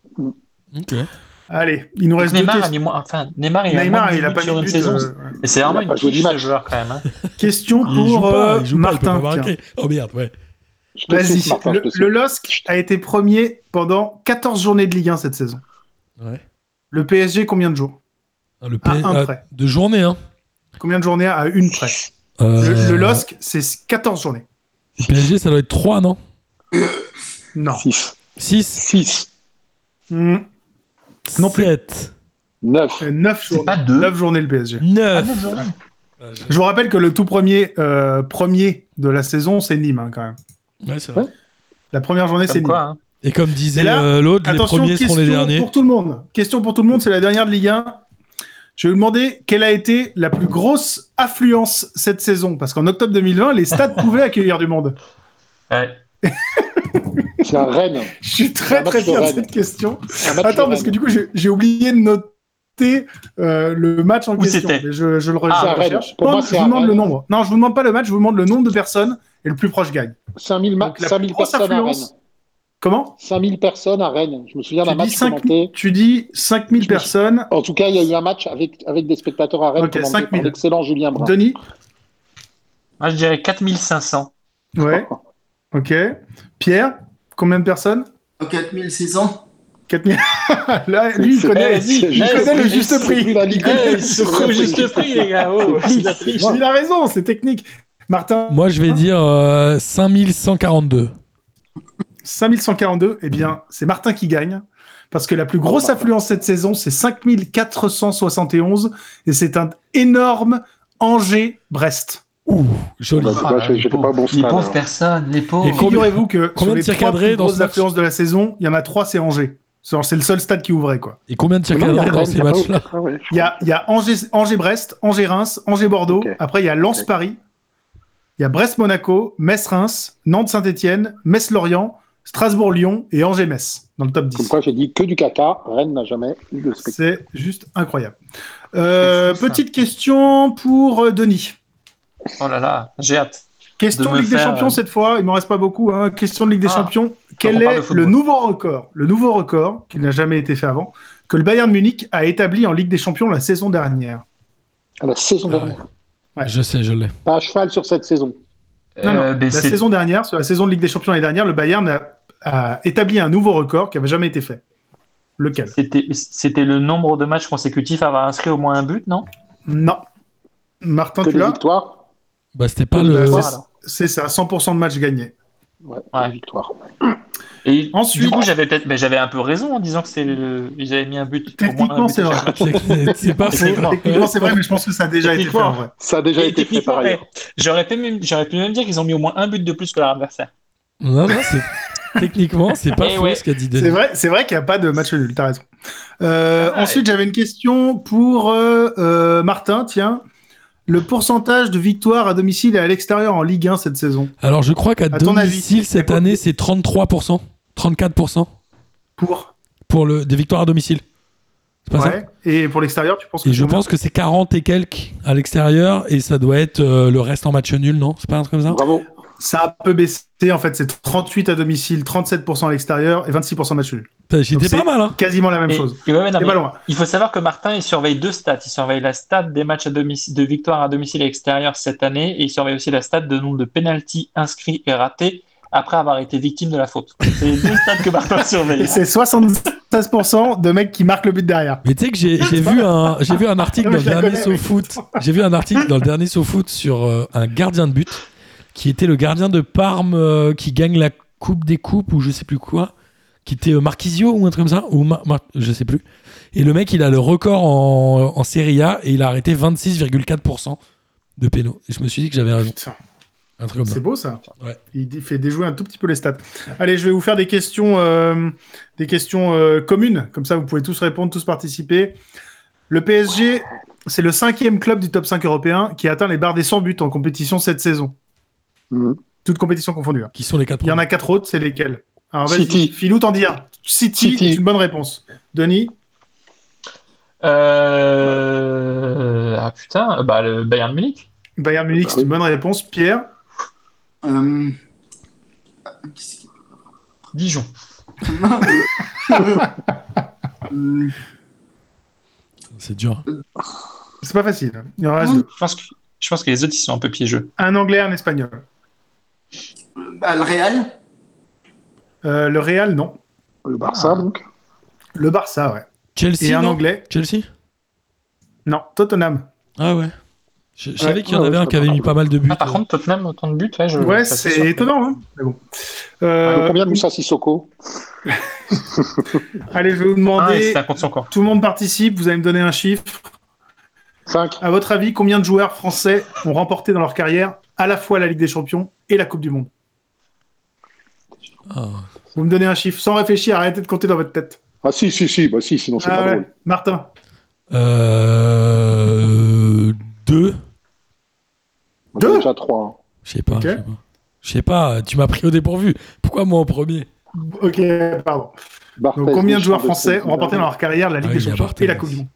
Ok. Allez, il nous reste deux Neymar, questions. Neymar, il a Neymar, moins de il a buts pas sur mis une de but. saison. Et c'est vraiment il a une pas joué quiche, 10 ce matchs. joueur, quand même. Hein. Question Il joue pour pas, il peut Martin. pas tiens. marquer. Oh merde, ouais. Je te cite, Vas-y, Martin, je te le cite. LOSC a été premier pendant 14 journées de Ligue 1 cette saison. Ouais. Le PSG, combien de jours Ah, le À P- un ah, près. de journée, hein. Combien de journées à une près Euh, Le LOSC, c'est 14 journées. PSG, ça doit être 3, non Non. 6. 6 6. Hmm, Non plus. 7 9. 9 C'est journées. pas deux. 9 journées le PSG. 9 Je vous rappelle que le tout premier de la saison, c'est Nîmes, hein, quand même. Ouais, c'est vrai. La première journée, c'est Comme Nîmes. quoi, hein. Et comme disait Et là, l'autre, les Attention, premiers seront les question derniers. pour tout le monde. Question pour tout le monde, c'est la dernière de Ligue 1. Je vais vous demander quelle a été la plus grosse affluence cette saison. Parce qu'en octobre 2020, les stades pouvaient accueillir du monde. Ouais. C'est un Rennes. Je suis très Un match très de fier de Rennes. cette question. Un match Attends, de parce que Rennes. du coup, j'ai oublié de noter le match en Où question. c'était Mais je le c'est à recherche. Rennes. Pour moi, Je c'est vous à demande le Rennes. nombre. Non, je vous demande pas le match, je vous demande le nombre de personnes et le plus proche gagne. 5000 Donc, la plus grosse personnes à Rennes. affluence. Comment 5000 personnes à Rennes. Je me souviens d'un match commenté. Tu dis 5000 Je me personnes. En tout cas, il y a eu un match avec des spectateurs à Rennes Ok, commenté 5000. par l'excellent Julien Brun. Denis Moi, je dirais 4500. Ouais. Ok. Pierre, combien de personnes 4600. 4000. Là, lui, il C'est- connaît, c'est il juste- connaît le c'est juste prix. plus la Ligue Eh, un. c'est au juste prix, les gars. Oh, c'est de la triche. Il a raison, c'est technique. Martin, Moi, je vais dire 5142. 5142, eh bien, c'est Martin qui gagne. Parce que la plus grosse affluence cette saison, c'est 5471. Et c'est un énorme Angers-Brest. Ouh, joli. Bah, Ah, j'ai fait pas bon les stade, pauvres alors. personnes, les Et pauvres. combien- Figurez-vous que combien sur de les tirs 3 cadrés plus dans ce grosses match affluences de la saison, il y en a 3, c'est Angers. C'est le seul stade qui ouvrait, quoi. Et combien de tirs Non, il y a cadrés dans Rennes, ces il y a pas matchs-là autre. Ah ouais, je Il y a Angers-Brest, Angers-Reims, Angers-Bordeaux. Ok. Après, il y a Lens-Paris. Il y a Brest-Monaco, Metz-Reims, Nantes-Saint-Etienne, Metz-Lorient, Strasbourg-Lyon et Angers-Metz dans le top 10. Comme quoi, j'ai dit que du caca. Rennes n'a jamais eu de spectacle. C'est juste incroyable. C'est fou, ça. Petite question pour Denis. Oh là là, j'ai hâte. Question De me Ligue des faire, Champions cette fois, il m'en reste pas beaucoup. Hein. Question de Ligue des Ah. Champions. On Quel parle de est le football. nouveau record, qui n'a jamais été fait avant, que le Bayern Munich a établi en Ligue des Champions la saison dernière? À la saison Ah dernière. Ouais. Je sais, je l'ai. Pas à cheval sur cette saison. Non, non. Ben, La c'est- saison dernière, sur la saison de Ligue des Champions l'année dernière, le Bayern a établi un nouveau record qui n'avait jamais été fait. Lequel? C'était le nombre de matchs consécutifs à avoir inscrit au moins un but, non? Non. Martin, Que tu des l'as? victoires. Bah, c'était pas Bah, le. c'est- Voilà. C'est ça, 100% de matchs gagnés. Ouais, Ouais. des victoires. Et Ensuite- du coup, j'avais un peu raison en disant que ils avaient mis un but. au moins un Techniquement, but c'est à vrai. chaque match. C'est pas faux. Techniquement. Techniquement, c'est vrai, mais je pense que ça a déjà été fait en vrai. Ça a déjà Et été fait par techniquement, ailleurs. j'aurais pu même dire qu'ils ont mis au moins un but de plus que leur adversaire. Non, non, techniquement, c'est pas Eh faux ouais. ce qu'a dit Denis. C'est vrai qu'il n'y a pas de match nul, t'as raison. ouais. Ensuite, j'avais une question pour Martin, tiens. Le pourcentage de victoires à domicile et à l'extérieur en Ligue 1 cette saison? Alors, je crois qu'à À ton domicile, avis, cette c'est quoi année, c'est 33%. 34% Pour des victoires à domicile. C'est pas ça? Ouais. Et pour l'extérieur, tu penses que Et c'est je combien? pense que c'est 40 et quelques à l'extérieur et ça doit être le reste en match nul, non? C'est pas un truc comme ça? Bravo. Ça a un peu baissé, en fait. C'est 38 à domicile, 37% à l'extérieur et 26% match nul. Putain, J'étais Donc, pas mal, hein? Quasiment la même Et- chose. et ouais, non, C'est mais pas loin. il faut savoir que Martin, il surveille deux stats. Il surveille la stat des matchs à domicile, de victoire à domicile et extérieur cette année, et il surveille aussi la stat de nombre de pénaltys inscrits et ratés après avoir été victime de la faute. C'est les deux stats que Martin Et surveille. c'est 76% de mecs qui marquent le but derrière. Mais tu sais que j'ai vu un article Non, dans mais le je la dernier connais, SoFoot. J'ai vu un article dans le dernier SoFoot sur un gardien de but qui était le gardien de Parme qui gagne la Coupe des Coupes ou je sais plus quoi, qui était Marquisio ou un truc comme ça, ou je sais plus. Et le mec, il a le record en Serie A et il a arrêté 26,4% de pénaux. Et je me suis dit que j'avais raison. Putain. Un truc comme ça. C'est beau ça. Ouais. Il fait déjouer un tout petit peu les stats. Allez, je vais vous faire des questions communes. Comme ça, vous pouvez tous répondre, tous participer. Le PSG, c'est le 5e club du top 5 européen qui a atteint les barres des 100 buts en compétition cette saison. Mhm. Toutes compétitions confondues. Hein. Qui sont les 4 Il y en a 4 autres, c'est lesquels? Alors vas-y, City. Philou, t'en dis un. City est une bonne réponse. Denis? Ah putain, bah le Bayern Munich. Bayern Munich, c'est une bonne réponse. Pierre? Qu'est-ce qui- Dijon. C'est dur. C'est pas facile. Il en reste 2. Je pense que les autres ils sont un peu piégeux. Un anglais, un espagnol. le Real. Le Real, non. Le Barça, donc. Le Barça, ouais. Chelsea, Et un non anglais? Chelsea? Non, Tottenham. Ah ouais. Je savais qu'il y en ouais, avait un qui avait mis pas mal de buts. Ah, par contre, Tottenham, autant de buts, ouais, Ouais, ça, c'est sûr. étonnant, hein. Mais bon. Combien de Moussa Sissoko? Allez, je vais vous Ah, et demander. c'est un contre son corps. Tout le monde participe. Vous allez me donner un chiffre. 5. À votre avis, combien de joueurs français ont remporté dans leur carrière à la fois la Ligue des Champions et la Coupe du Monde? Ah. Vous me donnez un chiffre sans réfléchir. Arrêtez de compter dans votre tête. Ah si, bah si, sinon c'est Ah pas ouais. drôle. Martin. 2. Moi, Deux j'ai déjà 3. Je sais pas. Ok. Je sais pas. Tu m'as pris au dépourvu. Pourquoi moi en premier? Ok, pardon. Donc, combien de joueurs français ont remporté dans leur carrière la Ligue Ah des oui, il y a Champions Barthez. et la Coupe du Monde?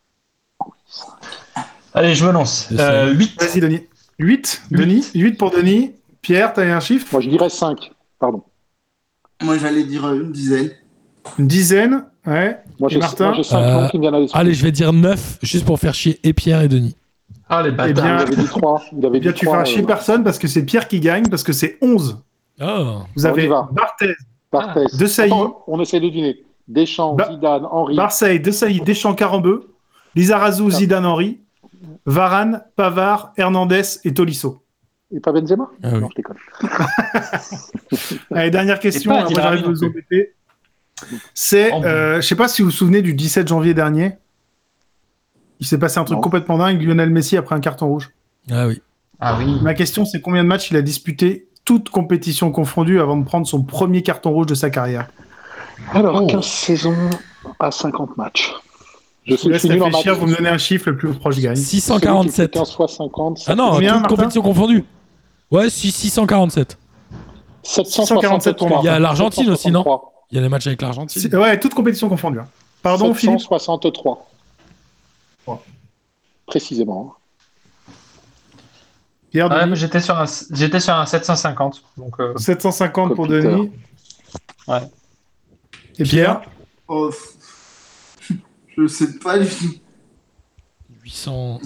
Allez, je me lance. Je sais. 8. Vas-y, Denis. 8. Denis. 8 pour Denis. Pierre, t'as un chiffre? Moi je dirais 5. Pardon. Moi, j'allais dire une dizaine. Une dizaine. Ouais. Moi Et j'ai Martin 5 noms qui me viennent à l'esprit. Allez, je vais dire 9, juste pour faire chier et Pierre et Denis. Ah, les Eh bâtards. bien, Il avait dit 3. Il avait eh bien dit tu 3. feras chier personne parce que c'est Pierre qui gagne, parce que c'est 11. Ah. Vous On y avez va. Barthez, Barthez. De Sailly. Attends, on essaie de deviner. Deschamps, Ba- Zidane, Henry. Marseille, Desailly, Deschamps, Carambeu, Lizarazu, Zidane, Henry, Varane, Pavard, Hernandez et Tolisso. Et pas Benzema? Ah oui. Non, je déconne. Allez, dernière question, pas après Adil j'arrive Rami de vous non plus. embêter. C'est, Oh. je sais pas si vous vous souvenez du 17 janvier dernier. Il s'est passé un truc Non. complètement dingue, Lionel Messi a pris un carton rouge. Ah oui. Ah oui. Ma question, c'est combien de matchs il a disputé, toutes compétitions confondues, avant de prendre son premier carton rouge de sa carrière? Alors, Oh. 15 saisons à 50 matchs. Je Je vous laisse suis nul en réfléchir, maths. vous me donnez un chiffre, le plus proche gagne. 647. 15 fois 50. Ah non, Combien, toute Martin compétition confondue. Ouais, 647. 747 pour moi. Il y a l'Argentine aussi, non? Il y a les matchs avec l'Argentine. Ouais, toutes compétitions confondues. Hein. Pardon, Philippe? 763. Ouais. Précisément. Pierre, Ouais, Denis moi, j'étais sur un 750. Donc, 750 pour Computer. Denis. Ouais. Et Pierre? Oh, je sais pas du tout. 800.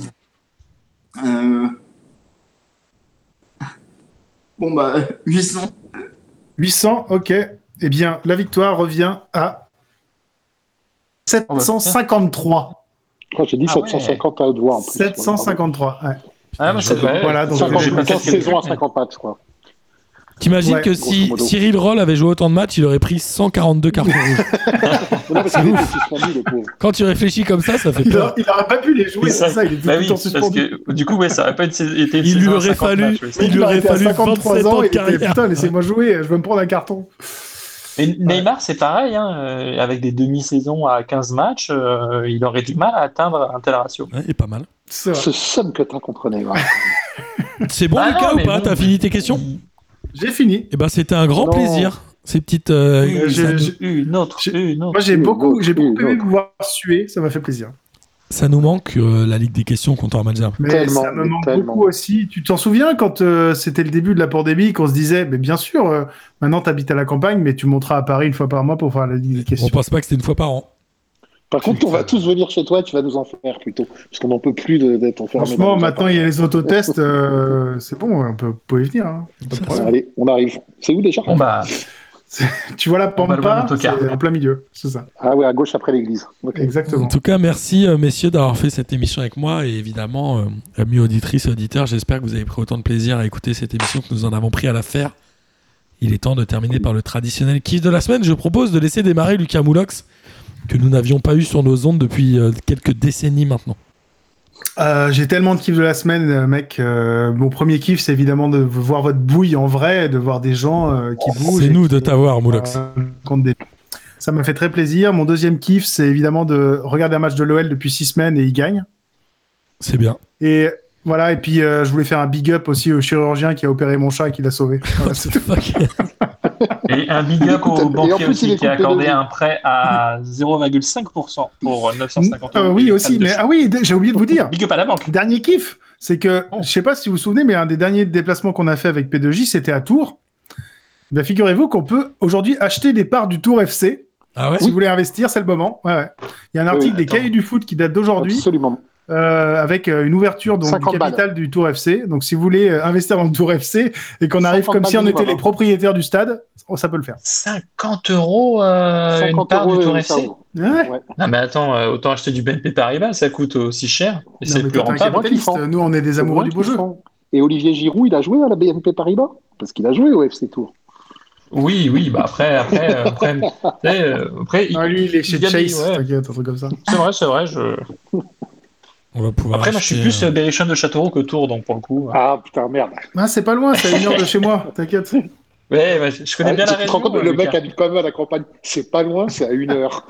Bon, bah, 800. 800, ok. Eh bien, la victoire revient à 753. Quand j'ai dit Ah ouais. 750 à haute voix en plus. 753, ouais. Ah, moi, c'est vrai. Voilà, donc, j'ai pas 15 fait saisons à calcul. 50 matchs, quoi. T'imagines Ouais, que grosso si modo. Cyril Roll avait joué autant de matchs, il aurait pris 142 cartons rouges. Non, parce qu'il était suspendu, le pauvre. Quand tu réfléchis comme ça fait Il peur. n'aurait pas pu les jouer, Oui, c'est ça, il était Bah tout oui, le temps parce suspendu. que du coup, ouais, ça aurait pas été une Il lui saison à aurait 50 fallu, matchs, ouais, il lui aurait était à fallu 53 27 ans de il était, carrière. putain, laissez-moi jouer, je veux me prendre un carton. Et Neymar, c'est pareil, hein, avec des demi-saisons à 15 matchs, il aurait du mal à atteindre un tel ratio. Ouais, et pas mal. C'est vrai. Ce somme que t'as contre Neymar. C'est bon, Ah Lucas, non, ou mais pas? bon, T'as fini tes questions? J'ai fini. Eh ben, c'était un grand Non. plaisir. Ces petites. je- Une autre. Moi, j'ai beaucoup aimé autre. vous voir suer, ça m'a fait plaisir. Ça nous manque la Ligue des questions contre Armazia. Mais Tellement, ça me mais manque tellement. beaucoup aussi. Tu t'en souviens quand c'était le début de la pandémie, qu'on se disait, mais bien sûr, maintenant t'habites à la campagne, mais tu monteras à Paris une fois par mois pour faire la Ligue des On questions. pense pas que c'était une fois par an. Par contre, on va tous venir chez toi et tu vas nous en faire plutôt. Parce qu'on n'en peut plus d'être enfermés. Franchement, maintenant il y a les autotests, c'est bon, vous pouvez venir. Hein. Pas de Ça, problème. Allez, on arrive. C'est où déjà? Bon, bah, Tu vois la On va louer un Pampa, autocar. c'est en plein milieu, c'est ça. Ah ouais, à gauche après l'église. Ok. Exactement. En tout cas, merci messieurs d'avoir fait cette émission avec moi et évidemment, amis auditrices et auditeurs, j'espère que vous avez pris autant de plaisir à écouter cette émission que nous en avons pris à la faire. Il est temps de terminer par le traditionnel kiff de la semaine. Je propose de laisser démarrer Lucas Moulox, que nous n'avions pas eu sur nos ondes depuis quelques décennies maintenant. J'ai tellement de kiff de la semaine, mec. Mon premier kiff, c'est évidemment de voir votre bouille en vrai, de voir des gens qui bougent. C'est et nous qui, de t'avoir, Moulox. comptent des- Ça m'a fait très plaisir. Mon deuxième kiff, c'est évidemment de regarder un match de l'OL depuis 6 semaines et il gagne. C'est bien. Et voilà, et puis je voulais faire un big up aussi au chirurgien qui a opéré mon chat et qui l'a sauvé. Voilà, What c'est the fuck. Et un big up Et au en banquier plus, il aussi est qui a coupé accordé de vie. un prêt à 0,5% pour 950 euros. Oui, aussi. Mais j'ai oublié de vous dire. Big up à la banque. Dernier kiff, c'est que, je sais pas si vous vous souvenez, mais un des derniers déplacements qu'on a fait avec P2J, c'était à Tours. Ben, figurez-vous qu'on peut aujourd'hui acheter des parts du Tours FC. Ah ouais. Si vous voulez investir, c'est le moment. Ouais, ouais. Il y a un article des attends. Cahiers du foot qui date d'aujourd'hui, Absolument. avec une ouverture donc, du 50 capital du Tour FC. Donc, si vous voulez investir dans le Tour FC et qu'on arrive 50 comme si on balles était minimum, les propriétaires du stade, ça peut le faire. 50 euros une 50 part du euros Tour et FC. ça vaut. Ouais. Ouais. Non mais attends, autant acheter du BNP Paribas, ça coûte aussi cher et Non, c'est mais plus toi, t'es un rentable. capitaliste. Moi qui Nous, on est des C'est amoureux moi du beau qui jeu. prends. Et Olivier Giroud, il a joué à la BNP Paribas parce qu'il a joué au FC Tour. Oui, bah après, Lui, il est chez gagne, Chase, ouais. t'inquiète, un truc comme ça. C'est vrai. On va pouvoir. Après, moi, je suis acheter, plus Berrichon de Châteauroux que Tours, donc pour le coup. Ah putain, merde. Ah, c'est pas loin, c'est à 1 heure de chez moi, t'inquiète. Ouais, je connais bien la Tu te rends région. compte, le mec Lucas. habite quand même à la campagne. C'est pas loin, c'est à 1 heure.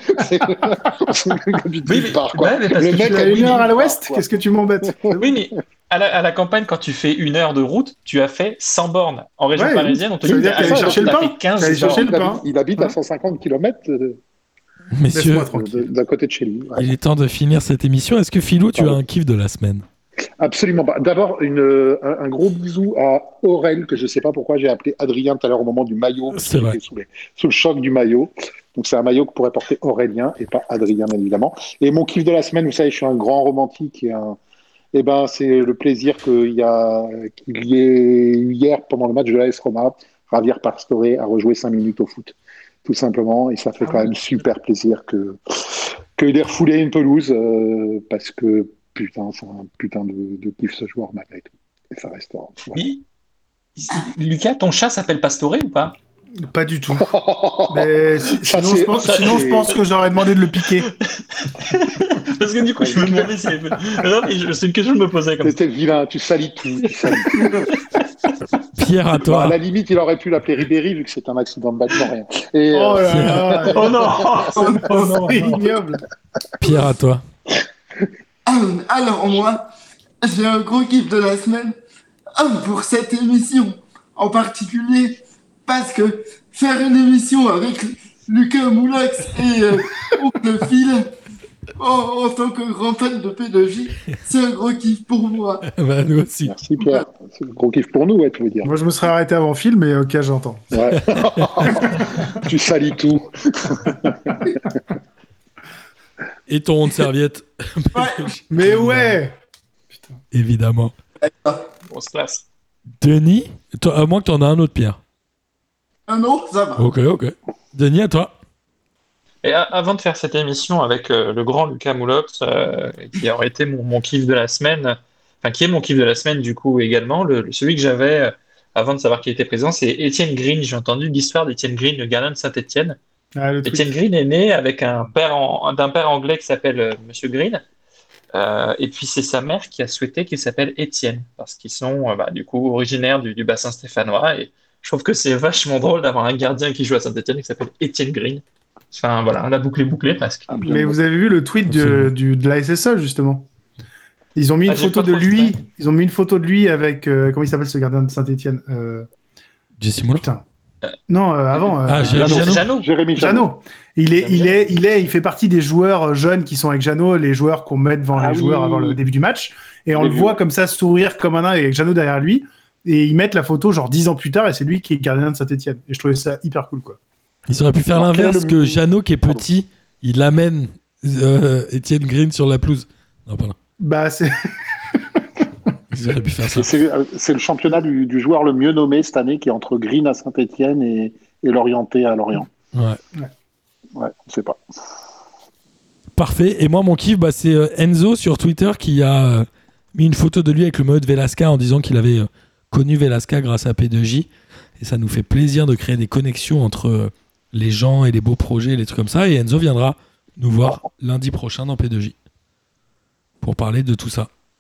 Il habite Oui, nulle part, quoi. ouais, mais parce Le que mec Tu es à habite 1 heure à nulle l'ouest, part, quoi. qu'est-ce que tu m'embêtes? Oui, mais à la campagne, quand tu fais 1 heure de route, tu as fait 100 bornes. En région Ouais, parisienne, on te ça veut dit dire que t'allais chercher le t'as pain. fait 15 T'allais chercher bornes. le pain. Il habite Hein à 150 km Messieurs, Laisse-moi tranquille. d'un côté de chez lui. Ouais. il est temps de finir cette émission. Est-ce que Philou, tu as un kiff de la semaine? Absolument pas. D'abord, un gros bisou à Aurel, que je sais pas pourquoi j'ai appelé Adrien tout à l'heure au moment du maillot, parce C'est qu'il vrai. était sous le choc du maillot. Donc c'est un maillot que pourrait porter Aurélien et pas Adrien, bien évidemment. Et mon kiff de la semaine, vous savez, je suis un grand romantique et ben c'est le plaisir qu'il y ait eu hier pendant le match de l'AS Roma. Javier Pastore a rejoué 5 minutes au foot, tout simplement, et ça fait quand même super plaisir qu'il ait refoulé une pelouse, parce que putain, c'est un putain de kiff ce joueur malgré tout. Et ça restera. Voilà. Lucas, ton chat s'appelle Pastore ou pas? Pas du tout. Mais Ça, sinon, c'est- je pense que j'aurais demandé de le piquer. Parce que du coup, je me demandais si. Non, mais c'est une question que je me posais comme ça. C'était vilain, tu salis tout. Tu salis tout. Pierre, à Bon, toi. à la limite, il aurait pu l'appeler Ribéry vu que c'est un accident de bâtiment, rien. Et, Oh là là. Oh non! Oh non, c'est ignoble. Pierre, à toi. Alors moi, j'ai un gros kiff de la semaine pour cette émission en particulier parce que faire une émission avec Lucas Moulax et Oncle Phil en tant que grand fan de P2J, c'est un gros kiff pour moi. Bah, nous aussi. merci Pierre. C'est un gros kiff pour nous, ouais, tu veux dire. Moi, je me serais arrêté avant film, mais ok, j'entends. Ouais. Tu salis tout. Et ton rond de serviette, Ouais. Mais ouais. évidemment. Grosse classe. Denis, à moins que tu en aies un autre, Pierre. Un autre, ça va. Ok. Denis, à toi. Et avant de faire cette émission avec le grand Lucas Moulox, qui aurait été mon kiff de la semaine, enfin qui est mon kiff de la semaine du coup également, celui que j'avais avant de savoir qu'il était présent, c'est Étienne Green. J'ai entendu l'histoire d'Étienne Green, le gardien de Saint-Étienne. Ah, le truc. Étienne Green est né avec d'un père anglais qui s'appelle Monsieur Green. Et puis c'est sa mère qui a souhaité qu'il s'appelle Étienne, parce qu'ils sont du coup originaires du bassin stéphanois. Et je trouve que c'est vachement drôle d'avoir un gardien qui joue à Saint-Étienne et qui s'appelle Étienne Green. Enfin voilà, on a bouclé presque. Mais vous avez vu le tweet de la SSE, justement? Ils ont mis une Ah, j'ai photo pas de trop lui. fait. Ils ont mis une photo de lui avec comment il s'appelle ce gardien de Saint-Étienne? Jesse Moulin. Putain. Non, avant. Jeannot. Jérémy Jeannot. Jeannot. Il fait partie des joueurs jeunes qui sont avec Jeannot, les joueurs qu'on met devant Ah les oui. joueurs avant le début du match. Et on J'ai le vu. voit comme ça sourire comme un nain avec Jeannot derrière lui. Et ils mettent la photo genre 10 ans plus tard et c'est lui qui est gardien de Saint-Étienne. Et je trouvais ça hyper cool, quoi. Ils auraient pu faire Alors, l'inverse, quel est que le- Jeannot, qui est petit, il amène Étienne Green sur la pelouse. Non, pardon. Bah, c'est. Ils auraient pu faire ça. C'est le championnat du joueur le mieux nommé cette année qui est entre Green à Saint-Etienne et Lorienté à Lorient. Ouais. Ouais, on sait pas. Parfait. Et moi, mon kiff, c'est Enzo sur Twitter qui a mis une photo de lui avec le maillot de Velasca en disant qu'il avait connu Velasca grâce à P2J. Et ça nous fait plaisir de créer des connexions entre les gens et les beaux projets, les trucs comme ça. Et Enzo viendra nous voir lundi prochain dans P2J pour parler de tout ça.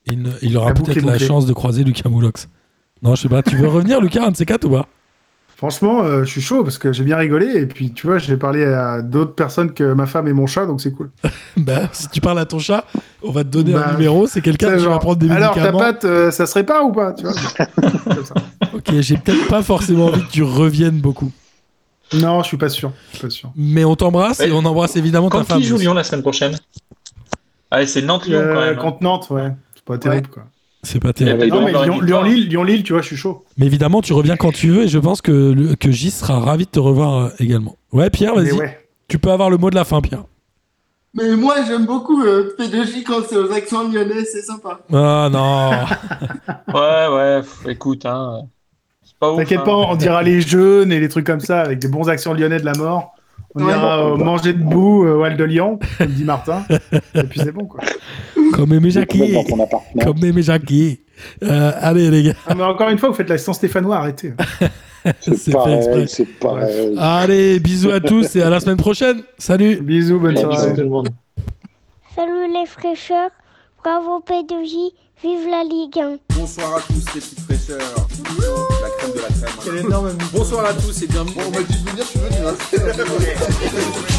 Il aura La boucle peut-être est la bouclée. chance de croiser Lucas Moulox. Non, je sais pas. Tu veux revenir, Lucas, un de ces quatre ou pas? Franchement, je suis chaud parce que j'ai bien rigolé et puis tu vois, j'ai parlé à d'autres personnes que ma femme et mon chat, donc c'est cool. Bah, si tu parles à ton chat, on va te donner un Bah, numéro. C'est quelqu'un C'est qui va genre, prendre des alors ta médicaments. patte, ça se répare ou pas, tu vois? Comme ça. Ok, j'ai peut-être pas forcément envie que tu reviennes beaucoup. Non, je suis pas sûr. Mais on t'embrasse et Ouais. on embrasse évidemment ta Contre femme. qui joue aussi. Lyon la semaine prochaine? Ah, c'est Nantes-Lyon quand même. Contre Nantes, ouais, c'est pas terrible quoi. C'est pas Eh terrible. ben, Non, mais avoir une victoire. Lyon-Lille, tu vois, je suis chaud. Mais évidemment, tu reviens quand tu veux et je pense que Gis sera ravi de te revoir également. Ouais, Pierre, Mais vas-y. ouais. Tu peux avoir le mot de la fin, Pierre. Mais moi, j'aime beaucoup P2J quand c'est aux accents lyonnais, c'est sympa. Ah non. Ouais, écoute, hein. C'est pas ouf. T'inquiète hein. pas, on dira les jeunes et les trucs comme ça avec des bons accents lyonnais de la mort. On Ouais. ira manger debout Val de Lyon, comme dit Martin. Et puis c'est bon quoi. Comme Aimé Je vais te mettre Jacquet. dans ton appartement. Comme Aimé Jacquet. Allez, les gars. Ah, mais encore une fois, vous faites l'accent stéphanois, arrêtez. C'est C'est fait pareil, exprès. c'est pareil. Allez, bisous à tous et à la semaine prochaine. Salut. Bisous, bonne Bisous soirée. tout le monde. Salut les fraîcheurs, bravo P2J, vive la Ligue 1. Bonsoir à tous les petites fraîcheurs. La crème de la crème. Quel énorme Bonsoir à tous et bienvenue. On m'a dit de venir, je suis venu. Hein.